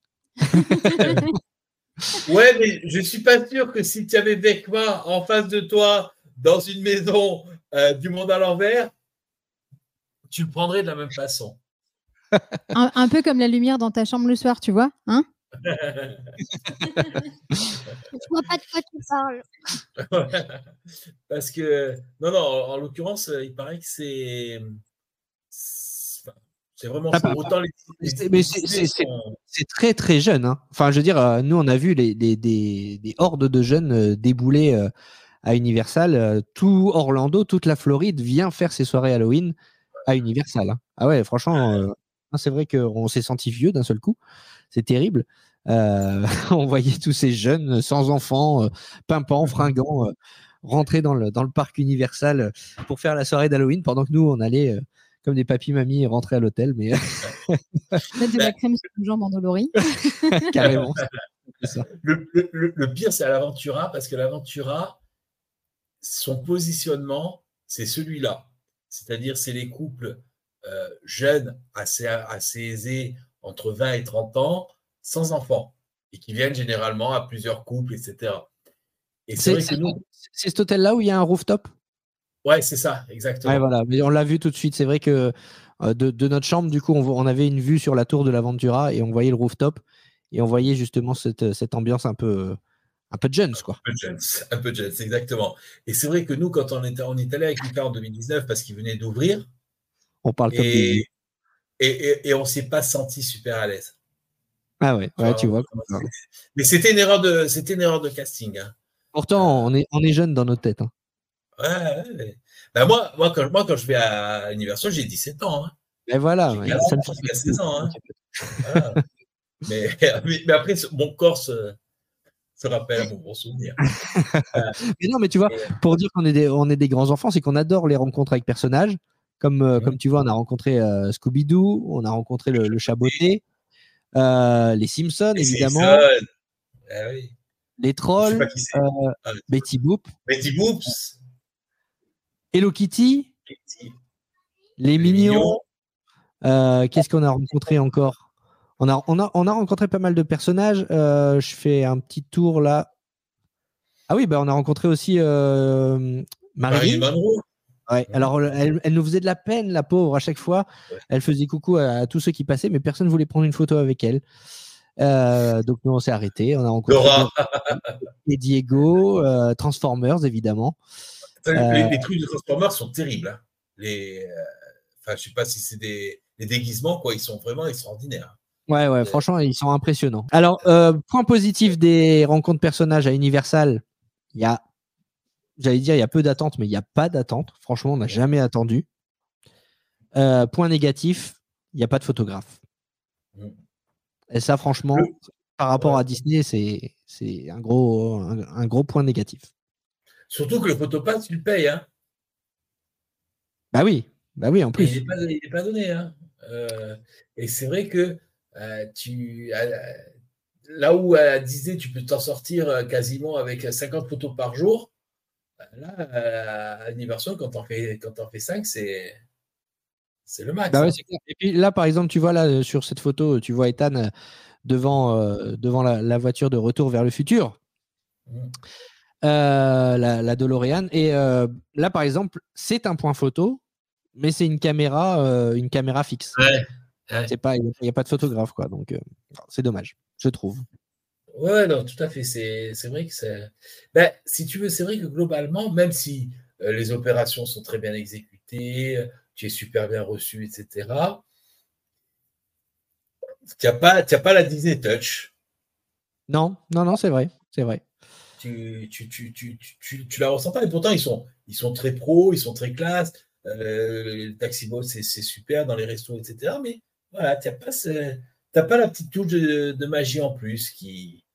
Ouais, mais je suis pas sûr que si tu avais Vecma en face de toi dans une maison euh, du monde à l'envers, tu le prendrais de la même façon. un, un peu comme la lumière dans ta chambre le soir, tu vois, hein? Je vois pas de quoi tu parles. Parce que, non, non, en, en l'occurrence, euh, il paraît que c'est. C'est enfin, c'est vraiment Ah, chaud. bah, Autant les, les, c'est- les mais c'est- Disney c'est- c'est- sont- C'est très très jeune. Hein. Enfin, je veux dire, euh, nous on a vu les, les- des, des hordes de jeunes euh, débouler euh, à Universal. Euh, tout Orlando, toute la Floride vient faire ses soirées Halloween à Universal. Hein. Ah ouais, franchement, euh, c'est vrai qu'on s'est senti vieux d'un seul coup. C'est terrible. Euh, on voyait tous ces jeunes sans enfants, euh, pimpants, fringants, euh, rentrer dans le, dans le parc Universal euh, pour faire la soirée d'Halloween pendant que nous on allait euh, comme des papis mamies rentrer à l'hôtel. Mais Mettre de la crème sur une jambe endolorie. carrément. C'est ça. Le, le- le- le pire, c'est à l'Aventura, parce que l'Aventura, son positionnement, c'est celui-là. C'est-à-dire, c'est les couples euh, jeunes, assez, assez aisés, entre vingt et trente ans, sans enfants, et qui viennent généralement à plusieurs couples, et cetera. Et c'est C'est vrai que c'est- nous. c'est cet hôtel-là où il y a un rooftop. Ouais, c'est ça, exactement. Ouais, voilà. Mais on l'a vu tout de suite. C'est vrai que euh, de, de notre chambre, du coup, on, vo- on avait une vue sur la tour de l'Aventura et on voyait le rooftop et on voyait justement cette, cette ambiance un peu, un peu de jeunes, quoi. Un peu de jeunes, un peu de jeunes, exactement. Et c'est vrai que nous, quand on est, on est allé avec Lucas en deux mille dix-neuf, parce qu'il venait d'ouvrir, On parle comme des et, vieux. et, et, et on ne s'est pas senti super à l'aise. Ah ouais, ouais, Enfin, tu vois. c'est- mais c'était une erreur de, c'était une erreur de casting. Hein. Pourtant, on est, on est jeunes dans notre tête. Hein. Ouais, ouais, ouais. Ben moi, moi, quand, moi, quand je vais à Universal, j'ai dix-sept ans. Hein. Et voilà. J'ai ouais, quarante ça me ans fait jusqu'à pas seize ans. Hein. beaucoup. Voilà. mais, mais, mais après, mon corps se, se rappelle à mon bon souvenir. Mais non, mais tu vois, Et, pour dire qu'on est des, on est des grands enfants, c'est qu'on adore les rencontres avec personnages. Comme, euh, Mhm. comme tu vois, on a rencontré euh, Scooby-Doo, on a rencontré le, le chat botté, euh, les Simpsons, et évidemment, Simpson, ah oui. les Je sais trolls, pas qui c'est. euh, Ah, Betty Boop, Betty Boops, Hello Kitty, Kitty, les les mignons. mignons. Euh, Qu'est-ce qu'on a rencontré encore on a, on, a, on a rencontré pas mal de personnages. Euh, je fais un petit tour là. Ah oui, bah, on a rencontré aussi euh, Marilyn. Marilyn Monroe. Ouais, alors elle, elle nous faisait de la peine, la pauvre, à chaque fois. Ouais. Elle faisait coucou à, à tous ceux qui passaient, mais personne ne voulait prendre une photo avec elle. Euh, donc nous, on s'est arrêté. On a rencontré Dora. et Diego, euh, Transformers, évidemment. Les, Euh, les trucs de Transformers sont terribles. Hein. Les, euh, enfin, je sais pas si c'est des les déguisements, quoi. Ils sont vraiment extraordinaires. Ouais, ouais, franchement, ils sont impressionnants. Alors, euh, point positif des rencontres personnages à Universal, il y a, j'allais dire, il y a peu d'attente, mais il n'y a pas d'attente. Franchement, on n'a jamais attendu. Euh, point négatif, il n'y a pas de photographe. Mm. Et ça, franchement, Le... par rapport ouais. à Disney, c'est, c'est un, gros, un, un gros point négatif. Surtout que le photopass, tu le payes. Hein. Bah oui, bah oui, en Et plus. il n'est pas, il est pas donné. Hein. Euh, et c'est vrai que Euh, tu, euh, là où à Disney, tu peux t'en sortir quasiment avec cinquante photos par jour, là, à Universal, quand t'en fais, quand t'en fais cinq, c'est, c'est le max. Bah ouais, hein. c'est clair. Et puis là, par exemple, tu vois là sur cette photo, tu vois Ethan euh, devant, euh, devant la, la voiture de Retour vers le futur, Mm. euh, la, la DeLorean. Et euh, là, par exemple, c'est un point photo, mais c'est une caméra, euh, une caméra fixe. Ouais, ouais. C'est pas, il n'y a pas de photographe, quoi. Donc, euh, c'est dommage, je trouve. Ouais, non, tout à fait. C'est, c'est vrai que c'est. Ben, si tu veux, c'est vrai que globalement, même si euh, les opérations sont très bien exécutées, euh, tu es super bien reçu, et cetera, tu n'as pas, t'as pas la Disney Touch. Non, non, non, c'est vrai, c'est vrai. Tu, tu, tu, tu, tu, tu, tu la ressens pas. Et pourtant, ils sont, ils sont très pros, ils sont très classe. Euh, le taxi boat, c'est, c'est super dans les restos, et cetera. Mais voilà, tu n'as pas, ce, t'as pas la petite touche de, de magie en plus qui,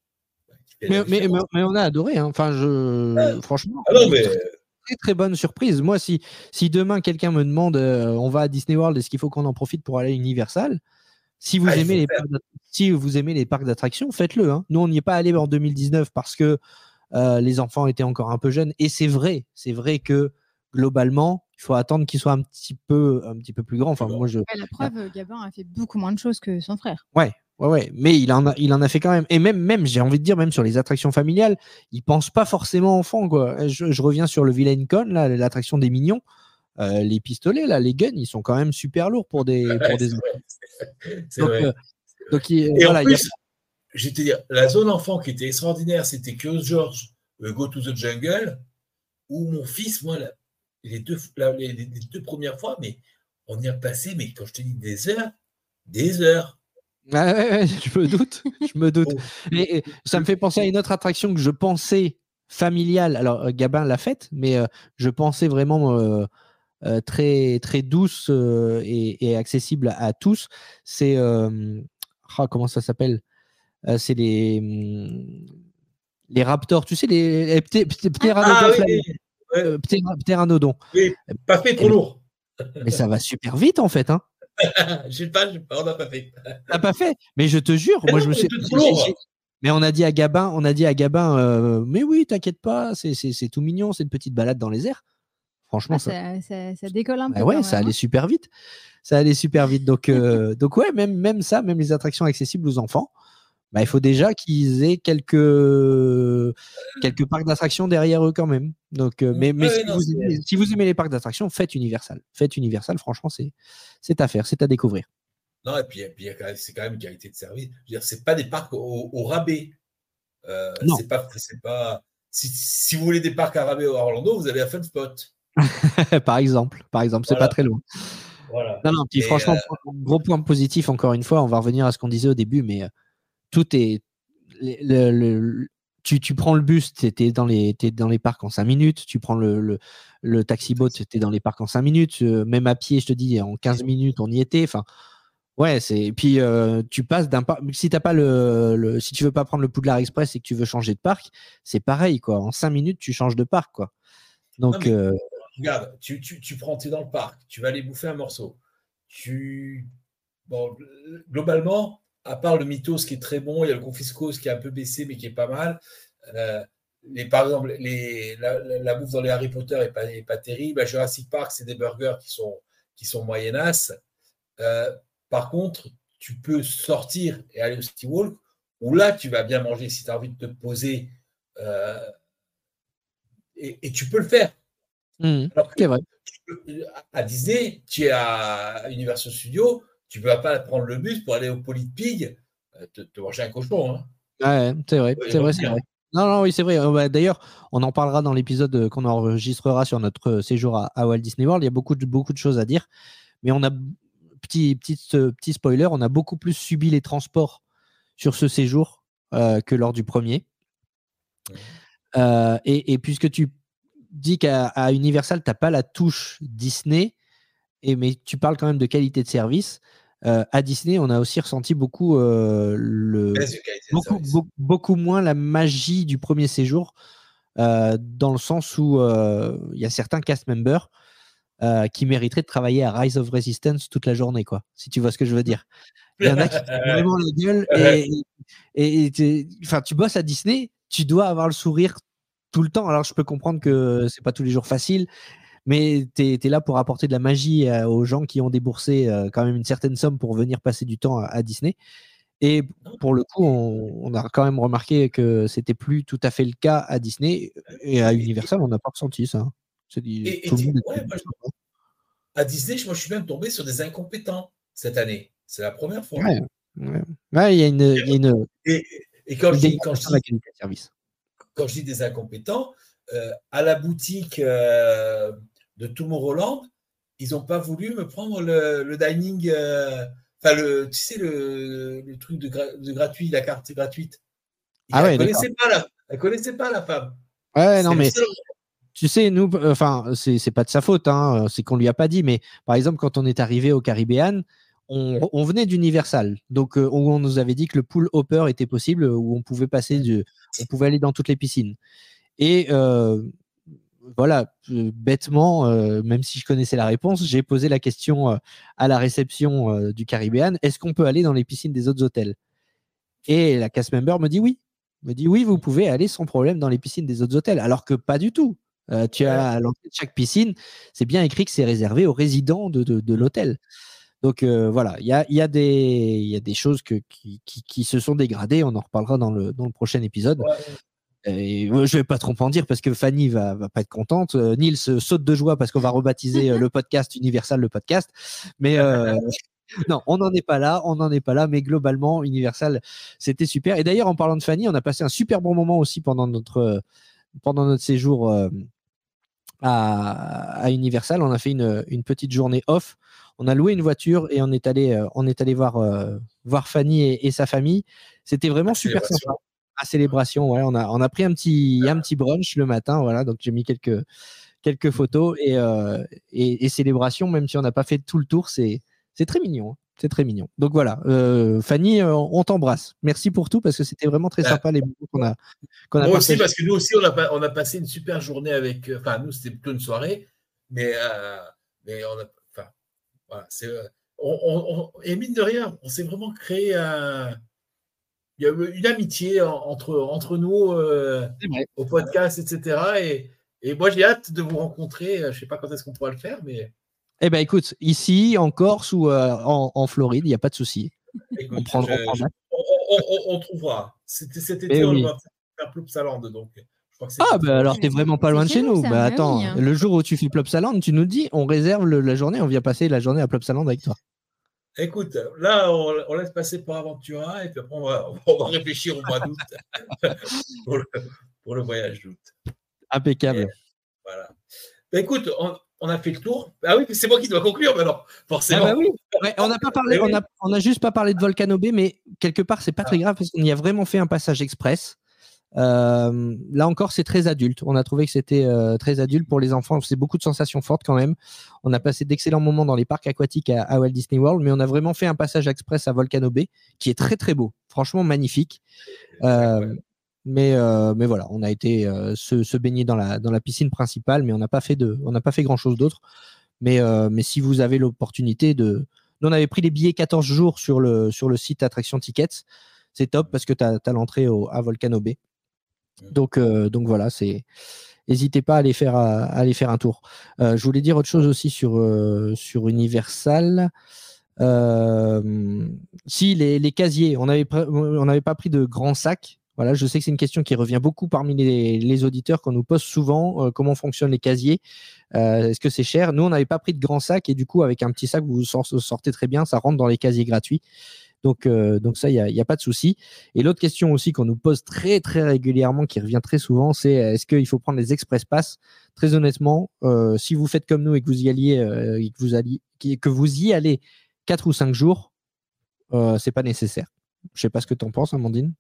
qui fait la Mais, mais, mais, différence. mais on a adoré, hein. Enfin, je, franchement, Ah non, mais. très très bonne surprise. Moi, si, si demain quelqu'un me demande, euh, on va à Disney World, est-ce qu'il faut qu'on en profite pour aller à Universal? Si vous Ah, il aimez faut les faire. parcs d'att- si vous aimez les parcs d'attractions, faites-le, hein. Nous, on n'y est pas allé en deux mille dix-neuf parce que euh, les enfants étaient encore un peu jeunes. Et c'est vrai, c'est vrai que globalement, il faut attendre qu'ils soient un petit peu, un petit peu plus grands. Enfin, Plus moi, je, Ouais, la preuve, euh, Gabin a fait beaucoup moins de choses que son frère. ouais, ouais, ouais. Mais il en a, il en a fait quand même. Et même, même, j'ai envie de dire, même sur les attractions familiales, il pense pas forcément enfant, quoi. Je, je reviens sur le Villain Con, là, l'attraction des mignons. Euh, les pistolets, là, les guns, ils sont quand même super lourds pour des, Ouais, pour des c'est enfants. vrai. C'est Donc, vrai. euh, donc il- Et voilà, en il y a- plus, je vais te dire, la zone enfant qui était extraordinaire, c'était Curious George, euh, Go to the Jungle, où mon fils, moi, la- les, deux, la- les, les deux premières fois, mais on y a passé, mais quand je te dis des heures, des heures. Ouais, ouais, ouais, je me doute, je me doute. Oh. Et, et ça me fait penser à une autre attraction que je pensais familiale. Alors, euh, Gabin l'a faite, mais euh, je pensais vraiment euh, euh, très, très douce euh, et, et accessible à, à tous. C'est. euh, ah, comment ça s'appelle? Euh, C'est les, hum, les raptors, tu sais, les, les pté- pté- Ah ptéranodons. oui, oui, ouais, euh, pté- ptéranodons. oui, pas fait Eh trop ben, lourd. mais ça va super vite, en fait, hein. Je sais pas, je sais pas, on n'a pas fait. T'as pas fait? Mais je te jure, Mais moi non, je me c'est suis. tout j'ai- trop lourd. j'ai- Mais on a dit à Gabin, on a dit à Gabin, euh, mais oui, t'inquiète pas, c'est c'est- c'est tout mignon, c'est une petite balade dans les airs. Franchement, Ah, ça, ça, ça, ça décolle un bah peu. ouais, quand ça même, allait hein. super vite. Ça allait super vite. Donc, euh, donc ouais, même, même ça, même les attractions accessibles aux enfants, bah, il faut déjà qu'ils aient quelques, quelques parcs d'attractions derrière eux quand même. Donc, euh, mais mais Ouais, si, non, vous c'est- aimez, si vous aimez les parcs d'attractions, faites Universal. Faites Universal, franchement, c'est c'est à faire, c'est à découvrir. non, et puis, et puis, c'est quand même une qualité de service. Je veux dire, c'est pas des parcs au, au rabais. Euh, Non. c'est pas, c'est pas. Si, si vous voulez des parcs à rabais à Orlando, vous allez à Fun Spot. par exemple, par exemple, c'est Voilà. pas très loin. Voilà. Non, non, puis Et, franchement, euh, gros point positif, encore une fois, on va revenir à ce qu'on disait au début, mais euh, tout est. Le, le- le- tu, tu prends le bus, tu es dans, les, t'es dans les parcs en cinq minutes, tu prends le, le, le taxi boat, tu es dans les parcs en cinq minutes, euh, même à pied, je te dis, en quinze minutes, on y était. Enfin, ouais, c'est. Et puis, euh, tu passes d'un parc. Si t'as pas le, le. Si tu veux pas prendre le Poudlard Express et que tu veux changer de parc, c'est pareil, quoi. En cinq minutes, tu changes de parc, quoi. non, Donc, mais euh, regarde, tu, tu, tu prends, tu es dans le parc, tu vas aller bouffer un morceau. Tu. Bon, globalement, à part le Mythos qui est très bon, il y a le Confiscos qui est un peu baissé, mais qui est pas mal. Euh, les, par exemple, les, la, la, la bouffe dans les Harry Potter n'est pas, est pas terrible. À Jurassic Park, c'est des burgers qui sont, qui sont moyennasses. Euh, par contre, tu peux sortir et aller au City Walk, où là, tu vas bien manger si tu as envie de te poser. Euh, et, et tu peux le faire. mmh, Alors que c'est vrai. tu peux, à Disney, tu es à Universal Studios, tu ne vas pas prendre le bus pour aller au Polypig te, te manger un cochon. Hein. Ouais, c'est vrai, Ouais, c'est vrai, c'est revenir. vrai. Non, non, oui, c'est vrai. Euh, bah, D'ailleurs, on en parlera dans l'épisode euh, qu'on enregistrera sur notre euh, séjour à, à Walt Disney World. Il y a beaucoup de, beaucoup de choses à dire. Mais on a, petit, petit, euh, petit spoiler, on a beaucoup plus subi les transports sur ce séjour euh, que lors du premier. Mmh. Euh, et, et puisque tu dis qu'à à Universal, tu n'as pas la touche Disney, et, mais tu parles quand même de qualité de service. Euh, à Disney, on a aussi ressenti beaucoup, euh, le, Baisse de qualité de beaucoup, service. beaucoup, beaucoup moins la magie du premier séjour, euh, dans le sens où il euh, y a certains cast members euh, qui mériteraient de travailler à Rise of Resistance toute la journée, quoi, si tu vois ce que je veux dire. Il y en a qui font vraiment la gueule et, et, et enfin, tu bosses à Disney, tu dois avoir le sourire tout le temps. Alors, je peux comprendre que c'est pas tous les jours facile, mais tu es là pour apporter de la magie euh, aux gens qui ont déboursé euh, quand même une certaine somme pour venir passer du temps à, à Disney. Et pour le coup, on, on a quand même remarqué que c'était plus tout à fait le cas à Disney et à Universal, on n'a pas ressenti ça. Dit, et, et ouais, moi, je, à Disney, moi, je suis même tombé sur des incompétents cette année. C'est la première fois. Ouais, ouais. Ouais, il y a une, il y a une et, et quand, je dis, quand, je dis, la qualité de service. Quand je dis des incompétents, euh, à la boutique euh, de Tomorrowland, ils n'ont pas voulu me prendre le, le dining, euh, enfin, le, tu sais, le, le truc de, gra de gratuit, la carte gratuite. Ils, ah ouais, elle ne connaissait pas la, elle connaissait pas la femme. Ouais, non, mais tu sais, nous, enfin, c'est pas de sa faute, hein, c'est qu'on lui a pas dit, mais par exemple, quand on est arrivé au Caribbean, on, on venait d'Universal, donc euh, on nous avait dit que le pool hopper était possible, où on pouvait passer, de, on pouvait aller dans toutes les piscines. Et euh, voilà, euh, bêtement, euh, même si je connaissais la réponse, j'ai posé la question euh, à la réception euh, du Caribbean, est-ce qu'on peut aller dans les piscines des autres hôtels? Et la cast member me dit oui, me dit oui, vous pouvez aller sans problème dans les piscines des autres hôtels, alors que pas du tout. Euh, tu as à l'entrée de chaque piscine, c'est bien écrit que c'est réservé aux résidents de, de, de l'hôtel. Donc euh, voilà, il y a, y, a y a des choses que, qui, qui, qui se sont dégradées. On en reparlera dans le, dans le prochain épisode. Ouais. Et je ne vais pas trop en dire parce que Fanny va, va pas être contente. Euh, Nils saute de joie parce qu'on va rebaptiser le podcast Universal le podcast. Mais euh, non, on n'en est pas là, on n'en est pas là. Mais globalement, Universal, c'était super. Et d'ailleurs, en parlant de Fanny, on a passé un super bon moment aussi pendant notre, pendant notre séjour euh, à, à Universal. On a fait une, une petite journée off. On a loué une voiture et on est allé, euh, on est allé voir, euh, voir Fanny et, et sa famille. C'était vraiment super sympa. À Célébration, ouais, on a, on a pris un petit, un petit brunch le matin, voilà, donc j'ai mis quelques, quelques photos et, euh, et, et Célébration, même si on n'a pas fait tout le tour, c'est, c'est très mignon, hein, c'est très mignon. Donc voilà, euh, Fanny, euh, on t'embrasse. Merci pour tout parce que c'était vraiment très sympa les moments qu'on a, qu'on a Moi partagé. aussi, parce que nous aussi, on a, on a passé une super journée avec, enfin nous, c'était plutôt une soirée, mais, euh, mais on a, enfin, voilà, c'est, on, on, on, et mine de rien, on s'est vraiment créé un. Il y a une amitié entre, entre nous euh, au podcast, et cetera. Et, et moi, j'ai hâte de vous rencontrer. Je ne sais pas quand est-ce qu'on pourra le faire, mais. Eh bien, écoute, ici, en Corse ou euh, en, en Floride, il n'y a pas de souci. Écoute, on, prendra, je, on, je, on, on, on trouvera. Cet, cet été, on oui. va faire Plopsaland. Donc, je crois que ah, ben alors, tu n'es vraiment pas loin de chez nous. nous. Bah, attends, oui, hein. Le jour où tu fais Plopsaland, tu nous dis, on réserve le, la journée, on vient passer la journée à Plopsaland avec toi. Écoute, là, on, on laisse passer pour Aventura et puis après, on va, on va réfléchir au mois d'août pour, le, pour le voyage d'août. Impeccable. Et, voilà. Bah, écoute, on, on a fait le tour. Ah oui, c'est moi qui dois conclure maintenant, forcément. Ah bah oui. Ouais, on n'a pas parlé, on a, on a juste pas parlé de Volcano Bay, mais quelque part, c'est pas très grave parce qu'on y a vraiment fait un passage express. Euh, là encore, c'est très adulte. On a trouvé que c'était euh, très adulte pour les enfants. C'est beaucoup de sensations fortes quand même. On a passé d'excellents moments dans les parcs aquatiques à, à Walt Disney World, mais on a vraiment fait un passage express à Volcano Bay qui est très très beau, franchement magnifique. Euh, mais euh, mais voilà, on a été euh, se, se baigner dans la dans la piscine principale, mais on n'a pas fait de, on n'a pas fait grand chose d'autre. Mais euh, mais si vous avez l'opportunité de, nous on avait pris les billets quatorze jours sur le sur le site Attraction Tickets. C'est top parce que tu as, as l'entrée au, à Volcano Bay. Donc, euh, donc voilà, c'est. N'hésitez pas à aller faire, à, à aller faire un tour. Euh, je voulais dire autre chose aussi sur, euh, sur Universal. Euh, si, les, les casiers, on n'avait pas pris de grands sacs. Voilà, je sais que c'est une question qui revient beaucoup parmi les, les auditeurs qu'on nous pose souvent. Euh, comment fonctionnent les casiers euh, Est-ce que c'est cher? Nous, on n'avait pas pris de grands sacs et du coup, avec un petit sac, vous sortez très bien. Ça rentre dans les casiers gratuits. Donc, euh, donc ça, il n'y a, y a pas de souci. Et l'autre question aussi qu'on nous pose très, très régulièrement, qui revient très souvent, c'est est-ce qu'il faut prendre les Express Pass? Très honnêtement, euh, si vous faites comme nous et que vous y alliez, euh, et que vous alliez, que vous y allez quatre ou cinq jours, euh, c'est pas nécessaire. Je sais pas ce que tu en penses, Amandine.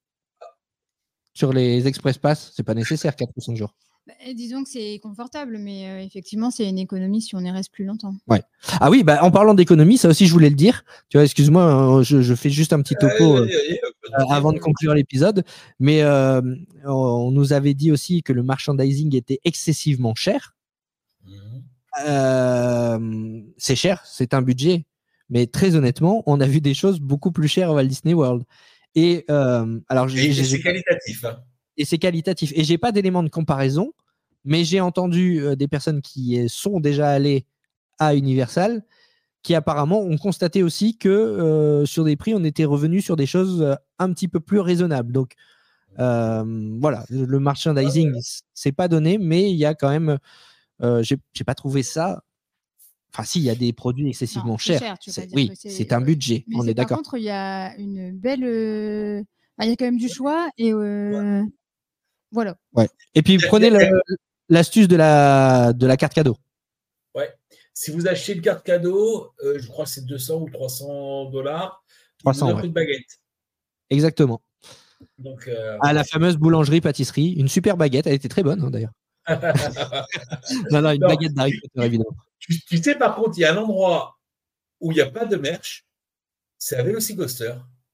Sur les Express Pass, c'est pas nécessaire quatre ou cinq jours. Bah, disons que c'est confortable, mais euh, effectivement, c'est une économie si on y reste plus longtemps. Ouais. Ah oui, bah, en parlant d'économie, ça aussi, je voulais le dire. Tu vois, excuse-moi, je, je fais juste un petit topo euh, euh, avant de conclure l'épisode. Mais euh, on nous avait dit aussi que le merchandising était excessivement cher. euh, c'est cher, c'est un budget. Mais très honnêtement, on a vu des choses beaucoup plus chères à Walt Disney World. Et euh, alors, Et, j'ai- et j'ai- c'est qualitatif. Hein. et c'est qualitatif. Et j'ai pas d'éléments de comparaison, mais j'ai entendu euh, des personnes qui sont déjà allées à Universal qui apparemment ont constaté aussi que euh, sur des prix, on était revenu sur des choses euh, un petit peu plus raisonnables. Donc euh, voilà, le merchandising, c'est pas donné, mais il y a quand même, euh, j'ai j'ai pas trouvé ça. Enfin, si, il y a des produits excessivement Non, c'est chers. cher, tu veux pas C'est- dire oui, que c'est- c'est un budget, Mais on c'est- est par d'accord. contre, il y a une belle. euh, bah, il y a quand même du choix et euh, voilà. Ouais. Et puis Il y a- prenez il y a- le- l'astuce de la, de la carte cadeau. Ouais. Si vous achetez une carte cadeau, euh, je crois que c'est deux cents ou trois cents dollars, ils trois cents, vous offrent ouais. une baguette. Exactement. Donc, euh, À la fameuse boulangerie-pâtisserie, une super baguette, elle était très bonne hein, d'ailleurs. Non, non, une Non, baguette d'Harry Potter, évidemment. tu, tu sais, par contre, il y a un endroit où il n'y a pas de merch, c'est à Velocicoaster.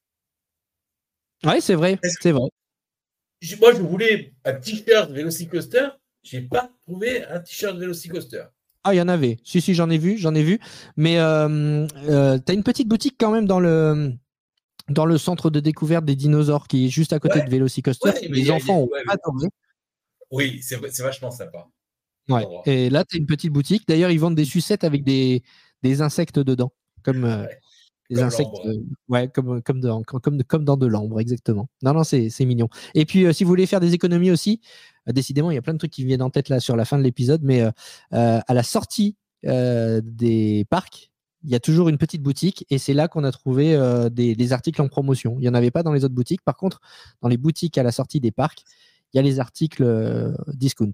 Ouais, c'est vrai, Est-ce que- c'est vrai. Je- Moi, je voulais un t-shirt Velocicoaster, je n'ai pas trouvé un t-shirt Velocicoaster. Ah, il y en avait. Si, si, j'en ai vu, j'en ai vu. Mais euh, euh, tu as une petite boutique quand même dans le, dans le centre de découverte des dinosaures qui est juste à côté Ouais. de Velocicoaster. Ouais, mais il Les y a- enfants ont ouais, mais- adoré. Oui, c'est c'est vachement sympa. Ouais. Endroit. Et là, tu as une petite boutique. D'ailleurs, ils vendent des sucettes avec des, des insectes dedans. Comme, euh, Ouais. des Comme insectes. l'ambre. euh, ouais, comme, comme, dans, comme, comme, comme dans de l'ambre, exactement. Non, non, c'est c'est mignon. Et puis, euh, si vous voulez faire des économies aussi, euh, décidément, il y a plein de trucs qui me viennent en tête là sur la fin de l'épisode, mais euh, euh, à la sortie euh, des parcs, il y a toujours une petite boutique et c'est là qu'on a trouvé euh, des, des articles en promotion. Il n'y en avait pas dans les autres boutiques. Par contre, dans les boutiques à la sortie des parcs, il y a les articles euh, discount.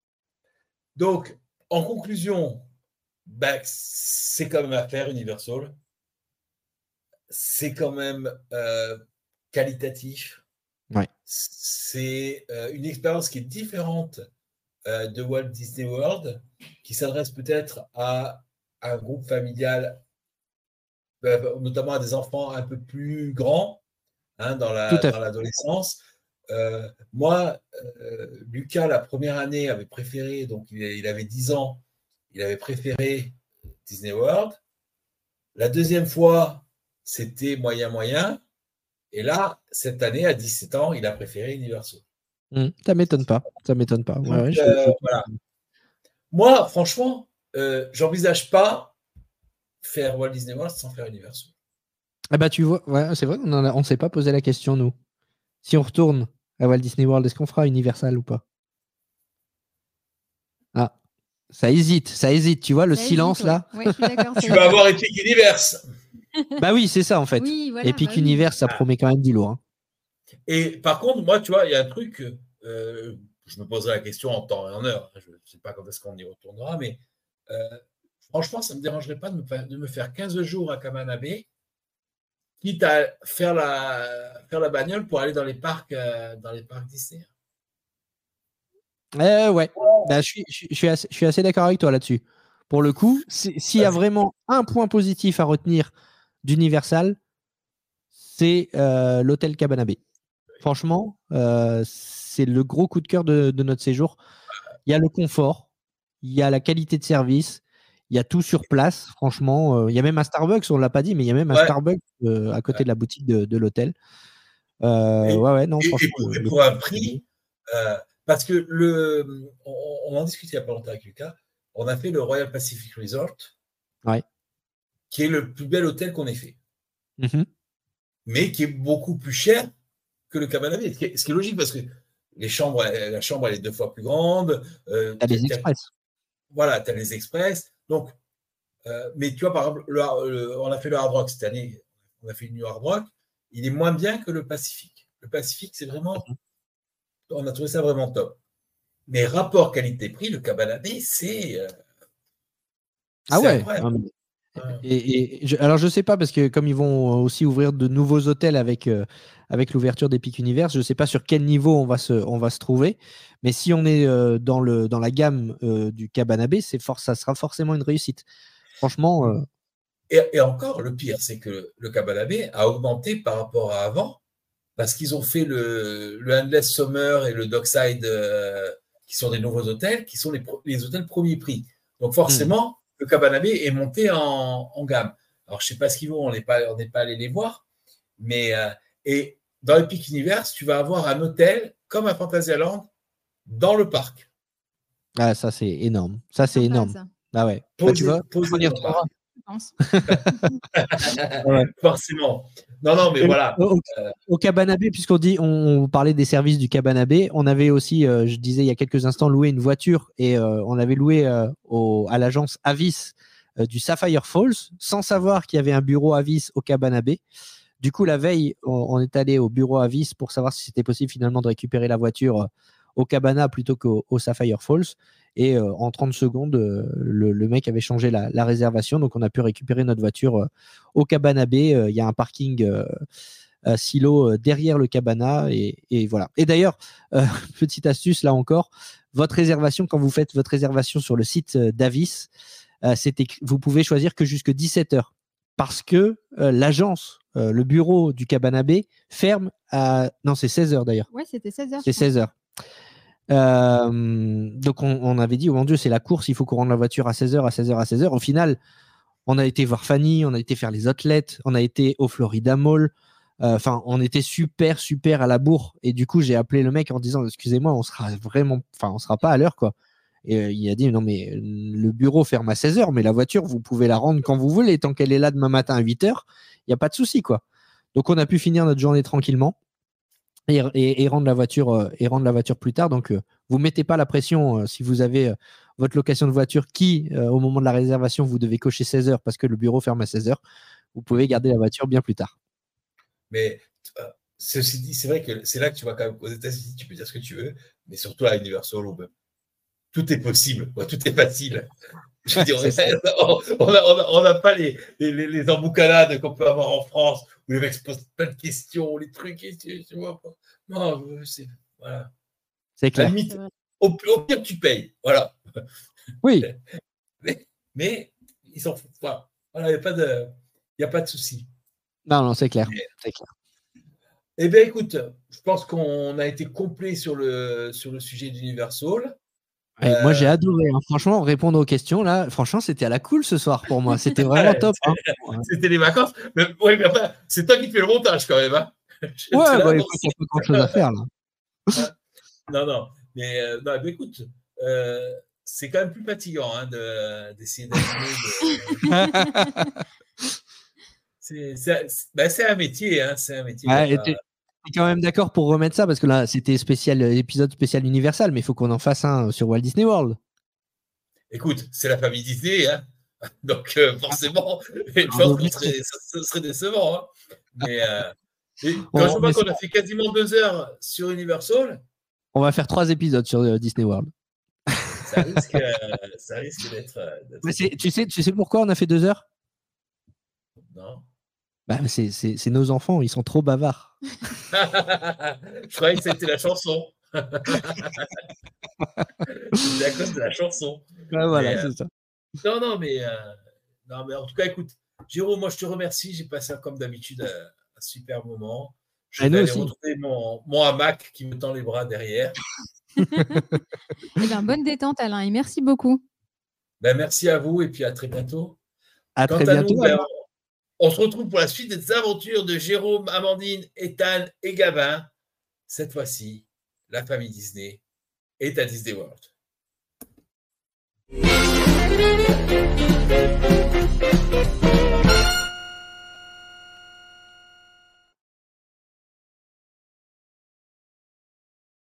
Donc, en conclusion, bah, c'est quand même à faire Universal. C'est quand même euh, qualitatif. Ouais. C'est euh, une expérience qui est différente euh, de Walt Disney World, qui s'adresse peut-être à, à un groupe familial, euh, notamment à des enfants un peu plus grands, hein, dans la- Tout à dans fait. l'adolescence. Euh, moi, euh, Lucas, la première année, avait préféré, donc il, il avait dix ans, il avait préféré Disney World. La deuxième fois, c'était moyen moyen. Et là, cette année, à dix-sept ans, il a préféré Universal. Mmh, ça m'étonne pas. Ça m'étonne pas. Ouais, Donc, ouais, je- euh, je- voilà. Moi, franchement, euh, j'envisage pas faire Walt Disney World sans faire Universal. Ah bah tu vois, ouais, c'est vrai, on en a- on ne s'est pas posé la question nous. Si on retourne à Walt Disney World, est-ce qu'on fera Universal ou pas? Ah, ça hésite, ça hésite. Tu vois le Ça silence hésite, là? ouais. Ouais, je suis d'accord, ça Tu hésite. vas avoir Epic Universe. Bah oui, c'est ça en fait. Oui, voilà, Epic bah oui. Universe, ça Ah. promet quand même du lourd. hein. Et par contre, moi, tu vois, il y a un truc, euh, je me poserai la question en temps et en heure. Je ne sais pas quand est-ce qu'on y retournera, mais euh, franchement, ça ne me dérangerait pas de me, faire, de me faire quinze jours à Cabana Bay, quitte à faire la, faire la bagnole pour aller dans les parcs, euh, dans les parcs Disney. Euh, ouais, bah, je suis, je, suis- je suis assez, je suis assez d'accord avec toi là-dessus. Pour le coup, c'est- s'il y a vraiment un point positif à retenir d'Universal, c'est euh, l'hôtel Cabana Bay. Franchement, euh, c'est le gros coup de cœur de, de notre séjour. Il y a le confort, il y a la qualité de service, il y a tout sur place. Franchement, euh, il y a même un Starbucks, on ne l'a pas dit, mais il y a même un Ouais. Starbucks euh, à côté Ouais. de la boutique de, de l'hôtel. Euh, Et- ouais, ouais, non, Et, et franchement. pour, le- et le- pour un prix, euh, parce que le, on, on en discutait il n'y a pas longtemps avec Lucas, on a fait le Royal Pacific Resort, Ouais. qui est le plus bel hôtel qu'on ait fait, Mhm. mais qui est beaucoup plus cher que le Cabana Bay. Ce qui est, ce qui est logique parce que les chambres, la chambre elle est deux fois plus grande. Euh, T'as les t'as- express. Voilà, tu as les express. Donc, euh, mais tu vois, par exemple, le, le- on a fait le Hard Rock cette année, on a fait une nuit Hard Rock, il est moins bien que le Pacifique. Le Pacifique, c'est vraiment, on a trouvé ça vraiment top. Mais rapport qualité-prix, le Cabana Bay, c'est. euh, Ah c'est ouais. incroyable. non, mais- Ouais. Et, et je- alors je sais pas parce que comme ils vont aussi ouvrir de nouveaux hôtels avec euh, avec l'ouverture d'Epic Universe, je sais pas sur quel niveau on va se on va se trouver, mais si on est euh, dans le dans la gamme euh, du Cabana Bay, c'est for- ça sera forcément une réussite. Franchement, euh, Et, et encore, le pire, c'est que le Cabana Bay a augmenté par rapport à avant, parce qu'ils ont fait le, le Endless Summer et le Dockside, euh, qui sont des nouveaux hôtels, qui sont les, pro- les hôtels premier prix. Donc forcément, mmh. le Cabana B est monté en, en gamme. Alors, je ne sais pas ce qu'ils vont, on n'est pas, on n'est pas allé les voir. Mais, euh, et dans Epic Universe, tu vas avoir un hôtel comme à Fantasyland dans le parc. Ah, ça, c'est énorme. Ça, c'est Sympa, énorme. ça. Ah ouais. Posé, bah, tu vois, posé on y dans le parc. Je pense. Ouais. Forcément. Non, non, mais Et voilà. Au, Euh, au Cabana B, puisqu'on dit, on, on parlait des services du Cabana B, on avait aussi, euh, je disais il y a quelques instants, loué une voiture et euh, on avait loué euh, au, à l'agence Avis euh, du Sapphire Falls, sans savoir qu'il y avait un bureau Avis au Cabana B. Du coup, la veille, on, on est allé au bureau Avis pour savoir si c'était possible finalement de récupérer la voiture euh, au Cabana plutôt qu'au au Sapphire Falls. Et euh, en trente secondes, euh, le, le mec avait changé la, la réservation. Donc, on a pu récupérer notre voiture euh, au Cabana B. Il euh, y a un parking euh, euh, silo euh, derrière le Cabana. Et, et voilà. Et d'ailleurs, euh, petite astuce là encore, votre réservation, quand vous faites votre réservation sur le site euh, d'Avis, euh, c'est écrit, vous pouvez choisir que jusque dix-sept heures. Parce que euh, l'agence, euh, le bureau du Cabana B ferme à. Non, c'est seize heures d'ailleurs. Ouais, c'était seize heures. C'est seize heures. Euh, donc on, on avait dit, oh mon Dieu, c'est la course, il faut qu'on rende la voiture à seize heures, à seize heures, à seize heures. Au final, on a été voir Fanny, on a été faire les outlets, on a été au Florida Mall. Enfin, euh, on était super, super à la bourre. Et du coup, j'ai appelé le mec en disant, excusez-moi, on sera vraiment, enfin, on sera pas à l'heure, quoi. Et euh, il a dit, non, mais le bureau ferme à seize heures, mais la voiture, vous pouvez la rendre quand vous voulez. Tant qu'elle est là demain matin à huit heures, il n'y a pas de souci, quoi. Donc, on a pu finir notre journée tranquillement. Et, et, et, rendre la voiture, euh, et rendre la voiture plus tard. Donc, euh, vous ne mettez pas la pression euh, si vous avez euh, votre location de voiture qui, euh, au moment de la réservation, vous devez cocher seize heures parce que le bureau ferme à seize heures. Vous pouvez garder la voiture bien plus tard. Mais euh, ceci dit, c'est vrai que c'est là que tu vas quand même aux États-Unis, tu peux dire ce que tu veux, mais surtout à Universal, où tout est possible, quoi, tout est facile. Je veux dire, on n'a on a, on a pas les, les, les emboucanades qu'on peut avoir en France où les mecs se posent plein de questions, les trucs, et tu, tu vois pas. Non, c'est voilà. C'est clair. À la limite, au, au pire, tu payes. Voilà. Oui. Mais, mais ils s'en foutent pas. Voilà, il n'y a pas de, il y a pas de souci. Non, non, c'est clair. C'est clair. Eh bien, écoute, je pense qu'on a été complet sur le, sur le sujet d'Universal. Ouais, euh... Moi, j'ai adoré. Hein. Franchement, répondre aux questions, là, franchement, c'était à la cool ce soir pour moi. C'était vraiment top. Hein. C'était les vacances. Mais, ouais, mais enfin, c'est toi qui fais le montage quand même. Hein. Ouais, bah, écoute, il n'y a pas grand-chose à faire là. non, non. Mais euh, non, bah, écoute, euh, c'est quand même plus fatigant hein, de, d'essayer d'animer. De... c'est, c'est, bah, c'est un métier. Hein, c'est un métier. Ouais, et tu es quand même d'accord pour remettre ça parce que là, c'était spécial, épisode spécial Universal, mais il faut qu'on en fasse un sur Walt Disney World. Écoute, c'est la famille Disney, hein. Donc euh, forcément, je pense que ce serait, ce serait décevant. Hein. Mais euh, et quand on, je vois qu'on a fait quasiment deux heures sur Universal, on va faire trois épisodes sur euh, Disney World. Ça risque, euh, ça risque d'être. d'être... Mais c'est, tu sais, tu sais pourquoi on a fait deux heures? Non. Bah, c'est, c'est, c'est nos enfants, ils sont trop bavards. Je croyais que c'était la chanson. C'est à cause de la chanson. Ouais, voilà, mais, c'est euh, ça. Non, non, mais, euh, non, mais en tout cas, écoute, Jérôme, moi je te remercie. J'ai passé comme d'habitude un, un super moment. Je vais aller retrouver mon, mon hamac qui me tend les bras derrière. Eh bien, bonne détente, Alain, et merci beaucoup. Ben, merci à vous et puis à très bientôt. À Quant très à bientôt. Nous, ben, on, on se retrouve pour la suite des aventures de Jérôme, Amandine, Ethan et Gabin. Cette fois-ci, la famille Disney est à Disney World.